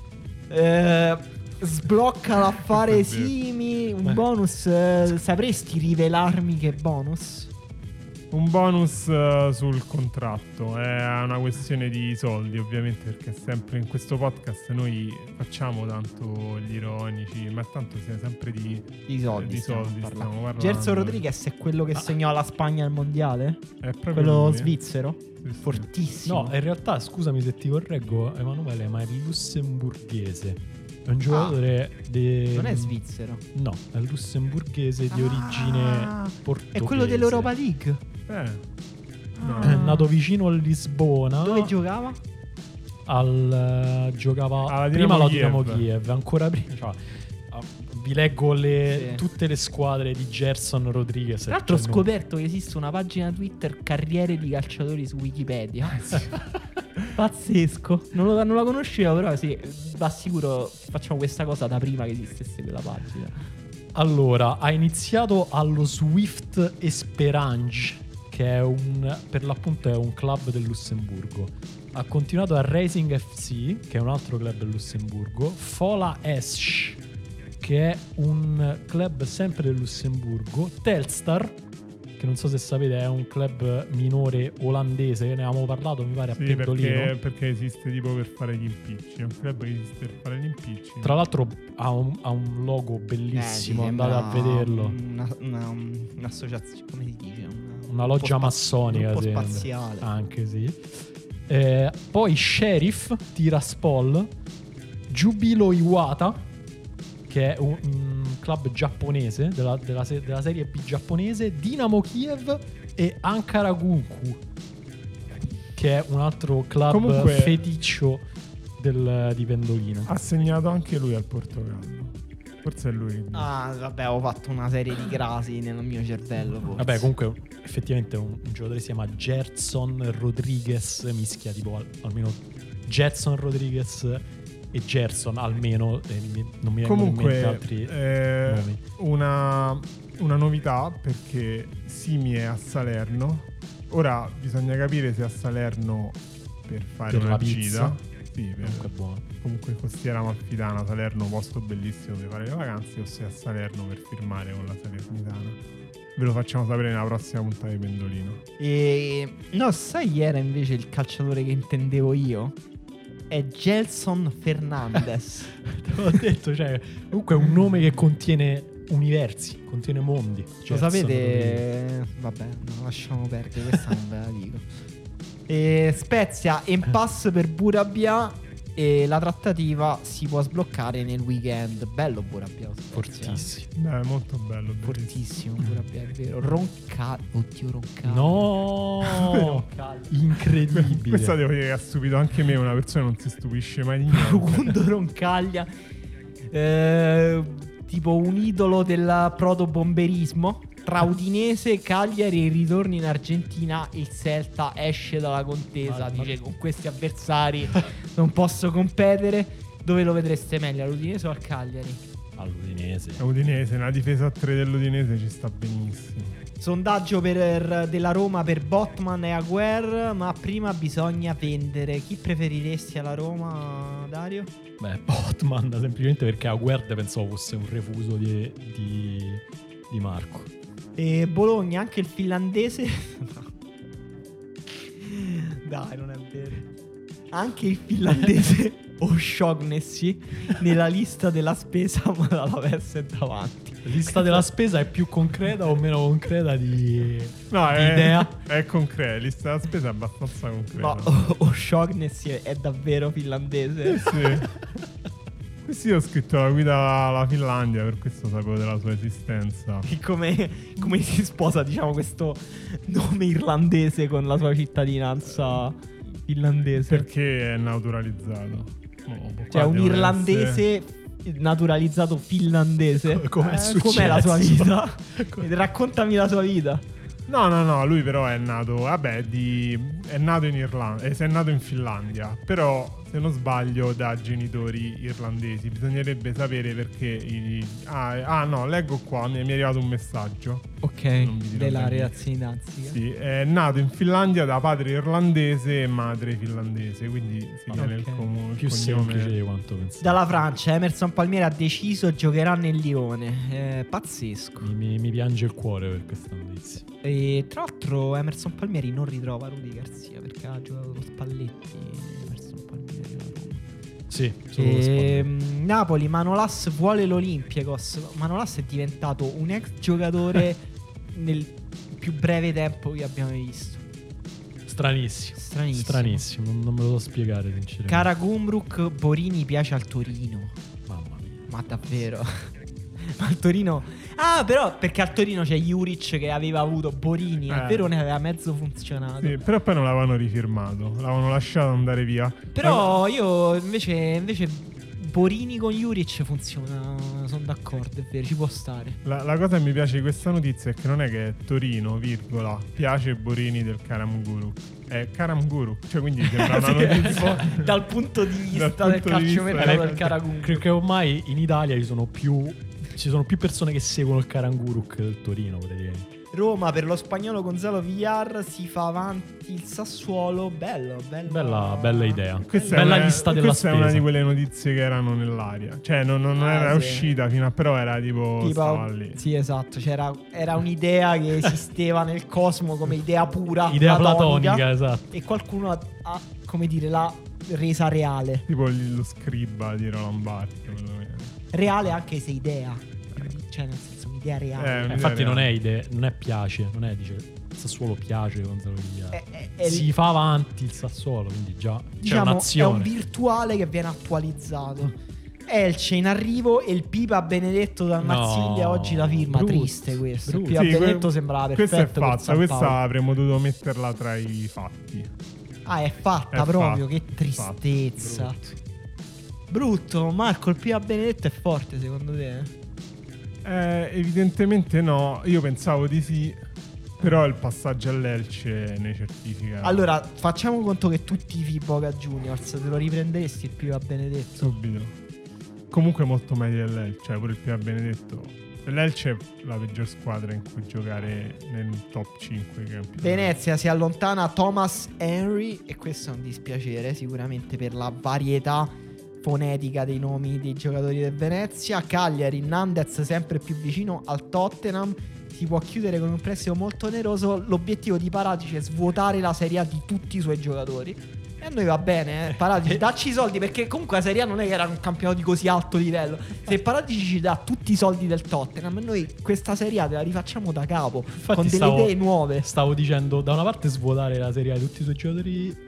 eh, sblocca l'affare Simi, un Eh. bonus. eh, sapresti rivelarmi che bonus? Un bonus uh, sul contratto, è una questione di soldi ovviamente, perché sempre in questo podcast noi facciamo tanto gli ironici, ma tanto siamo sempre di, Di soldi, di stiamo soldi parlando. stiamo parlando. Gerson Rodriguez è quello che segnò alla Spagna al mondiale? È proprio Quello lui, eh? svizzero? Sì, sì. Fortissimo. No, in realtà, scusami se ti correggo, Emanuele, ma è lussemburghese. È un giocatore di... Non è svizzero. No, è lussemburghese di origine Ah, portoghese. è quello dell'Europa League. Eh, no. È nato vicino a Lisbona. Dove giocava? al uh, giocava Alla prima Dinamo la Dinamo Kiev. Kiev, ancora prima, cioè, uh, vi leggo le, Sì. tutte le squadre di Gerson Rodriguez. Tra l'altro ho Cioè, scoperto che esiste una pagina Twitter carriere di calciatori su Wikipedia. Pazzesco. Non, lo- non la conoscevo, però sì, va sicuro facciamo questa cosa da prima che esistesse quella pagina. Allora, ha iniziato allo Swift Esperange, che è un, per l'appunto è un club del Lussemburgo. Ha continuato a Racing F C, che è un altro club del Lussemburgo. Fola Esch, che è un club sempre del Lussemburgo. Telstar, che non so se sapete è un club minore olandese, che ne avevamo parlato mi pare a Sì, Pendolino. perché, perché esiste tipo per fare gli impicci. È un club che esiste per fare gli impicci. Tra l'altro ha un, ha un logo bellissimo, Eh, mi andate a sembra vederlo. Una, una, un'associazione, come si dice? Una, Una loggia un po' massonica, un po' sembra. spaziale. Anche sì. Eh, poi Sheriff Tiraspol, Giubilo Iwata, che è un, un club giapponese della, della, se- della serie B giapponese, Dinamo Kiev e Ankara Gunku, che è un altro club Comunque- feticcio del, di Pendolino. Ha segnato anche lui al Portogallo. Forse è lui. Ah, vabbè, ho fatto una serie di crasi nel mio cervello. Forse. Vabbè, comunque effettivamente un, un giocatore si chiama Gerson Rodriguez, mischia tipo al- almeno Jetson Rodriguez e Gerson almeno, e mi- non mi vengono in mente Comunque, altri eh, nomi. una, una novità, perché Simi è a Salerno. Ora bisogna capire se a Salerno per fare Per una la pizza. gita. Sì, per, Comunque è buono. comunque costiera amalfitana, Salerno, posto bellissimo per fare le vacanze, o se a Salerno per firmare con la Salernitana. Ve lo facciamo sapere nella prossima puntata di Pendolino. E no, sai chi era invece il calciatore che intendevo io? È Gelson Fernandez. Te l'ho detto, cioè, comunque è un nome che contiene universi, contiene mondi. Lo Gerson Rodriguez. sapete? Vabbè, no, lasciamo perdere, questa non ve la dico. E Spezia, impasse per Burabia. e la trattativa si può sbloccare nel weekend. Bello Burabia. Fortissimo. Beh, molto bello. bellissimo. Fortissimo Burabia, è vero. Ronca... Oddio, Roncaglia. No, incredibile. Questa devo dire che ha stupito anche me. Una persona non si stupisce mai di niente. Profondo Roncaglia. Eh, tipo un idolo del proto-bomberismo. Tra Udinese, Cagliari e ritorni in Argentina, il Celta esce dalla contesa. Ma- Dice: con questi avversari non posso competere. Dove lo vedreste meglio, all'Udinese o al Cagliari? All'Udinese. Udinese, una difesa a tre dell'Udinese ci sta benissimo. Sondaggio per, della Roma per Botman e Agüer, ma prima bisogna vendere. Chi preferiresti alla Roma, Dario? Beh, Botman, semplicemente perché Agüer pensavo fosse un refuso di, di, di Marco. E Bologna, anche il finlandese. Dai, non è vero. Anche il finlandese O'Shaughnessy nella lista della spesa, ma la versa è davanti. La lista della spesa è più concreta o meno concreta di, No, di è, idea? è concreta. Lista della spesa è abbastanza concreta. Ma O- O'Shaughnessy è davvero finlandese? Sì. Sì, ho scritto la guida alla Finlandia, per questo sapevo della sua esistenza. E come, come si sposa, diciamo, questo nome irlandese con la sua cittadinanza finlandese? Perché è naturalizzato. Oh, Cioè, qua un devono irlandese naturalizzato finlandese. Co- com'è Eh, successo? com'è la sua vita? Raccontami la sua vita. No, no, no, lui però è nato, vabbè, di, è nato in Irlanda, eh, è nato in Finlandia, però se non sbaglio da genitori irlandesi. Bisognerebbe sapere perché i, ah, ah no, leggo qua, mi mi è arrivato un messaggio. Ok, Non vi dirò della bene. relazione danzica. Sì, è nato in Finlandia da padre irlandese e madre finlandese, quindi si tiene il, Ok. comu- il Più cognome. semplice di quanto pensavo. Dalla Francia, Emerson Palmieri ha deciso, giocherà nel Lione. Eh, pazzesco. Mi, mi- mi piange il cuore per questa notizia. E tra l'altro Emerson Palmieri non ritrova Rudy Garcia perché ha giocato con Spalletti. Emerson Palmieri alla Roma. Sì, solo lo Spalletti. Ehm, Napoli, Manolas vuole l'Olympiakos. Manolas è diventato un ex giocatore nel più breve tempo che abbiamo visto. Stranissimo. Stranissimo. Stranissimo, non, non me lo so spiegare sinceramente. Cara Gumbruk, Borini piace al Torino. Mamma mia. Ma davvero? Ma al Torino... Ah, però perché al Torino c'è Juric che aveva avuto Borini. Al Eh. Verona aveva mezzo funzionato. Sì, però poi non l'avevano rifirmato, l'avevano lasciato andare via. Però io invece, invece Borini con Juric funziona. Sono d'accordo, è vero, ci può stare. La, la cosa che mi piace di questa notizia è che non è che Torino, virgola, piace Borini del Karamguru. È Karamguru, cioè quindi sembra una Sì, notizia. dal punto di vista Dal del punto di vista calciomercato del- del Karagum. Credo che ormai in Italia ci sono più ci sono più persone che seguono il Karanguruk del Torino, praticamente. Roma per lo spagnolo Gonzalo Villar si fa avanti il Sassuolo. Bello, bello. Bella, bella idea. Questa, Bella è una, lista della questa è una spesa. di quelle notizie che erano nell'aria. Cioè non, non Ah, era sì. uscita fino a... però era tipo... Tipo, stava lì. sì, esatto. C'era, era un'idea che esisteva nel cosmo come idea pura, Idea platonica, platonica, esatto. e qualcuno ha, ha, come dire, l'ha resa reale. Tipo il- lo scriba di Roland Barthes. quello che- Reale anche se idea. Cioè, nel senso, un'idea reale. Eh, Eh, un'idea infatti non è reale. idea, non è piace, non è dice il Sassuolo piace Gonzalo Villar. È- è- è- Si fa avanti il Sassuolo, quindi già c'è diciamo, è un un'azione. virtuale che viene attualizzato. Elce in arrivo e il Pipa Benedetto dal No, Marsiglia oggi la firma. brutto, Triste questo. brutto. Il Pipa Sì, que- Benedetto sembrava perfetto. Questa è per fatta, San questa Paolo. avremmo dovuto metterla tra i fatti. Ah, è fatta È proprio. fatta, Che tristezza. Brutto. Brutto. Marco, il Pipa Benedetto è forte secondo te? Eh, evidentemente no, io pensavo di sì, però il passaggio all'Elce ne certifica. Allora, facciamo conto che tu tifi Boca Juniors. Te lo riprenderesti il Pipa Benedetto? subito. Comunque molto meglio dell'Elce, cioè pure il Pia Benedetto. L'Elce è la peggior squadra in cui giocare nel top cinque campioni. Venezia si allontana Thomas Henry e questo è un dispiacere sicuramente per la varietà fonetica dei nomi dei giocatori del Venezia. Cagliari, Nandez sempre più vicino al Tottenham, si può chiudere con un prestito molto oneroso. L'obiettivo di Paratici è svuotare la Serie A di tutti i suoi giocatori. E a noi va bene, eh. Paratici, dacci i soldi, perché comunque la Serie A non è che era un campionato di così alto livello. Se Paratici ci dà tutti i soldi del Tottenham, noi questa Serie A te la rifacciamo da capo, Infatti con delle stavo- idee nuove. Stavo dicendo, da una parte svuotare la Serie A di tutti i suoi giocatori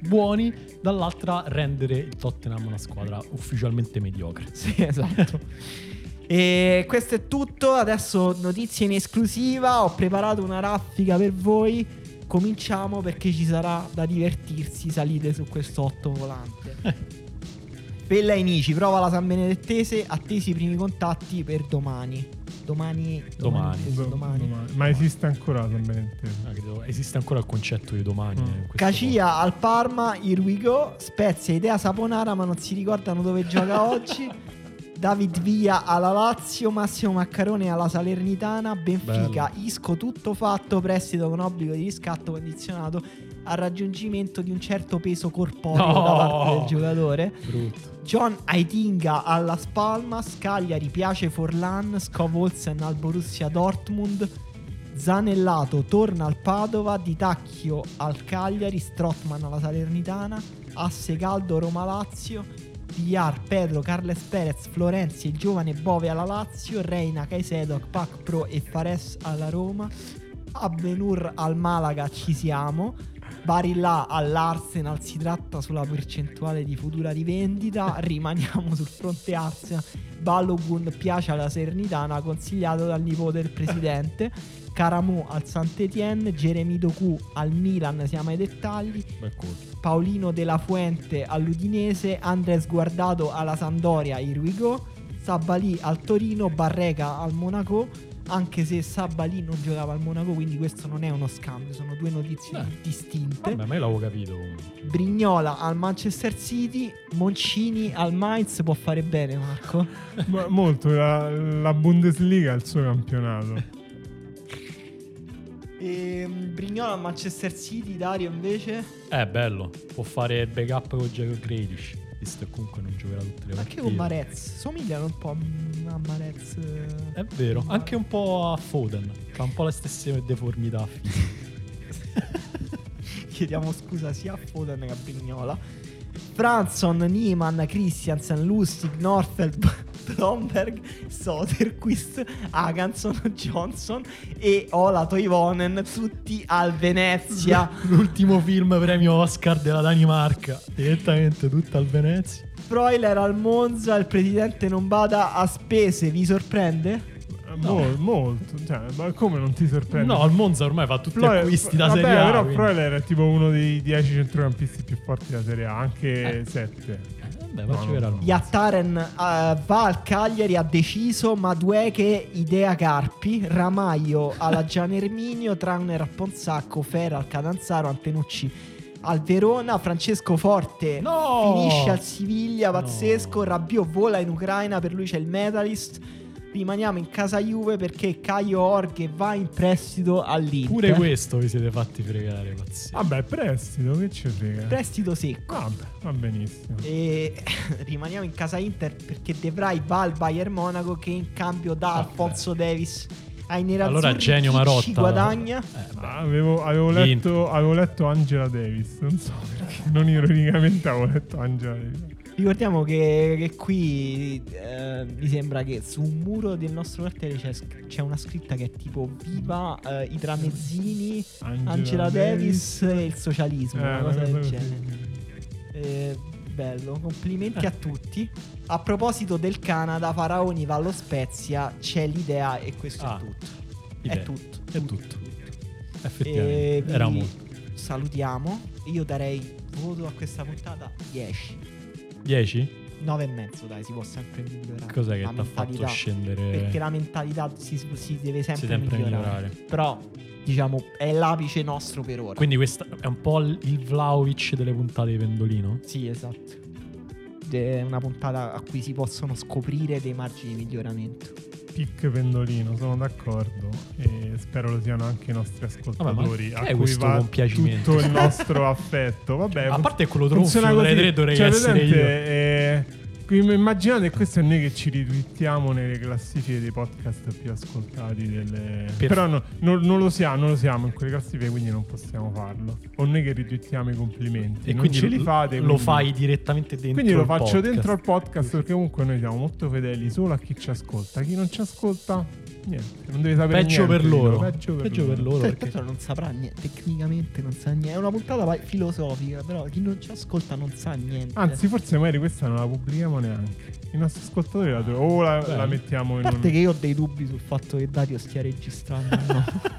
buoni, dall'altra rendere il Tottenham una squadra ufficialmente mediocre. Sì, esatto. E questo è tutto. Adesso notizie in esclusiva. Ho preparato una raffica per voi. Cominciamo perché ci sarà da divertirsi. Salite su questo otto volante. Fellainici prova la San Benedettese. Attesi i primi contatti per domani. Domani Domani. Domani, Do- domani. domani. Ma esiste ancora la San Benedettese? Ah, credo- esiste ancora il concetto di domani. Mm. eh, in questo Cacia al Parma, here we go. Spezia, idea Saponara, ma non si ricordano dove gioca oggi. David Villa alla Lazio, Massimo Maccarone alla Salernitana, Benfica, Bello. Isco tutto fatto, prestito con obbligo di riscatto condizionato al raggiungimento di un certo peso corporeo No! da parte del giocatore. Brutto. John Aitinga alla Spalmas, Cagliari piace Forlan, Skov Olsen al Borussia Dortmund, Zanellato torna al Padova, Di Tacchio al Cagliari, Strottman alla Salernitana, Asse Caldo Roma Lazio, Villar, Pedro, Carles Perez, Florenzi, il giovane Bove alla Lazio, Reina, Caicedo, Pac Pro e Fares alla Roma, Abbenur al Malaga, ci siamo. Barilla all'Arsenal, si tratta sulla percentuale di futura rivendita. Rimaniamo sul fronte Arsenal. Balogun piace alla Salernitana, consigliato dal nipote del presidente. Caramù al Saint-Étienne, Jeremy Doku al Milan, siamo ai dettagli. Bel colpo. Paolino della Fuente all'Udinese, Andres Guardato alla Sampdoria, here we go. Sabalì al Torino, Barreca al Monaco. Anche se Sabalì non giocava al Monaco, quindi questo non è uno scambio, sono due notizie Eh. distinte. Vabbè, ma io l'avevo capito comunque. Brignola al Manchester City, Moncini al Mainz, può fare bene Marco. Ma molto, la, la Bundesliga è il suo campionato. E Brignola al Manchester City, Dario invece. Eh, bello. Può fare il backup con Jacob Grealish, visto che comunque non giocherà tutte le partite. Anche con Marez, somigliano un po' a Marez. È vero, anche un po' a Foden. Ha un po' le stesse deformità fisiche. Chiediamo scusa sia a Foden che a Brignola. Franson, Niemann, Christiansen, Lustig, Norfeld, Blomberg, Soderquist, Aganson, Johnson e Ola Toivonen, tutti al Venezia. L'ultimo film premio Oscar della Danimarca. Direttamente tutta al Venezia. Freuler al Monza, il presidente non bada a spese, vi sorprende? No. Mol- molto, cioè, ma come non ti sorprende? No, il Monza ormai fa tutti gli Freuler- acquisti da vabbè, Serie A. però quindi- Freuler è tipo uno dei dieci centrocampisti più forti della Serie A, anche Eh. sette. Eh, vabbè, No, faccio no. vedere al Monza. Yattaren eh, va al Cagliari, ha deciso, Madueke, Idea Carpi, Ramaio alla Gianerminio, Trauner a Ponsacco, Fera al Catanzaro, Antenucci al Verona, Francesco Forte No! finisce al Siviglia, pazzesco, No. Rabiot vola in Ucraina, per lui c'è il medalist. Rimaniamo in casa Juve perché Caio Orghe va in prestito all'Inter. Pure questo vi siete fatti fregare, pazzi. Vabbè, prestito, che ci frega? Prestito secco. Vabbè, va benissimo. E rimaniamo in casa Inter perché De Vrij va al Bayern Monaco che in cambio dà Vabbè. Alfonso Davis ai nerazzurri. Allora genio Chi Marotta ci guadagna? Eh, beh. Ah, Avevo, avevo, letto, avevo letto Angela Davis, non so perché, non ironicamente avevo letto Angela Davis. Ricordiamo che, che qui eh, mi sembra che su un muro del nostro quartiere c'è, sc- c'è una scritta che è tipo viva eh, i tramezzini, Angela, Angela Davis e il socialismo, Eh, una cosa del così. genere. Eh, bello, complimenti a tutti. A proposito del Canada, Faraoni va allo Spezia, c'è l'idea e questo Ah, è tutto. idea. È tutto. È tutto. E Effettivamente. vi Era molto. salutiamo. Io darei voto a questa puntata dieci. dieci? nove e mezzo, dai, si può sempre migliorare. Cos'è che La ti ha fatto mentalità. scendere? Perché la mentalità si, si deve sempre, Si sempre migliorare. migliorare. Però, diciamo, è l'apice nostro per ora. Quindi questa è un po' il il Vlahovic delle puntate di Pendolino? Sì, esatto. È una puntata a cui si possono scoprire dei margini di miglioramento. Pic Pendolino, sono d'accordo e spero lo siano anche i nostri ascoltatori, Vabbè, ma a che è cui questo va compiacimento? tutto il nostro affetto. Vabbè, A parte quello funziona tronfio delle così. tre dovrei Cioè, essere presente, io. eh, quindi immaginate che questo è noi che ci ritwittiamo nelle classifiche dei podcast più ascoltati delle... Per- Però no- non, non lo siamo, non lo siamo in quelle classifiche, quindi non possiamo farlo. O noi che ritwittiamo i complimenti. E non quindi ce li lo- fate. lo quindi- fai direttamente dentro Quindi lo il faccio podcast. dentro al podcast perché comunque noi siamo molto fedeli solo a chi ci ascolta. Chi non ci ascolta Niente, non devi sapere Peggio niente per di loro. Peggio per Peggio per loro. Cioè, perché- tanto non saprà niente, tecnicamente non sa niente. È una puntata vai- filosofica, però chi non ci ascolta non sa niente. Anzi, forse magari questa non la pubblichiamo neanche. I nostri ascoltatori la trovano. O la, Beh. la mettiamo a in parte un... che io ho dei dubbi sul fatto che Dario stia registrando. No.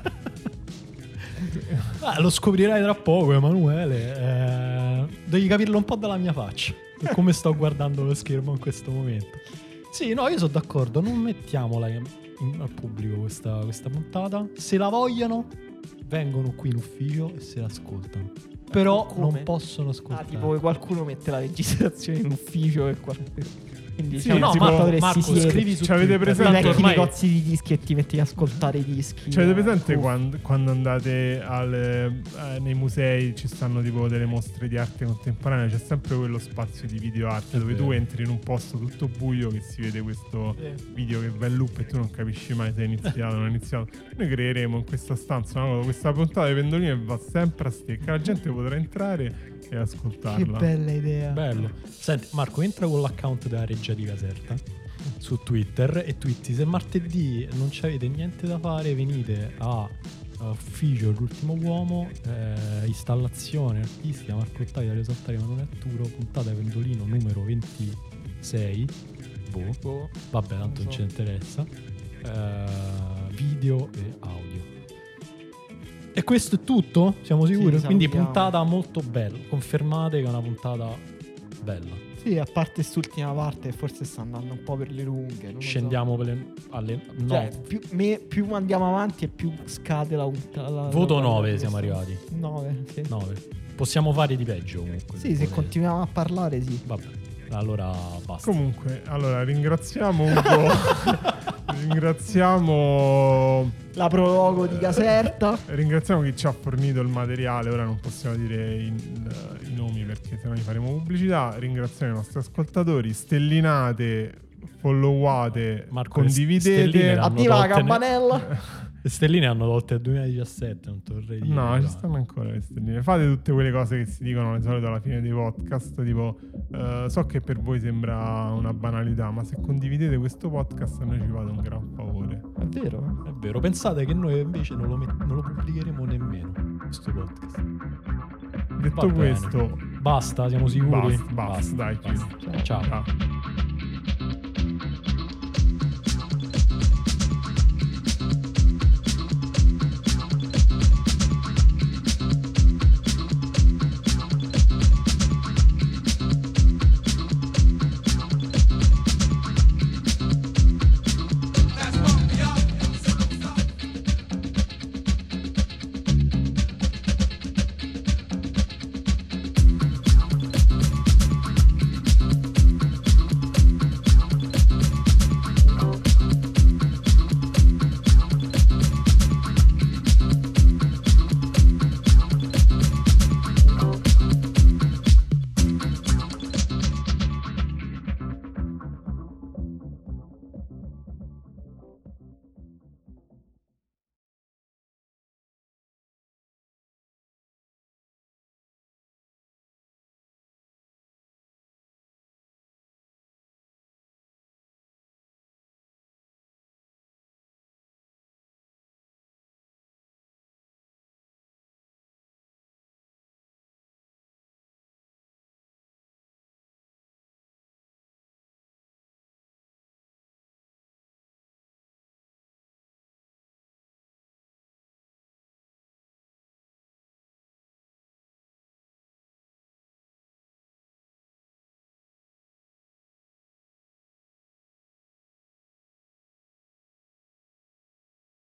Ah, lo scoprirai tra poco, Emanuele. Eh, devi capirlo un po' dalla mia faccia. E come sto guardando lo schermo in questo momento. Sì, no, io sono d'accordo. Non mettiamola in- in- al pubblico questa, questa puntata. Se la vogliono, vengono qui in ufficio e se l'ascoltano. Però Come? non possono Ah, ascoltare. tipo che qualcuno mette la registrazione in ufficio e qua. Quindi Sì, diciamo, no, ci Marco- potresti Marco, siedere. scrivi su Ci avete Twitter. presente- I Tanto vecchi ormai- negozi di dischi e ti metti ad ascoltare i dischi. Ci avete eh, presente uff. quando, quando andate al, eh, nei musei ci stanno tipo delle mostre di arte contemporanea, c'è sempre quello spazio di video arte È dove vero. tu entri in un posto tutto buio che si vede questo video che va in loop e tu non capisci mai se è iniziato o non è iniziato. Noi creeremo in questa stanza una cosa, questa puntata di Pendolino va sempre a stecca, la gente potrà entrare e Che ascoltarla. bella idea. Bello. Senti, Marco, entra con l'account della Reggia di Caserta su Twitter e twitti: se martedì non c'avete niente da fare, venite a a ufficio l'ultimo uomo, eh, installazione artistica Marco Ottavi, Dario Saltari, Emanuele Arturo, puntata Pendolino numero ventisei. Boh. Boh. Vabbè, tanto non Non so. ci interessa. Eh, video e audio. E questo è tutto? Siamo sicuri? Sì, Quindi salutiamo. puntata molto bella. Confermate che è una puntata bella. Sì, a parte quest'ultima parte, forse sta andando un po' per le lunghe. non lo so. Scendiamo per le, alle no. Cioè, più, me- più andiamo avanti e più scade la puntata. la- Voto la- nove la- siamo arrivati. nove, sì. nove. Possiamo fare di peggio comunque. Sì, se volete. continuiamo a parlare, sì. Vabbè. Allora basta. Comunque, allora ringraziamo Ugo. ringraziamo La prologo di Caserta. Ringraziamo chi ci ha fornito il materiale. Ora non possiamo dire i, i nomi perché sennò gli faremo pubblicità. Ringraziamo i nostri ascoltatori. Stellinate, followate, Marco, le stelline condividete. l'hanno Attiva la tolte ne- campanella. Le stelline hanno tolte nel duemiladiciassette, non te lo vorrei dire. No, però. ci stanno ancora le stelline. Fate tutte quelle cose che si dicono di solito alla fine dei podcast. Tipo, eh, so che per voi sembra una banalità, ma se condividete questo podcast a noi ci fate un gran favore. È vero? È vero, pensate che noi invece non lo, met- non lo pubblicheremo nemmeno questo podcast. Detto Va bene. questo, Basta, siamo sicuri? basta, basta, dai, chiudi. Ciao. Ciao.